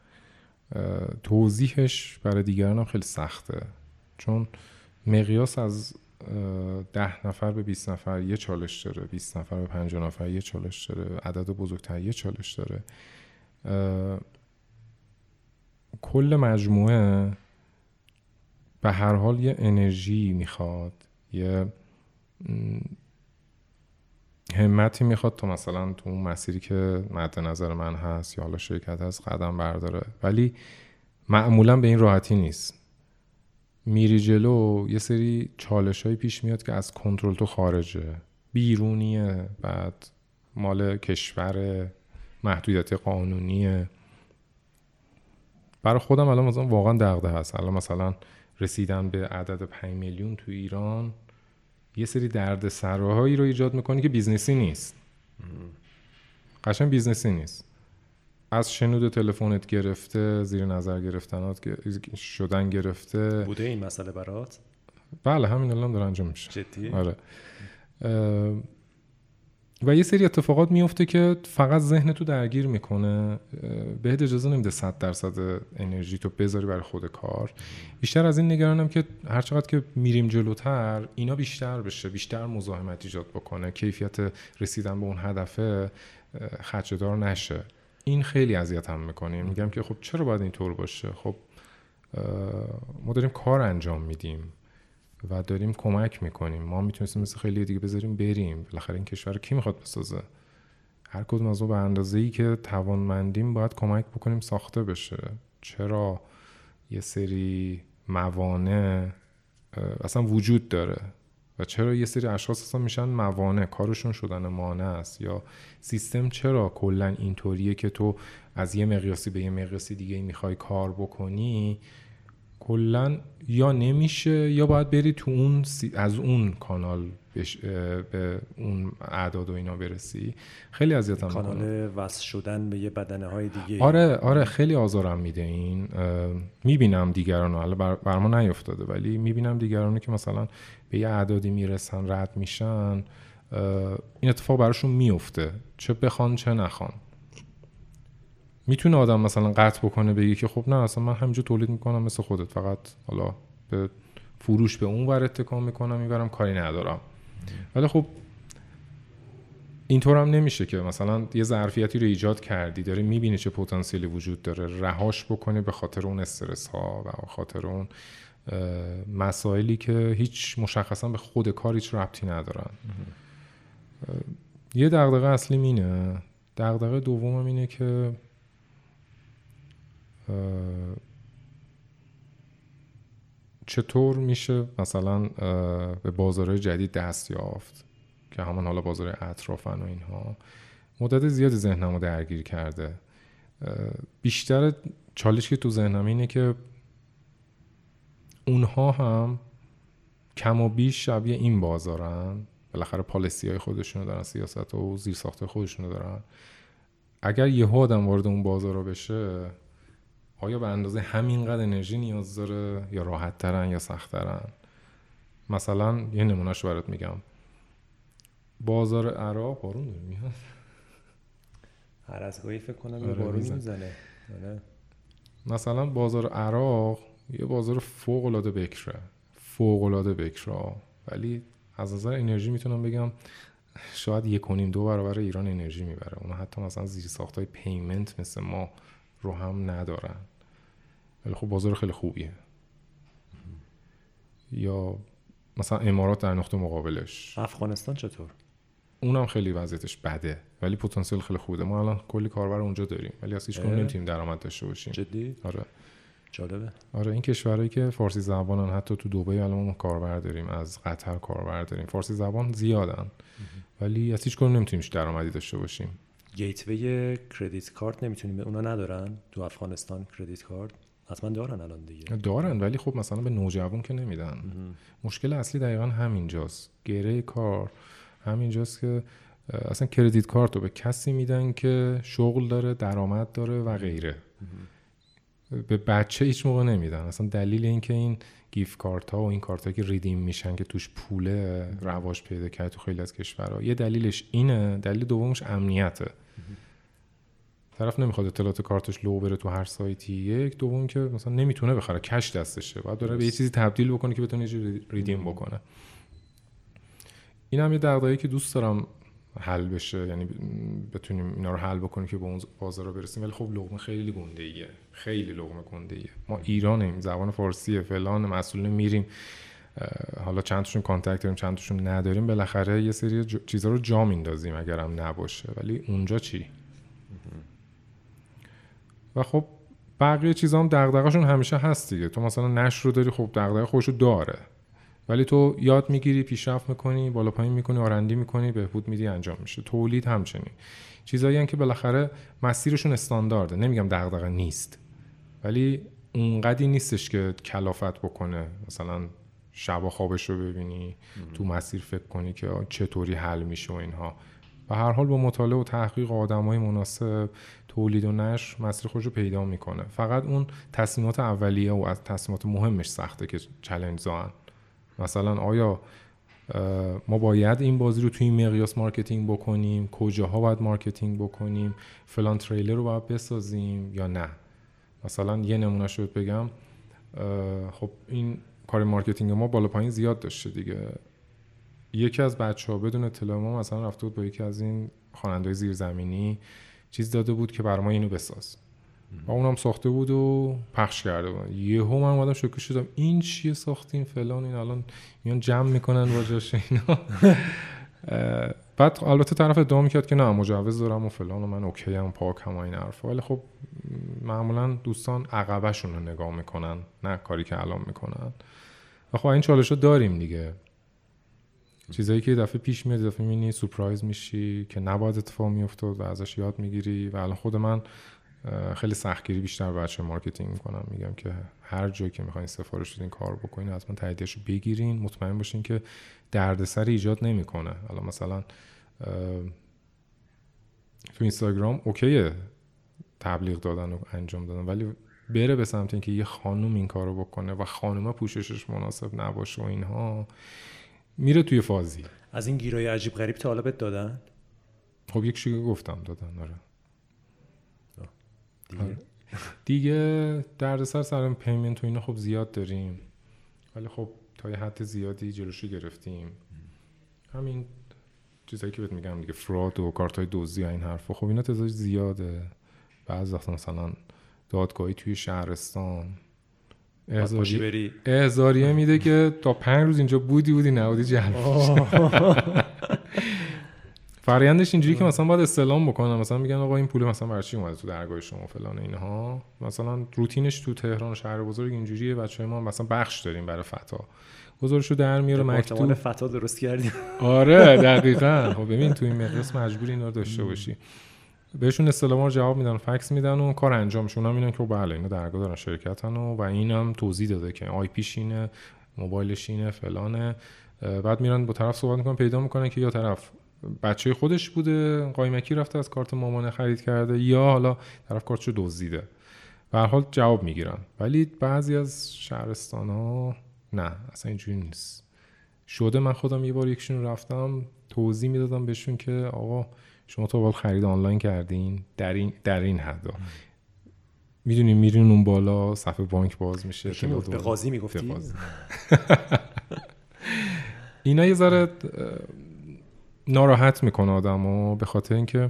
توضیحش برای دیگران هم خیلی سخته، چون مقیاس از 10 نفر به 20 نفر یه چالش داره، 20 نفر به 50 نفر یه چالش داره، عدد بزرگتر یه چالش داره. کل مجموعه به هر حال یه انرژی میخواد، یه همتی میخواد تا مثلا تو اون مسیری که مد نظر من هست یا حالا شرکت هست قدم برداره، ولی معمولا به این راحتی نیست. میری جلو، یه سری چالش‌های پیش میاد که از کنترل تو خارجه، بیرونیه، بعد مال کشور، محدودیت قانونیه. برای خودم الان مثلا واقعا دغدغه هست. الان مثلا رسیدن به عدد 5 میلیون تو ایران یه سری دردسرهایی رو ایجاد میکنه که بیزنسی نیست. قشنگ بیزنسی نیست. از شنود تلفنت گرفته، زیر نظر گرفتنات شدن گرفته. بوده این مسئله برات؟ بله، همین الان داره انجام میشه. جدی؟ آره. و یه سری اتفاقات میفته که فقط ذهنتو درگیر میکنه، بهت اجازه نمیده 100% انرژی تو بذاری برای خود کار. بیشتر از این نگرانم که هر چقدر که میریم جلوتر اینا بیشتر بشه، بیشتر مزاحمت ایجاد بکنه، کیفیت رسیدن به اون هدف خدشه‌دار نشه. این خیلی اذیتم میکنه. میگم که خب چرا باید اینطور باشه؟ خب ما داریم کار انجام میدیم و داریم کمک میکنیم. ما میتونستیم مثل خیلی دیگه بذاریم بریم. بالاخره این کشور رو کی میخواد بسازه؟ هر کدوم از ما به اندازه‌ای که توانمندیم باید کمک بکنیم ساخته بشه. چرا یه سری موانع اصلا وجود داره و چرا یه سری اشخاص اصلا میشن موانع، کارشون شدن مانع است؟ یا سیستم چرا کلا اینطوریه که تو از یه مقیاسی به یه مقیاسی دیگه میخوای کار بکنی، کلا یا نمیشه یا باید بری تو اون از اون کانال به اون اعداد و اینا برسی. خیلی اذیتم میکنه. کانال وصل شدن به یه بدنه های دیگه. آره خیلی آزارم میده این. میبینم دیگرانو، حالا بر ما نیفتاده، ولی میبینم دیگرانو که مثلا به یه اعدادی میرسن، رد میشن، این اتفاق براشون میفته، چه بخوان چه نخوان. میتونه آدم مثلا قطع بکنه بگه که خب نه اصلا من همینجا تولید میکنم مثل خودت، فقط حالا به فروش به اون ور اتکا میکنم، میبرم، کاری ندارم. ولی خب اینطور هم نمیشه که مثلا یه ظرفیتی رو ایجاد کردی، داری میبینی چه پتانسیلی وجود داره، رهاش بکنی به خاطر اون استرس ها و به خاطر اون مسائلی که هیچ مشخصا به خود کار هیچ ربطی ندارن. یه دغدغه اصلی اینه. دغدغه دومم اینه که چطور میشه مثلا به بازارهای جدید دست یافت که همون حالا بازار اطرافن و اینها مدت زیادی ذهنمو درگیر کرده. بیشتر چالشی که تو ذهنم اینه که اونها هم کم و بیش شبیه این بازارن، بالاخره پالیسی های خودشونو دارن، سیاست و زیرساخت خودشونو دارن. اگر یه آدم وارد اون بازار بشه، آیا به اندازه همینقدر انرژی نیاز داره یا راحت ترن یا سخت ترن؟ مثلا یه نمونهشو برات میگم. بازار عراق بارون داره میاد، هر از گاهی فکر کنم یه بارونی میزنه. مثلا بازار عراق یه بازار فوق العاده بکره، ولی از نظر انرژی میتونم بگم شاید 1.5-2 برابر ایران انرژی میبره. اونا حتی مثلا زیرساخت‌های پیمنت مثل ما رو هم ندارن، ولی خب بازار خیلی خوبیه. یا مثلا امارات در نقطه مقابلش. افغانستان چطور؟ اونم خیلی وضعیتش بده ولی پتانسیل خیلی خوبه. ما الان کلی کاربر اونجا داریم ولی از هیچ کدوم نمیتونیم درآمد داشته باشیم. جدی؟ آره. جالبه. آره، این کشورهایی که فارسی زبانن، حتی تو دبی الان ما کاربر داریم، از قطر کاربر داریم، فارسی زبان زیادن ولی از هیچ کدوم نمیتونیم درآمدی داشته باشیم. گیتوی کردیت کارت نمیتونیم، اونا ندارن تو افغانستان کردیت کارت؟ حتما دارن الان دیگه. دارن ولی خب مثلا به نوجوان که نمیدن. مشکل اصلی دقیقاً همینجاست. گره کار همینجاست که اصلا کردیت کارت رو به کسی میدن که شغل داره، درآمد داره و غیره. به بچه هیچ موقع نمیدن. اصلا دلیل این که این گیفت کارت ها و این کارت ها که ریدیم میشن که توش پوله رواج پیدا کرده تو خیلی از کشورها، یه دلیلش اینه. دلیل دومش امنیته. طرف نمیخواد اطلاعات کارتش لو بره تو هر سایتی. یک دوم که مثلا نمیتونه بخره، کش دستشه، باید داره به یه چیزی تبدیل بکنه که بتونه یه ریدیم بکنه. این هم یه دغدغه‌ای که دوست دارم حل بشه، یعنی بتونیم اینا رو حل بکنیم که به اون بازار برسیم. ولی خب لقمه خیلی گنده‌ایه، خیلی لقمه گنده‌ایه. ما ایرانیم، زبان فارسیه، فلان، مسئولین میریم، حالا چند تاشون کانتکت داریم، چند تاشون نداریم، بالاخره یه سری چیزا رو جا میندازیم اگرم نباشه. ولی اونجا چی؟ و خب بقیه چیزا هم دغدغه‌شون همیشه هست دیگه. تو مثلا نشر رو داری، خب دغدغه خودشو داره، ولی تو یاد میگیری، پیشرفت میکنی، بالا پایین میکنی، آرندی میکنی، بهبود میدی، انجام میشه. تولید همچنین چیزایی هستن که بالاخره مسیرشون استاندارده. نمیگم دغدغه نیست، ولی اونقدی نیستش که کلافت بکنه مثلا شب خوابش رو ببینی، تو مسیر فکر کنی که چطوری حل میشه و اینها. و هر حال با مطالعه و تحقیق آدمای مناسب، تولید و نشر مسیر خودش رو پیدا میکنه. فقط اون تصمیمات اولیه و از تصمیمات مهمش سخته که چالش زان. مثلا آیا ما باید این بازی رو توی این مقیاس مارکتینگ بکنیم؟ کجاها باید مارکتینگ بکنیم؟ فلان تریلر رو باید بسازیم یا نه؟ مثلا یه نمونه شد بگم، خب این کار مارکتینگ ما بالا پایین زیاد داشته دیگه. یکی از بچه‌ها بدون اطلاع ما مثلا رفته بود با یکی از این خواننده‌های زیرزمینی چیز داده بود که برای ما اینو بساز و اونم ساخته بود و پخش کرده بود. یهو من اومدم شوکه شدم، این چیه ساختین فلان، این الان میان جمع میکنن واجاش اینا. بعد البته طرف ادعا میکرد که نه مجوز دارم و فلان و من اوکی ام، پاکم و این حرفا. ولی خب معمولا دوستان عقبه‌شون رو نگاه میکنن، نه کاری که الان میکنن. و خب این چالشو داریم دیگه. چیزایی که دفعه پیش میاد، دفعه میبینی سورپرایز میشی که نباید اتفاق میافتاد و ازش یاد میگیری. و الان خود من خیلی سختگیری بیشتر بچه مارکتینگ میکنم، میگم که هر جایی که میخواین سفارش بدین کار بکنین حتما تاییدش رو بگیرین، مطمئن باشین که دردسر ایجاد نمیکنه. الان مثلا تو اینستاگرام اوکیه تبلیغ دادن و انجام دادن، ولی بره به سمت اینکه یه خانم این کارو بکنه و خانومه پوششش مناسب نباشه و اینها، میره توی فازی. از این گیرای عجیب غریب تا حالا بهت دادن؟ خب یک چیزی گفتم دادن. آره دیگه دردسر سر پیمنت و اینا خب زیاد داریم، ولی خب تا یه حد زیادی جلوشو گرفتیم. همین چیزایی که بهت میگم دیگه، فراد و کارتای دزدی و این حرفا، خب اینا تعدادش زیاده. بعضی وقتا مثلا دادگاهی توی شهرستان احضاریه میده که تا 5 روز اینجا بودی نبودی جلب. فرآیندش اینجوری که مثلا باید استعلام بکنن، مثلا میگن آقا این پول مثلا برای چی اومده تو درگاه شما فلان اینها. مثلا روتینش تو تهران شهر بزرگ اینجوریه. بچهای ما مثلا بخش داریم برای فتا، گزارشو در میاره مکتوب فتا درست کردیم. آره دقیقاً. خب ببین تو این مقیاس مجبوری اینا رو داشته باشی. بهشون استعلاما رو جواب میدن، فکس میدن و کار انجام میشه. اونا میگن که بله اینا درگاه دارن شرکتن و اینم توضیح داده که آی پیش اینه، موبایلش اینه، فلانه. بعد میرن با طرف صحبت میکنن، پیدا میکنن که یا طرف بچه خودش بوده، قایمکی رفته از کارت مامانه خرید کرده، یا حالا طرف کارتشو دزدیده. به هر حال جواب میگیرن. ولی بعضی از شهرستان‌ها نه، اصلا اینجوری نیست. شده من خودم یه بار یکشون رفتم توضیح میدادم بهشون که آقا شما تو خرید آنلاین کردین در این حدا، میدونین میرین اون بالا صفحه بانک باز میشه. به قاضی میگفتی؟ اینا یه ذره ناراحت میکنه آدمو، به خاطر اینکه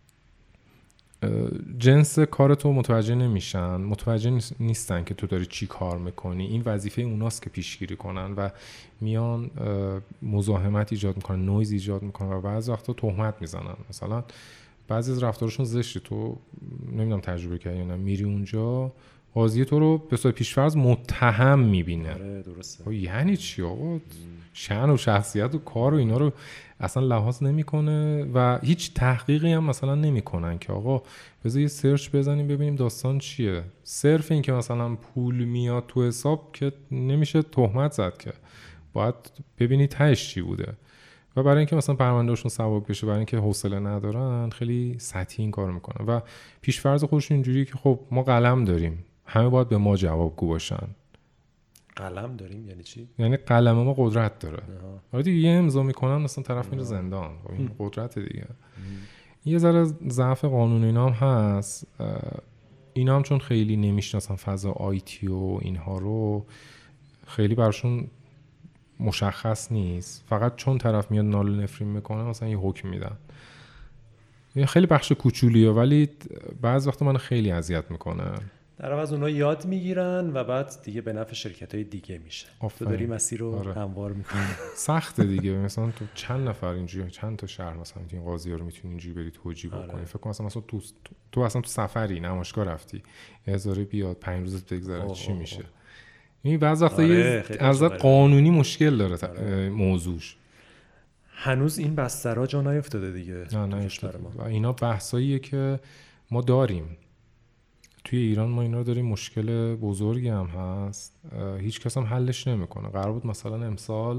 جنس کارتو متوجه نمیشن، متوجه نیستن که تو داری چی کار میکنی. این وظیفه اوناست که پیشگیری کنن و میان مزاحمت ایجاد میکنن، نویز ایجاد میکنن و بعضی وقتا تهمت میزنن. مثلا بعضی از رفتارشون زشته. تو نمیدونم تجربه کردی یا نه، میری اونجا قاضی تو رو به صورت پیش‌فرض متهم میبینه. آره درسته. یعنی چی آقا؟ شأن و شخصیت و کار و اینا رو اصلا لحاظ نمیکنه و هیچ تحقیقی هم مثلا نمیکنن که آقا بذار یه سرچ بزنیم ببینیم داستان چیه. صرف این که مثلا پول میاد تو حساب که نمیشه تهمت زد، که باید ببینی تهش چی بوده. و برای اینکه مثلا پروندهشون سبک بشه، برای اینکه حوصله ندارن، خیلی سطحی این کارو میکنن و پیش‌فرض خودشون اینجوریه که خب ما قلم داریم، همه باید به ما جوابگو باشن. قلم داریم یعنی چی؟ یعنی قلم ما قدرت داره. آره دیگه، یه امضا میکنن مثلا طرف میره زندان. این قدرت دیگه. یه ذره ضعف قانون اینا هم هست. اینا هم چون خیلی نمیشناسن فضا آیتی و اینها رو، خیلی براشون مشخص نیست. فقط چون طرف میاد ناله نفرین میکنه مثلا یه حکم میدن. این خیلی بخش کوچولیه ولی بعضی وقتا من خیلی اذیت میکنه. در عوض اونها یاد میگیرن و بعد دیگه به نفع شرکت‌های دیگه میشه. تو داری مسیر رو هموار میکنی. سخته دیگه. مثلا تو چند نفر اینجوری، چند تا شهر مثلا این قاضی‌ها رو میتونی اینجوری بری توجیه بکنی. فکر کنم مثلا تو اصلا تو سفری نمایشگاه رفتی، هزاره بیاد 5 روزت بگذره چی میشه. این بعضی وقتا از قانونی مشکل داره موضوعش. هنوز این بسترها جا نیفتاده دیگه. نه نیفتاده. و اینا بحثاییه که ما داریم توی ایران. ما اینا داریم، مشکل بزرگی هم هست، هیچ کس هم حلش نمیکنه. قرار بود مثلا امسال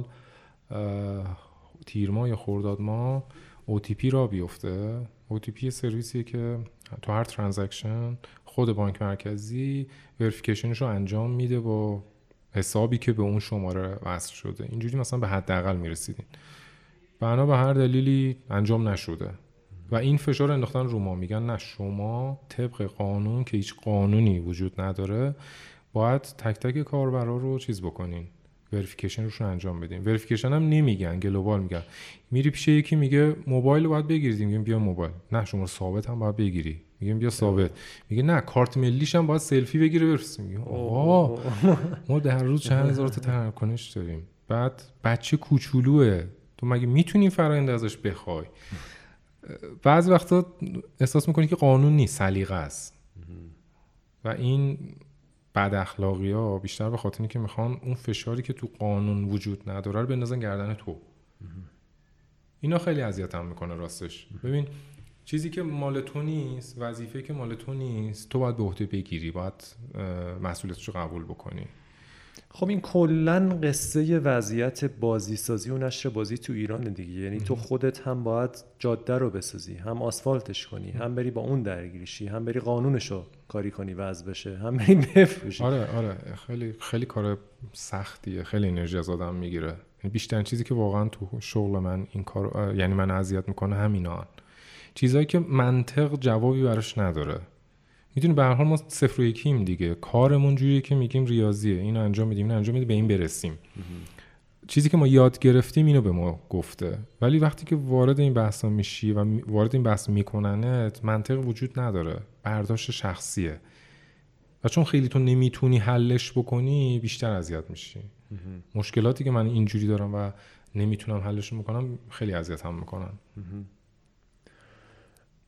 تیر ماه یا خرداد ماه OTP را بیفته. OTP سرویسیه که تو هر ترانزکشن خود بانک مرکزی وریفیکیشنش رو انجام میده با حسابی که به اون شماره وصل شده. اینجوری مثلا به حداقل میرسیدین. بنا به هر دلیلی انجام نشده و این فشار انداختن رو ما. میگن نه، شما طبق قانون که هیچ قانونی وجود نداره باید تک تک کاربرا رو چیز بکنین، وریفیکیشن روشون انجام بدین. وریفیکیشن هم نمیگن، گلوبال میگن. میری پیش یکی میگه موبایل رو باید بگیرید، میگیم بیا موبایل. نه، شما ثابت هم باید بگیری، میگیم بیا ثابت. میگه نه، کارت ملیش هم باید سلفی بگیره بفرست. میگیم آقا ما در روز چند هزار تا تراکنش داریم. بعد بچه کوچولوئه، تو مگه میتونی فرآیند ازش بخوای؟ بعضی وقتا احساس میکنی که قانون نیست، سلیقه است. و این بد اخلاقی‌ها بیشتر به خاطر اینکه میخوان اون فشاری که تو قانون وجود نداره رو بندازن گردن تو. اینا خیلی اذیتم میکنه راستش. ببین چیزی که مال تو نیست، وظیفه‌ای که مال تو نیست، تو باید به عهده بگیری، باید مسئولیتش رو قبول بکنی. خب این کلن قصه وضعیت بازیسازی و نشر بازی تو ایران دیگه. یعنی تو خودت هم باید جاده رو بسازی، هم آسفالتش کنی، هم بری با اون درگیریشی، هم بری قانونشو کاری کنی وضع بشه، هم بری بفروشی. آره خیلی خیلی کار سختیه، خیلی انرژی از آدم میگیره. بیشترین چیزی که واقعا تو شغل من این کار یعنی من اذیت میکنه همینا، چیزایی که منطق جوابی براش نداره. میدونی به هر حال ما 0 و 1 دیگه، کارمون جوریه که میگیم ریاضیه، اینو انجام میدیم، اینو انجام میدیم، به این برسیم. چیزی که ما یاد گرفتیم اینو به ما گفته. ولی وقتی که وارد این بحثا میشی و وارد این بحث میکننت، منطق وجود نداره، برداشت شخصیه. و چون خیلی تو نمیتونی حلش بکنی، بیشتر اذیت میشی. مشکلاتی که من اینجوری دارم و نمیتونم حلش میکنم خیلی اذیتم میکنن.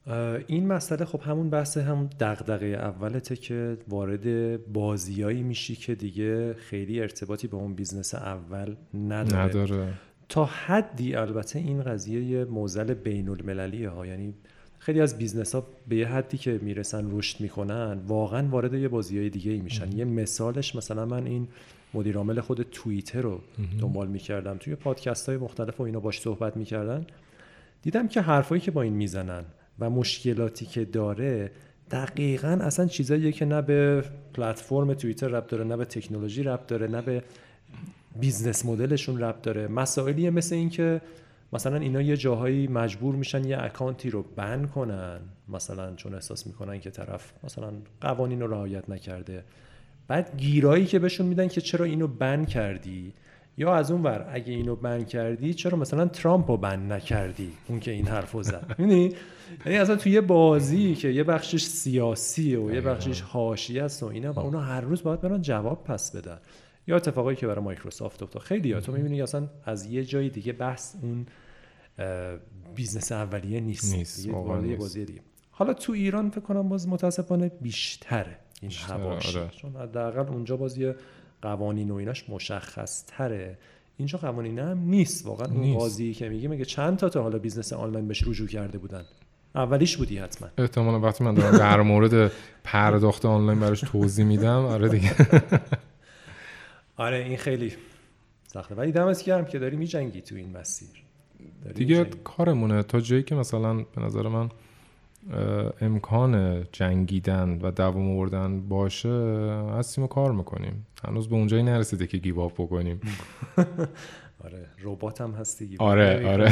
این مسئله خب همون بحث هم دغدغه اولته که وارد بازیایی میشی که دیگه خیلی ارتباطی به اون بیزنس اول نداره. تا حدی البته این قضیه یه معضل بین المللیه ها، یعنی خیلی از بیزنس ها به یه حدی که میرسن رشد میکنن واقعا وارد یه بازیای دیگه ای میشن. یه مثالش مثلا من این مدیر عامل خود توییتر رو دنبال میکردم، توی پادکست های مختلف و اینا باش صحبت میکردن، دیدم که حرفایی که با این میزنن و مشکلاتی که داره دقیقاً اصلا چیزاییه که نه به پلتفرم توییتر ربط داره، نه به تکنولوژی ربط داره، نه به بیزنس مدلشون ربط داره. مسائلیه مثل این که مثلا اینا یه جاهایی مجبور میشن یه اکانتی رو بن کنن، مثلا چون احساس میکنن که طرف مثلا قوانین رو رعایت نکرده. بعد گیرایی که بهشون میدن که چرا اینو بن کردی، یا از اون ور اگه اینو بن کردی چرا مثلا ترامپ رو بن نکردی، اون که این حرفو زد. یعنی اصلا توی یه بازی که یه بخشش سیاسیه و یه بخشش حاشیه است و اینا، و اونا هر روز باید برن جواب پس بدن. یا اتفاقایی که برای مایکروسافت افتاد، خیلی ها تو میبینی اصلا از یه جای دیگه بحث اون بیزنس اولیه نیست. یه بازی دیگه. حالا تو ایران فکر کنم باز متاسفانه بیشتره این حواش، چون حداقل اونجا باز یه قوانین و ایناش مشخص تره. اینجا قوانین هم نیست واقعا. اون بازی که میگه چند تا حالا بیزنس آنلاین بهش رجوع کرده بودن، اولیش بودی حتما. احتمالاً وقتی من دارم در مورد پرداخت آنلاین براش توضیح میدم، آره دیگه. آره این خیلی سخته، ولی دمت گرم که داری میجنگی تو این مسیر دیگه. کارمونه تا جایی که مثلا به نظر من امکان جنگیدن و دوام آوردن باشه هستیم و کار میکنیم. هنوز به اونجایی نرسیده که گیو آپ بکنیم. آره ربات هم هستی گیو. آره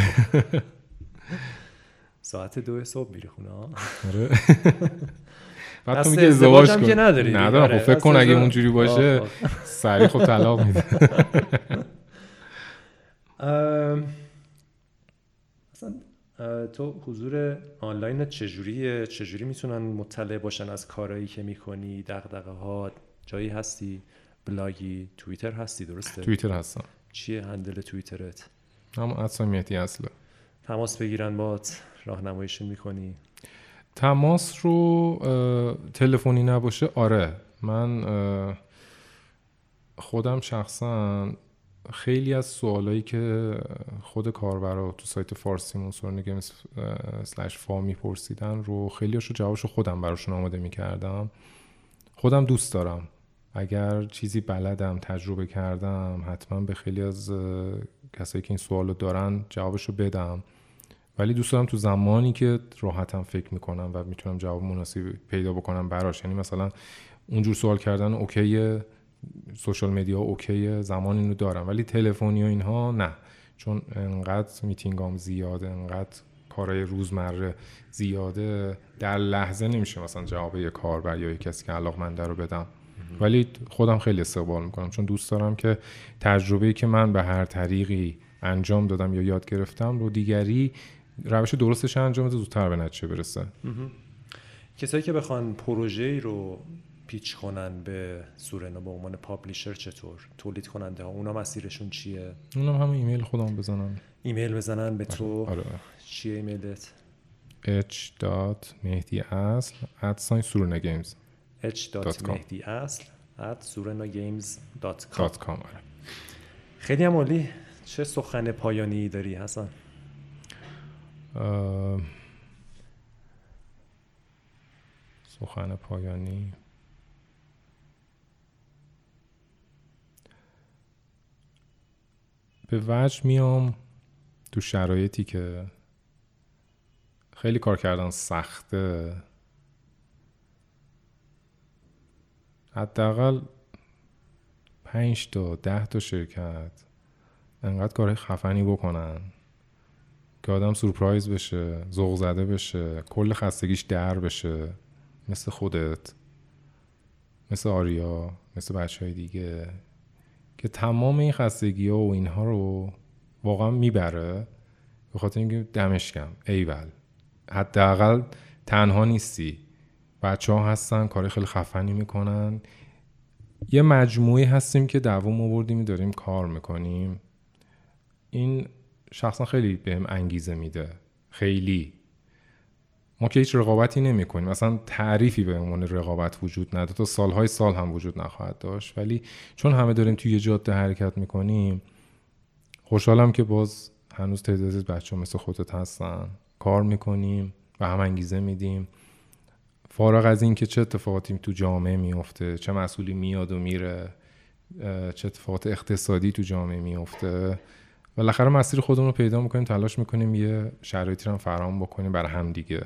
ساعت 2 صبح میری خونه. آره بعد تو میگه ازدواج کن. که نداری. ندارم. خب فکر کن اگه اونجوری باشه سریع خب طلاق میده. اصلا تو حضور آنلاین چجوریه؟ چجوری میتونن مطلع باشن از کارهایی که میکنی، دغدغه ها؟ جایی هستی؟ بلاگی؟ توییتر هستی درسته؟ توییتر هستم. چیه هندل توییترت؟ هم @مهدی اصله. تماس بگیرن باهات، راهنماییشون میکنی؟ تماس رو تلفنی نباشه آره. من خودم شخصا خیلی از سوالایی که خود کاربرا تو سایت فارسیمون سورنگیمز/فا میپرسیدن رو خیلیاشو جوابشو خودم براشون آماده میکردم. خودم دوست دارم اگر چیزی بلدم، تجربه کردم، حتما به خیلی از کسایی که این سوالو دارن جوابشو بدم. ولی دوست دارم تو زمانی که راحتم فکر میکنم و میتونم جواب مناسبی پیدا بکنم براش. یعنی مثلا اونجور سوال کردن اوکیه، سوشال مدیا اوکیه، زمان اینو دارم، ولی تلفنی و اینها نه، چون انقدر میتینگام زیاده، انقدر کارهای روزمره زیاده، در لحظه نمیشه مثلا جواب یه کاربر یا یه کسی که علاقمنده رو بدم. ولی خودم خیلی استقبال میکنم، چون دوست دارم که تجربه‌ای که من به هر طریقی انجام دادم یا یاد گرفتم رو دیگری روش درستش انجام بده، زودتر به نتیجه برسه. کسایی که بخوان پروژه‌ای رو پیچ کنن به سورنا به عنوان پابلیشر، چطور تولید کننده ها اونا مسیرشون چیه؟ اونم همه ایمیل خودم بزنن. ایمیل بزنن به تو؟ آره. چیه ایمیلت؟ h.mehdiasl@surunagames h.mehdiasl@surunagames.com. خیلی هم عالی. چه سخن پایانی داری حسن؟ سخن پایانی به وجه میام تو شرایطی که خیلی کار کردن سخته، حداقل 5 تا 10 تا شرکت انقدر کار خفنی بکنن که آدم سورپرایز بشه، ذوق زده بشه، کل خستگیش در بشه، مثل خودت، مثل آریا، مثل بچهای دیگه، که تمام این خستگی ها و اینها رو واقعا میبره. به خاطر اینکه دمش گرم، ایول، حداقل تنها نیستی، بچه ها هستن کاری خیلی خفنی میکنن، یه مجموعی هستیم که دوام آوردیم داریم کار میکنیم. این شخصا خیلی بهم انگیزه میده، خیلی. ما که هیچ رقابتی نمی‌کنیم، مثلا تعریفی به عنوان رقابت وجود نداره، تا سالهای سال هم وجود نخواهد داشت، ولی چون همه داریم توی یه جاده حرکت می‌کنیم، خوشحالم که باز هنوز تعدادی بچه‌ها مثل خودت هستن، کار می‌کنیم و هم انگیزه میدیم، فارغ از این که چه اتفاقاتی تو جامعه میفته، چه مسئولی میاد و میره، چه اتفاقات اقتصادی تو جامعه میفته، بالاخره مسیر خودمون رو پیدا میکنیم، تلاش میکنیم یه شرایطی رو فراهم بکنیم برای هم دیگه.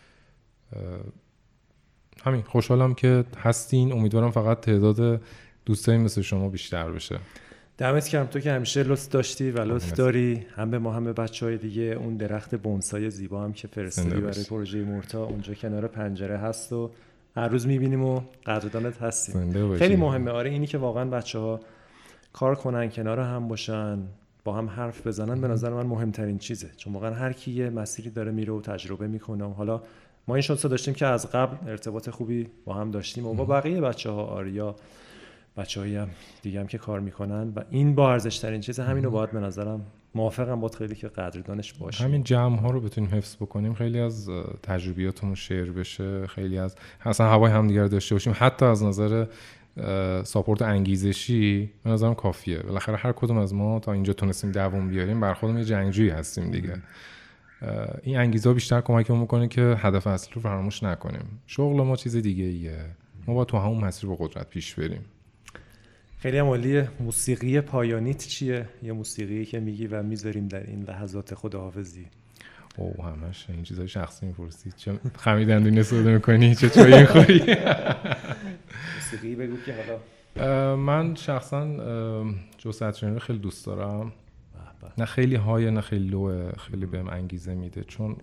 همین، خوشحالم که هستین، امیدوارم فقط تعداد دوستایی مثل شما بیشتر بشه. دمت گرم، تو که همیشه لطف داشتی و لطف داری، هم به ما هم به بچهای دیگه. اون درخت بونسای زیبا هم که فرستادی برای پروژه مورتا اونجا کنار پنجره هست و هر روز میبینیم و قدردانت هستیم. خیلی مهمه. آره، اینی که واقعا بچه‌ها کار کنن، کنار هم باشن، با هم حرف بزنن، به نظر من مهمترین چیزه، چون واقعا هر کی یه مسیری داره میره و تجربه میکنه. حالا ما این شانس داشتیم که از قبل ارتباط خوبی با هم داشتیم و با بقیه بچه‌ها، آریا، بچه‌ای هم دیگه هم که کار میکنن و این با ارزش ترین چیز همینو باید به نظرم موافقم باید خیلی که قدردانش باشیم. همین جمع ها رو بتونیم حفظ بکنیم، خیلی از تجربیاتمون شیر بشه، خیلی از اصلا هوای همدیگه رو داشته باشیم، حتی از نظر ساپورت انگیزشی به نظرم کافیه. بالاخره هر کدوم از ما تا اینجا تونستیم دووم بیاریم، بر خودمون یه جنگجویی هستیم دیگه. این انگیزه بیشتر کمکمون میکنه که هدف اصلی رو فراموش نکنیم. شغل ما چیز دیگه ایه، ما باید تو همون مسیر با قدرت پیش بریم. خیلی هم عالیه. موسیقی پایانیت چیه؟ یه موسیقی که میگی و میذاریم در این لحظات خداحافظی؟ همش این چیزای شخصی میپرسی، چه خمیدندونی استفاده میکنی، چه چایی میخوری؟ موسیقی بگو که حالا. من شخصا جو ساتورن رو خیلی دوست دارم. نه خیلی های نه خیلی لوه، خیلی بهم انگیزه میده، چون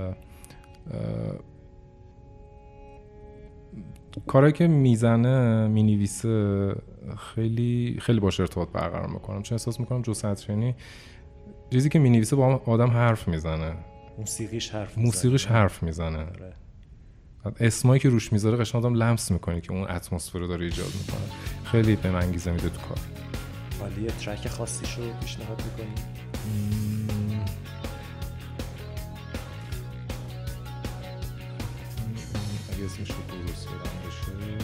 کاری که میزنه مینویسه خیلی خیلی باشه ارتباط برقرار میکنم، چون احساس میکنم جو ساتورنی چیزی که مینویسه با آدم حرف میزنه، موسیقیش حرف میزنه. اسمایی که روش میذاره قشنگ آدم لمس میکنه که اون اتمسفر رو داره ایجاد میکنه. خیلی بهم انگیزه میده تو کار. ولی ترک خاصیشو پیشنهاد میکنی؟ اگه اسمش رو درست بدم بشه،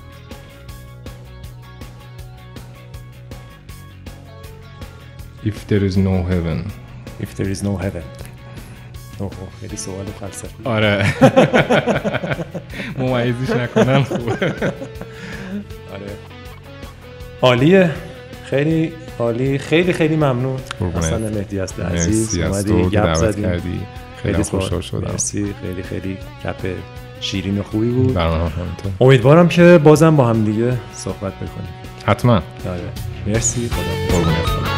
If there is no heaven. If there is no heaven. خیلی سوال فلسفی. آره. ممیزش نکنن خوبه. آره. عالیه. خیلی عالی. خیلی خیلی ممنون. حسن مهدی است عزیز. اومدی گپ زدی. خیلی خوشحال شدم. مرسی. خیلی خیلی گپ شیرین و خوبی بود. برنامه همینطور. امیدوارم که بازم با هم دیگه صحبت بکنیم. حتما. آره. مرسی. خدا.